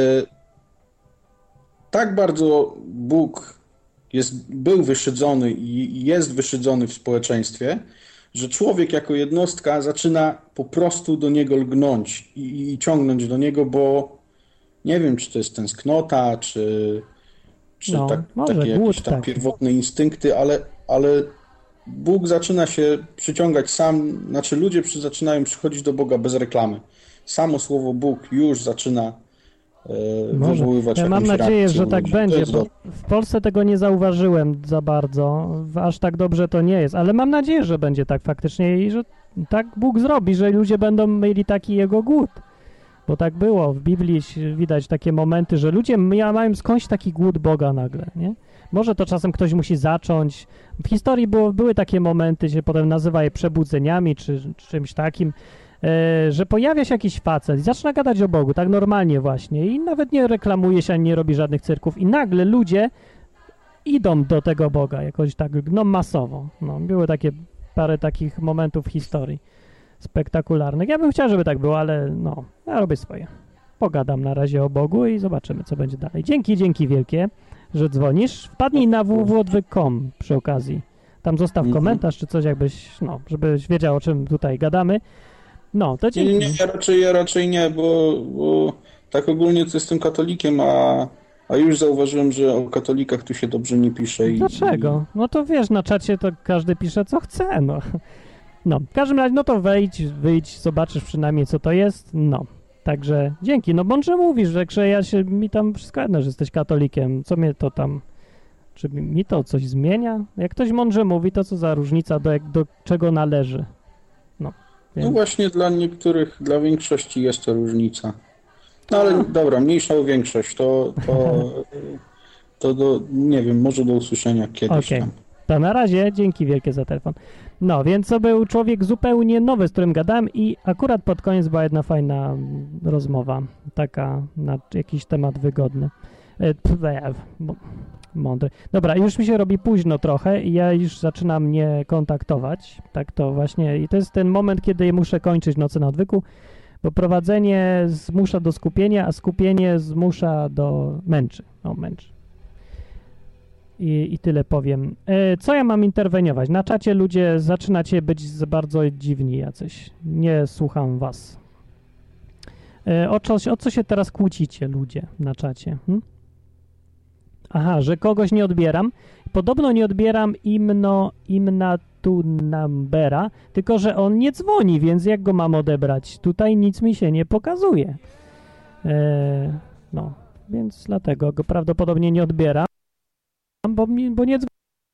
Tak bardzo Bóg jest, był wyszydzony i jest wyszydzony w społeczeństwie, że człowiek jako jednostka zaczyna po prostu do niego lgnąć i, i ciągnąć do niego, bo nie wiem, czy to jest tęsknota, czy, czy no, tak, może, takie głód, jakieś tam tak. pierwotne instynkty, ale, ale Bóg zaczyna się przyciągać sam, znaczy ludzie przy, zaczynają przychodzić do Boga bez reklamy. Samo słowo Bóg już zaczyna e, może. wywoływać ja mam jakąś nadzieję, reakcję że tak ludzi. będzie, bo w Polsce tego nie zauważyłem za bardzo, aż tak dobrze to nie jest, ale mam nadzieję, że będzie tak faktycznie i że tak Bóg zrobi, że ludzie będą mieli taki jego głód. Bo tak było, w Biblii widać takie momenty, że ludzie mają skądś taki głód Boga nagle, nie? Może to czasem ktoś musi zacząć. W historii było, były takie momenty, się potem nazywa je przebudzeniami, czy, czy czymś takim, e, że pojawia się jakiś facet i zaczyna gadać o Bogu, tak normalnie właśnie, i nawet nie reklamuje się, ani nie robi żadnych cyrków i nagle ludzie idą do tego Boga jakoś tak, no masowo. No, były takie parę takich momentów w historii spektakularnych. Ja bym chciał, żeby tak było, ale no, ja robię swoje. Pogadam na razie o Bogu i zobaczymy, co będzie dalej. Dzięki, dzięki wielkie, że dzwonisz. Wpadnij na w w w kropka odwyk kropka com przy okazji. Tam zostaw komentarz czy coś, jakbyś, no, żebyś wiedział, o czym tutaj gadamy. No, to dzięki. Nie, nie, ja raczej, ja raczej nie, bo, bo tak ogólnie to jestem katolikiem, a, a już zauważyłem, że o katolikach tu się dobrze nie pisze. I, Dlaczego? No to wiesz, na czacie to każdy pisze, co chce, no. No, w każdym razie, no to wejdź, wyjdź, zobaczysz przynajmniej, co to jest, no. Także dzięki, no bądźże mówisz, że, że ja się, mi tam wszystko jedno, że jesteś katolikiem, co mnie to tam, czy mi, mi to coś zmienia? Jak ktoś mądrze mówi, to co za różnica, do, do czego należy? No, no właśnie dla niektórych, dla większości jest to różnica. No ale no. Dobra, mniejsza o większość, to, to, to do, nie wiem, może do usłyszenia kiedyś okay. tam. To na razie, dzięki wielkie za telefon. No, więc to był człowiek zupełnie nowy, z którym gadałem i akurat pod koniec była jedna fajna rozmowa, taka na jakiś temat wygodny. Mądry. Dobra, już mi się robi późno trochę i ja już zaczynam mnie kontaktować, tak to właśnie, i to jest ten moment, kiedy muszę kończyć Noce na Odwyku, bo prowadzenie zmusza do skupienia, a skupienie zmusza do męczy. O, męczy. I, I tyle powiem. E, co ja mam interweniować? Na czacie ludzie zaczynacie być bardzo dziwni jacyś. Nie słucham was. E, o, co, o co się teraz kłócicie, ludzie, na czacie? Hm? Aha, że kogoś nie odbieram. Podobno nie odbieram imno, imnatu numbera, tylko że on nie dzwoni, więc jak go mam odebrać? Tutaj nic mi się nie pokazuje. E, no, więc dlatego go prawdopodobnie nie odbieram, bo, bo nie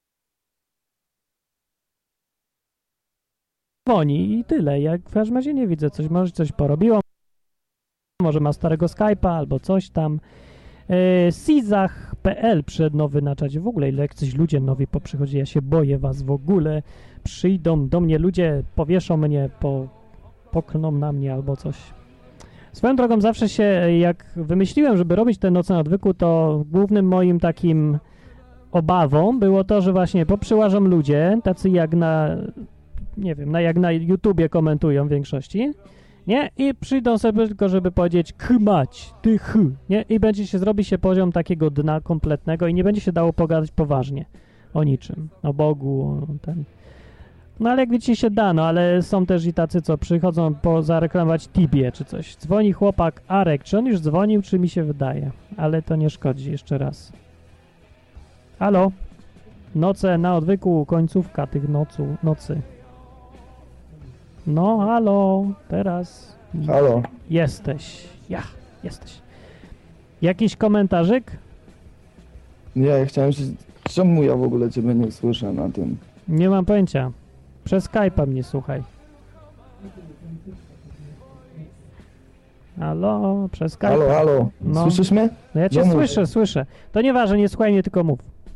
dzwoni i tyle. Jak w każdym razie nie widzę coś, może coś porobiło, może ma starego Skype'a albo coś tam. E, Sizach kropka pe el przed nowy na czacie. W ogóle ile jacyś ludzie nowi poprzychodzi, ja się boję was w ogóle. Przyjdą do mnie ludzie, powieszą mnie, po, poklną na mnie albo coś. Swoją drogą zawsze się, jak wymyśliłem, żeby robić te noce na odwyku, to głównym moim takim obawą było to, że właśnie poprzyłażą ludzie, tacy jak na, nie wiem, na, jak na YouTubie komentują w większości, nie? I przyjdą sobie tylko, żeby powiedzieć kmać, ty ch, nie? I będzie się, zrobi się poziom takiego dna kompletnego i nie będzie się dało pogadać poważnie o niczym, o Bogu, o ten... No ale jak widzicie się da, no ale są też i tacy, co przychodzą po zareklamować Tibię czy coś. Dzwoni chłopak Arek, czy on już dzwonił, czy mi się wydaje? Ale to nie szkodzi, jeszcze raz. Halo? Noce na odwyku, końcówka tych nocu, nocy. No, halo, teraz. Halo. Jesteś. Ja, jesteś. Jakiś komentarzyk? Nie, ja chciałem się... Czemu ja w ogóle ciebie nie słyszę na tym? Nie mam pojęcia. Przez Skype'a mnie słuchaj. Halo, przez Skype'a. Halo, halo. No. Słyszysz mnie? No ja cię No słyszę, mów. słyszę. To nieważne, nie słuchaj mnie, tylko mów.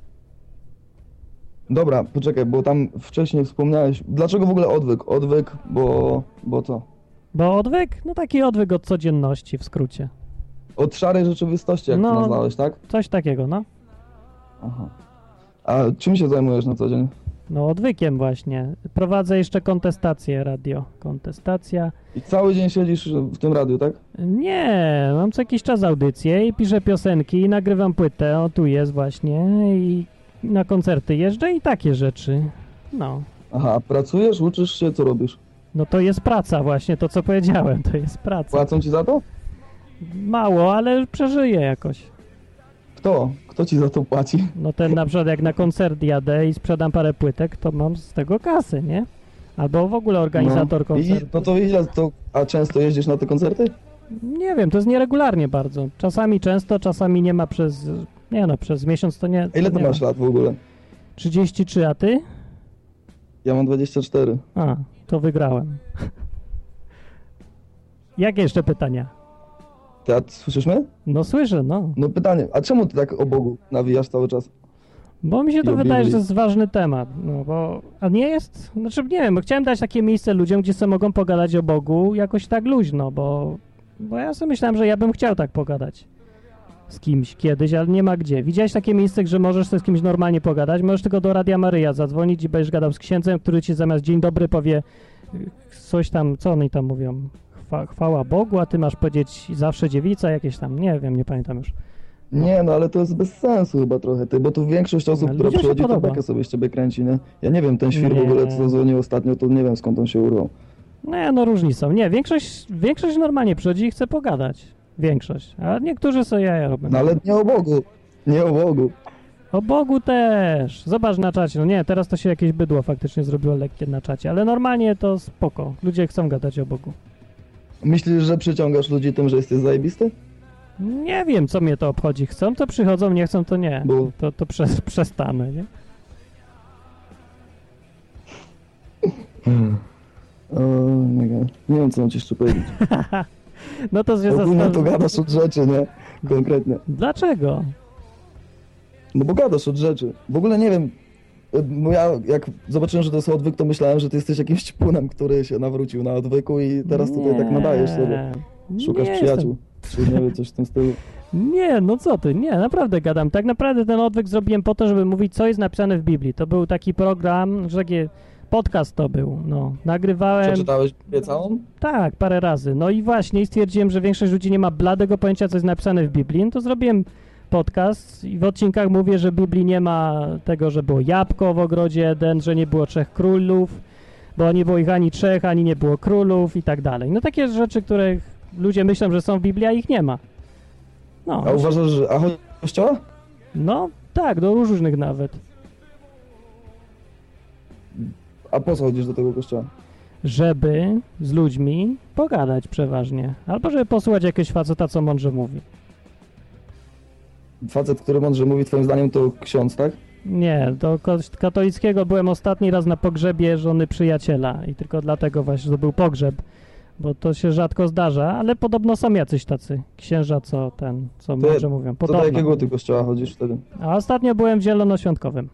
Dobra, poczekaj, bo tam wcześniej wspomniałeś... Dlaczego w ogóle odwyk? Odwyk, bo... bo co? Bo odwyk? No taki odwyk od codzienności w skrócie. Od szarej rzeczywistości, jak No. to nazwałeś, tak? Coś takiego, no. Aha. A czym się zajmujesz na co dzień? No odwykiem właśnie. Prowadzę jeszcze kontestację radio. Kontestacja. I cały dzień siedzisz w tym radiu, tak? Nie, mam co jakiś czas audycję i piszę piosenki i nagrywam płytę. O, tu jest właśnie. I na koncerty jeżdżę i takie rzeczy. No. Aha, pracujesz, uczysz się, co robisz? No to jest praca właśnie, to co powiedziałem, to jest praca. Płacą ci za to? Mało, ale przeżyję jakoś. Kto? Kto ci za to płaci? No ten na przykład jak na koncert jadę i sprzedam parę płytek, to mam z tego kasy, nie? Albo w ogóle organizator no. koncertu. I, no to ile to... A często jeździsz na te koncerty? Nie wiem, to jest nieregularnie bardzo. Czasami często, czasami nie ma przez... Nie no, przez miesiąc to nie... A ile to ty nie masz ma. lat w ogóle? trzydzieści trzy, a ty? Ja mam dwadzieścia cztery. A, to wygrałem. Jakie jeszcze pytania? Ty, a słyszysz mnie? No słyszę, no. No pytanie, a czemu ty tak o Bogu nawijasz cały czas? Bo mi się to I o wydaje, że Biblii. to jest ważny temat, no bo... A nie jest? Znaczy nie wiem, bo chciałem dać takie miejsce ludziom, gdzie sobie mogą pogadać o Bogu jakoś tak luźno, bo... Bo ja sobie myślałem, że ja bym chciał tak pogadać z kimś kiedyś, ale nie ma gdzie. Widziałeś takie miejsce, że możesz sobie z kimś normalnie pogadać? Możesz tylko do Radia Maryja zadzwonić i będziesz gadał z księdzem, który ci zamiast dzień dobry powie y, coś tam, co oni tam mówią? Chwa, chwała Bogu, a ty masz powiedzieć zawsze dziewica jakieś tam, nie wiem, nie pamiętam już. Nie, no ale to jest bez sensu chyba trochę, ty, bo tu większość osób, Ale która ludziom się przychodzi, to podoba. bekę sobie z ciebie kręci, nie? Ja nie wiem, ten świr Nie. w ogóle, co zadzwonił ostatnio, to nie wiem skąd on się urwał. Nie, no różni są. Nie, większość, większość normalnie przychodzi i chce pogadać. Większość. A niektórzy sobie jaja robią. No ale nie o Bogu, nie o Bogu. O Bogu też. Zobacz na czacie. No nie, teraz to się jakieś bydło faktycznie zrobiło lekkie na czacie, ale normalnie to spoko. Ludzie chcą gadać o Bogu. Myślisz, że przyciągasz ludzi tym, że jesteś zajebisty? Nie wiem, co mnie to obchodzi. Chcą, to przychodzą, nie chcą, to nie. Bo... To, to prze, przestanę, nie? Hmm. O, nie, wiem. nie wiem, co mam ci jeszcze powiedzieć. No to się Ogólnie zastanów... to gadasz od rzeczy, nie? Konkretnie. Dlaczego? No bo gadasz od rzeczy. W ogóle nie wiem, bo ja jak zobaczyłem, że to jest odwyk, to myślałem, że ty jesteś jakimś ćpunem, który się nawrócił na odwyku i teraz tutaj Nie. tak nadajesz sobie. Szukasz Nie przyjaciół. Czy nie wiem, coś w tym stylu. Nie, no co ty, nie, naprawdę gadam. Tak naprawdę ten odwyk zrobiłem po to, żeby mówić, co jest napisane w Biblii. To był taki program, że taki podcast to był, no. Nagrywałem... Przeczytałeś Biblię całą? Tak, parę razy. No i właśnie i stwierdziłem, że większość ludzi nie ma bladego pojęcia, co jest napisane w Biblii. No to zrobiłem podcast i w odcinkach mówię, że w Biblii nie ma tego, że było jabłko w ogrodzie Eden, że nie było trzech królów, bo nie było ich ani trzech, ani nie było królów i tak dalej. No takie rzeczy, których ludzie myślą, że są w Biblii, a ich nie ma. No, A uważasz, że... A chodzi do kościoła? No, tak, do różnych nawet. A po co chodzisz do tego kościoła? Żeby z ludźmi pogadać przeważnie. Albo żeby posłuchać jakiegoś faceta, co mądrze mówi. Facet, który mądrze mówi, twoim zdaniem to ksiądz, tak? Nie, do ko- katolickiego byłem ostatni raz na pogrzebie żony przyjaciela i tylko dlatego właśnie to był pogrzeb, bo to się rzadko zdarza, ale podobno są jacyś tacy księża, co ten, co To, mądrze mówią. to Podobno. do jakiego ty kościoła chodzisz wtedy? A ostatnio byłem w zielonoświątkowym.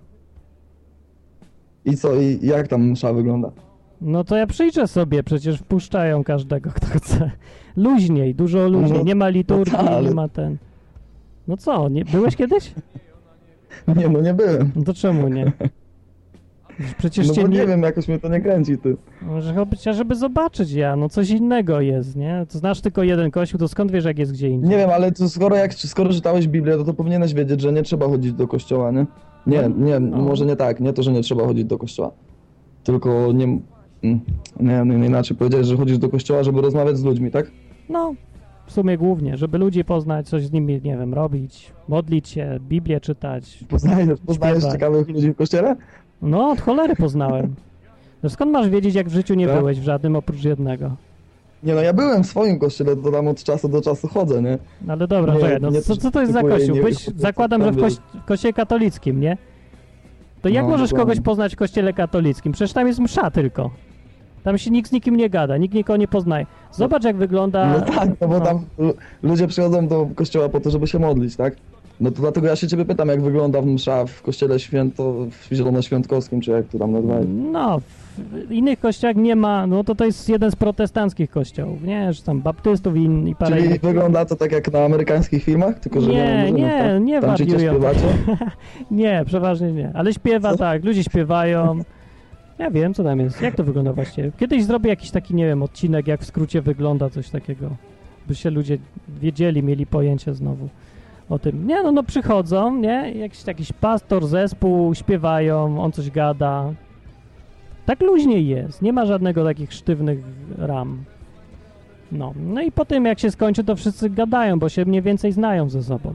I co, i jak tam msza wygląda? No to ja przyjrzę sobie, przecież wpuszczają każdego, kto chce. Luźniej, dużo luźniej, No, nie ma liturgii, no ta, ale- nie ma ten... No co, nie, byłeś kiedyś? Nie, no nie byłem. No to czemu nie? Przecież No cię bo nie nie... wiem, jakoś mnie to nie kręci, ty. Może chociaż, żeby zobaczyć ja, no coś innego jest, nie? To znasz tylko jeden kościół, to skąd wiesz, jak jest gdzie indziej? Nie wiem, ale to skoro, jak, skoro czytałeś Biblię, to, to powinieneś wiedzieć, że nie trzeba chodzić do kościoła, nie? Nie, nie, No. może nie tak, nie to, że nie trzeba chodzić do kościoła. Tylko nie... mm, Nie, nie, nie inaczej powiedziałeś, że chodzisz do kościoła, żeby rozmawiać z ludźmi, tak? No, w sumie głównie, żeby ludzi poznać, coś z nimi, nie wiem, robić, modlić się, Biblię czytać. Poznajesz, poznajesz śpiewać. ciekawych ludzi w kościele? No, od cholery poznałem. No skąd masz wiedzieć, jak w życiu nie Tak? byłeś w żadnym oprócz jednego? Nie no, ja byłem w swoim kościele, to tam od czasu do czasu chodzę, nie? No ale dobra, Nie, czekaj, no nie co, co to jest za typuję, kościół? nie Byś, wiem, zakładam, co że w, tam koś, w kościele katolickim, nie? To jak No, możesz dokładnie. kogoś poznać w kościele katolickim? Przecież tam jest msza tylko. Tam się nikt z nikim nie gada, nikt nikogo nie poznaje. Zobacz, jak wygląda... No tak, no bo tam lu- ludzie przychodzą do kościoła po to, żeby się modlić, tak? No to dlatego ja się ciebie pytam, jak wygląda msza w kościele święto, w zielonoświątkowskim, czy jak to tam nazywają. No, w innych kościołach nie ma, no to to jest jeden z protestanckich kościołów, nie? Że tam baptystów i, i parę Czyli innych. wygląda to tak jak na amerykańskich filmach, tylko że Nie, nie, ma nie, murzynów, nie tam, tam ci coś wariują. śpiewacie? Nie, przeważnie nie. Ale śpiewa tak, ludzie śpiewają. Ja wiem, co tam jest. Jak to wygląda właściwie? Kiedyś zrobię jakiś taki, nie wiem, odcinek, jak w skrócie wygląda coś takiego. By się ludzie wiedzieli, mieli pojęcie znowu o tym. Nie, no, no przychodzą, nie? Jakiś, jakiś pastor, zespół, śpiewają, on coś gada. Tak luźniej jest. Nie ma żadnego takich sztywnych ram. No, no i po tym, jak się skończy, to wszyscy gadają, bo się mniej więcej znają ze sobą.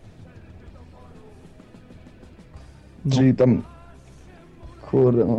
Czyli tam... Kurde, no.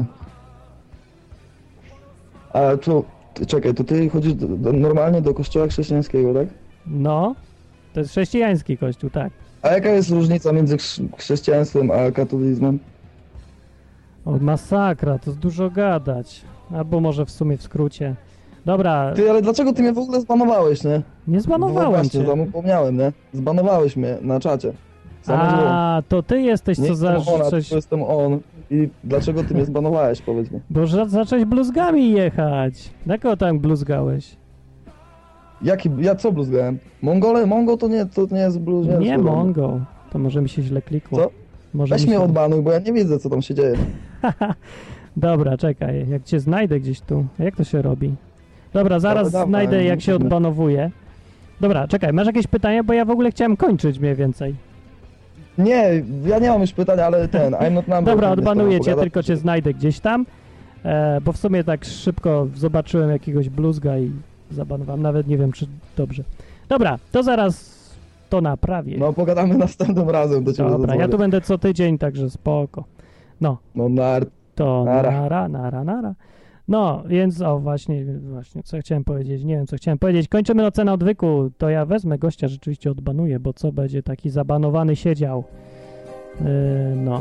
A to... ty- Czekaj, to ty chodzisz do, do, normalnie do kościoła chrześcijańskiego, tak? No, to jest chrześcijański kościół, tak. A jaka jest różnica między chrz- chrześcijaństwem a katolicyzmem? O, masakra, to jest dużo gadać. Albo może w sumie w skrócie. Dobra, Ty, ale dlaczego ty mnie w ogóle zbanowałeś, nie? nie zbanowałem Właśnie, cię. tam upomniałem, nie? Zbanowałeś mnie na czacie. Zamarzyło. A, to ty jesteś, Nie co za... jestem ona, Coś... to jestem on. I dlaczego ty mnie zbanowałeś, powiedz mi? Bo za- zacząłeś bluzgami jechać. Dlaczego tam bluzgałeś? Jaki, ja co bluzgałem? Mongole? Mongo to nie, to nie jest bluz, Nie, jest to- Mongo. To może mi się źle klikło. Co? Może Weź mi mnie się... odbanuj, bo ja nie widzę, co tam się dzieje. Dobra, czekaj, jak cię znajdę gdzieś tu. Jak to się robi? Dobra, zaraz Dobra, dawaj, znajdę, jak się mówmy. odbanowuje. Dobra, czekaj, masz jakieś pytania? Bo ja w ogóle chciałem kończyć mniej więcej. Nie, ja nie mam już pytań, ale ten, I'm not number. Dobra, chętnie z tobą odbanuję cię, pogadam. tylko cię znajdę gdzieś tam. E, bo w sumie tak szybko zobaczyłem jakiegoś bluzga i zabanowałem. Nawet nie wiem, czy dobrze. Dobra, to zaraz to naprawię. No, pogadamy następnym razem do ciebie. Dobra, ja zadzwonię. tu będę co tydzień, także spoko. No. No, nar... To Nara. nara, nara, nara. No, więc o właśnie, właśnie, co chciałem powiedzieć, nie wiem, co chciałem powiedzieć. Kończymy ocenę odwyku, to ja wezmę gościa, rzeczywiście odbanuję, bo co będzie taki zabanowany siedział. Yy, no.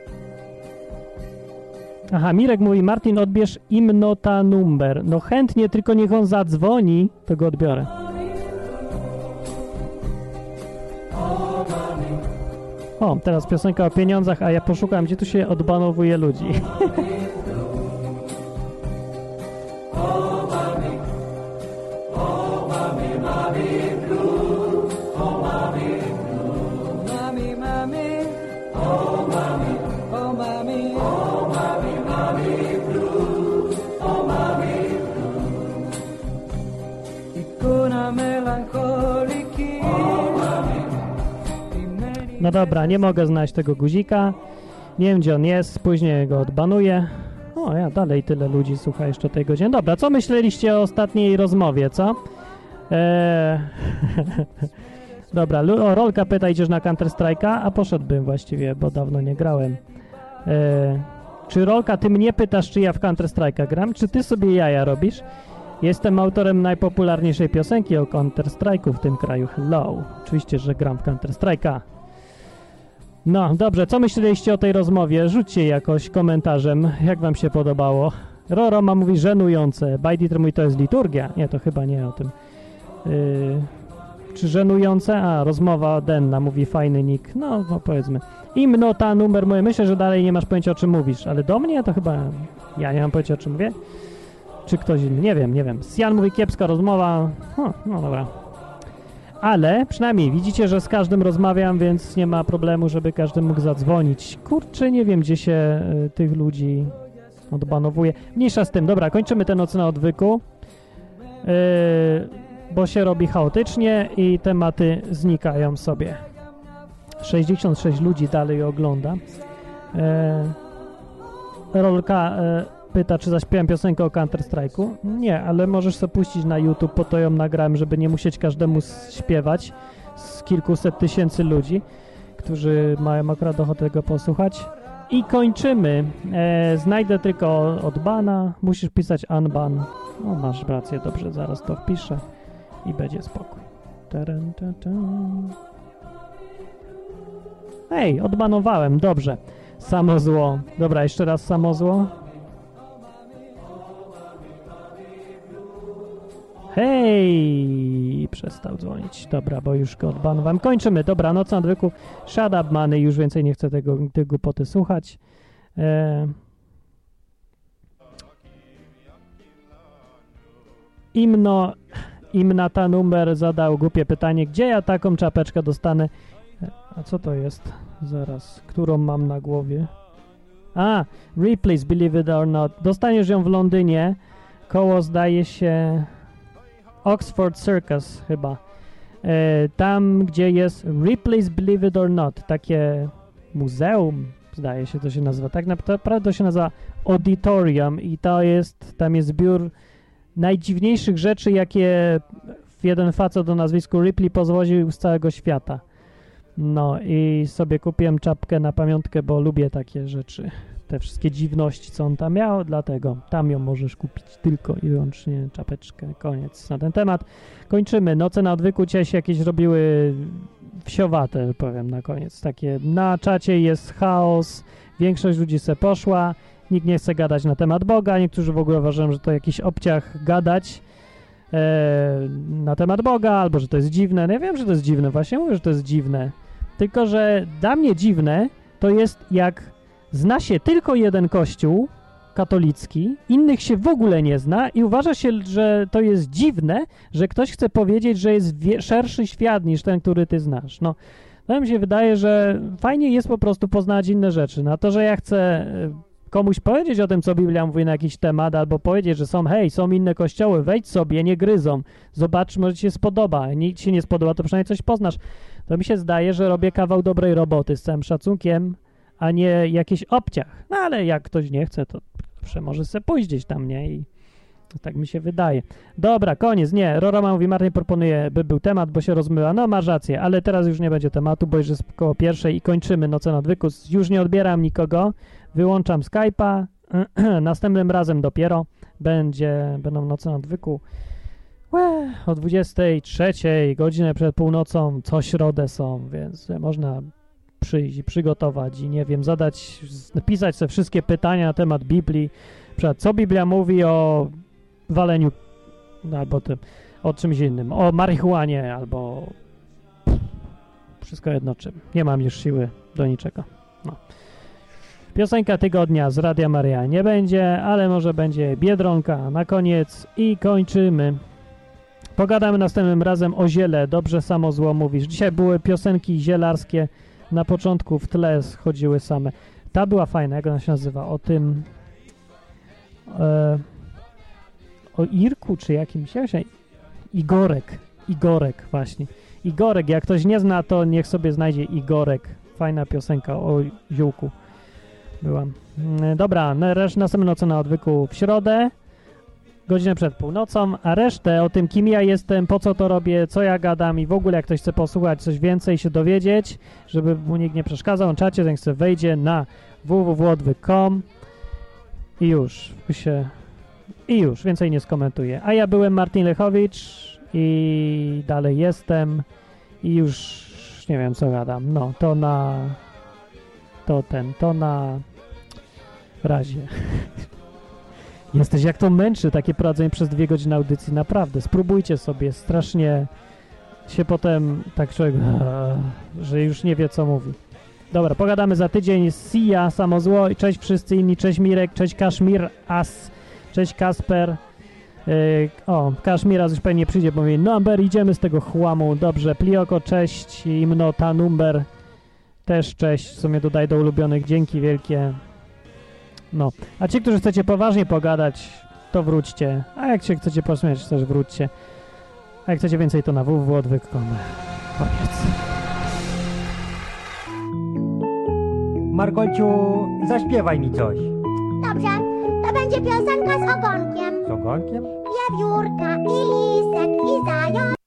Aha, Mirek mówi, Martin, odbierz im nota number. No chętnie, tylko niech on zadzwoni, to go odbiorę. O, teraz piosenka o pieniądzach, a ja poszukam, gdzie tu się odbanowuje ludzi. Mommy, mommy, oh mommy, oh mommy, oh mommy, mommy blue, oh mommy blue. Icona melancholiki, oh mommy. No dobra, nie mogę znaleźć tego guzika. Nie wiem, gdzie on jest, później go odbanuję. O, ja dalej tyle ludzi słucha jeszcze tej godziny. Dobra, co myśleliście o ostatniej rozmowie, co? Eee... Dobra, o, Rolka pyta, idziesz na Counter Strike'a? A poszedłbym właściwie, bo dawno nie grałem. Eee... Czy Rolka, ty mnie pytasz, czy ja w Counter Strike'a gram? Czy ty sobie jaja robisz? Jestem autorem najpopularniejszej piosenki o Counter Strike'u w tym kraju. Hello. Oczywiście, że gram w Counter Strike'a. No, dobrze, co myśleliście o tej rozmowie? Rzućcie jakoś komentarzem, jak wam się podobało. Roroma mówi żenujące. Bajditr mówi, to jest liturgia. Nie, to chyba nie o tym. Yy, czy żenujące? A, rozmowa denna, mówi fajny nick. No, no powiedzmy. Imnota numer mój. Myślę, że dalej nie masz pojęcia, o czym mówisz, ale do mnie to chyba ja nie mam pojęcia, o czym mówię. Czy ktoś inny? Nie wiem, nie wiem. Sian mówi, kiepska rozmowa. O, no dobra. Ale przynajmniej widzicie, że z każdym rozmawiam, więc nie ma problemu, żeby każdy mógł zadzwonić. Kurczę, nie wiem, gdzie się y, tych ludzi odbanowuje. Mniejsza z tym. Dobra, kończymy tę noc na odwyku, yy, bo się robi chaotycznie i tematy znikają sobie. sześćdziesiąt sześć ludzi dalej ogląda. Yy, Rolka yy, pyta, czy zaśpiewam piosenkę o Counter Strike'u. Nie, ale możesz sobie puścić na YouTube, po to ją nagrałem, żeby nie musieć każdemu śpiewać z kilkuset tysięcy ludzi, którzy mają akurat ochotę tego posłuchać. I kończymy. E, znajdę tylko od bana. Musisz pisać unban. No masz rację, dobrze, zaraz to wpiszę i będzie spokój. Taran, ta, ta. Ej, odbanowałem, dobrze. Samo zło. Dobra, jeszcze raz samo zło. Hej! Przestał dzwonić. Dobra, bo już go odbanowałem. Kończymy. Dobra, noc na odwyku. Shut up, many. Już więcej nie chcę tego, tej głupoty słuchać. E... Imno, Imnata numer zadał głupie pytanie. Gdzie ja taką czapeczkę dostanę? A co to jest? Zaraz. Którą mam na głowie? A! Ripley's Believe It or Not. Dostaniesz ją w Londynie. Koło, zdaje się... Oxford Circus chyba. E, tam, gdzie jest Ripley's Believe It or Not. Takie muzeum, zdaje się to się nazywa. Tak naprawdę to się nazywa Auditorium i to jest, tam jest zbiór najdziwniejszych rzeczy, jakie jeden facet o nazwisku Ripley pozwoził z całego świata. No i sobie kupiłem czapkę na pamiątkę, bo lubię takie rzeczy. Te wszystkie dziwności, co on tam miał, dlatego tam ją możesz kupić tylko i wyłącznie czapeczkę. Koniec na ten temat. Kończymy. Noce na odwyku dzisiaj się jakieś robiły wsiowate, powiem na koniec. Takie na czacie jest chaos, większość ludzi se poszła, nikt nie chce gadać na temat Boga, niektórzy w ogóle uważają, że to jakiś obciach gadać e, na temat Boga, albo że to jest dziwne. No ja wiem, że to jest dziwne, właśnie mówię, że to jest dziwne. Tylko, że dla mnie dziwne to jest jak zna się tylko jeden kościół katolicki, innych się w ogóle nie zna i uważa się, że to jest dziwne, że ktoś chce powiedzieć, że jest wie- szerszy świat niż ten, który ty znasz. No, to mi się wydaje, że fajnie jest po prostu poznać inne rzeczy. Na to, że ja chcę komuś powiedzieć o tym, co Biblia mówi na jakiś temat, albo powiedzieć, że są, hej, są inne kościoły, wejdź sobie, nie gryzą, zobacz, może ci się spodoba, nic ci się nie spodoba, to przynajmniej coś poznasz. To mi się zdaje, że robię kawał dobrej roboty z całym szacunkiem, a nie jakiś obciach. No ale jak ktoś nie chce, to zawsze może sobie pójść gdzieś tam, nie? I tak mi się wydaje. Dobra, koniec, nie. Roroma mówi, Martin proponuje, by był temat, bo się rozmyła. No, masz rację, ale teraz już nie będzie tematu, bo już jest koło pierwszej i kończymy Noce na odwyku. Już nie odbieram nikogo, wyłączam Skype'a. Następnym razem dopiero będzie, będą Noce na odwyku Łe, o dwudziestej trzeciej, godzinę przed północą, co środę są, więc można przyjść i przygotować i nie wiem, zadać, napisać sobie wszystkie pytania na temat Biblii, przykład co Biblia mówi o waleniu albo tym, o czymś innym, o marihuanie albo wszystko jedno czym. Nie mam już siły do niczego. No. Piosenka tygodnia z Radia Maryja nie będzie, ale może będzie Biedronka na koniec i kończymy. Pogadamy następnym razem o ziele. Dobrze, samo zło mówisz. Dzisiaj były piosenki zielarskie. Na początku w tle chodziły same. Ta była fajna, jak ona się nazywa? O tym... E, o Irku, czy jakimś? Jak się... Igorek. Igorek, właśnie. Igorek. Jak ktoś nie zna, to niech sobie znajdzie Igorek. Fajna piosenka o ziółku. Była. E, dobra, resztę następną nocą na odwyku w środę. godzinę przed północą, a resztę o tym, kim ja jestem, po co to robię, co ja gadam i w ogóle jak ktoś chce posłuchać coś więcej, się dowiedzieć, żeby mu nikt nie przeszkadzał na czacie, ten chce wejdzie na w w w kropka odwyk kropka com i już się i już, więcej nie skomentuję. A ja byłem Martin Lechowicz i dalej jestem i już nie wiem co gadam. No, to na to ten, to na razie. Jesteś jak to męczy, takie prowadzenie przez dwie godziny audycji, naprawdę. Spróbujcie sobie, strasznie się potem tak człowiek, że już nie wie co mówi. Dobra, pogadamy za tydzień. See ya, samo zło i cześć wszyscy inni, cześć Mirek, cześć Kaszmir, As, cześć Kasper. Yy, o, Kaszmira już pewnie przyjdzie, bo mówi, number, idziemy z tego chłamu, dobrze, Plioko, cześć, Imnota, number, też cześć, w sumie dodaj do ulubionych, dzięki wielkie. No, a ci, którzy chcecie poważnie pogadać, to wróćcie, a jak się chcecie pośmiać, też wróćcie, a jak chcecie więcej, to na w w w kropka odwyk kropka com. Koniec. Markolciu, zaśpiewaj mi coś. Dobrze, to będzie piosenka z ogonkiem. Z ogonkiem? Wiewiórka i lisek i zając.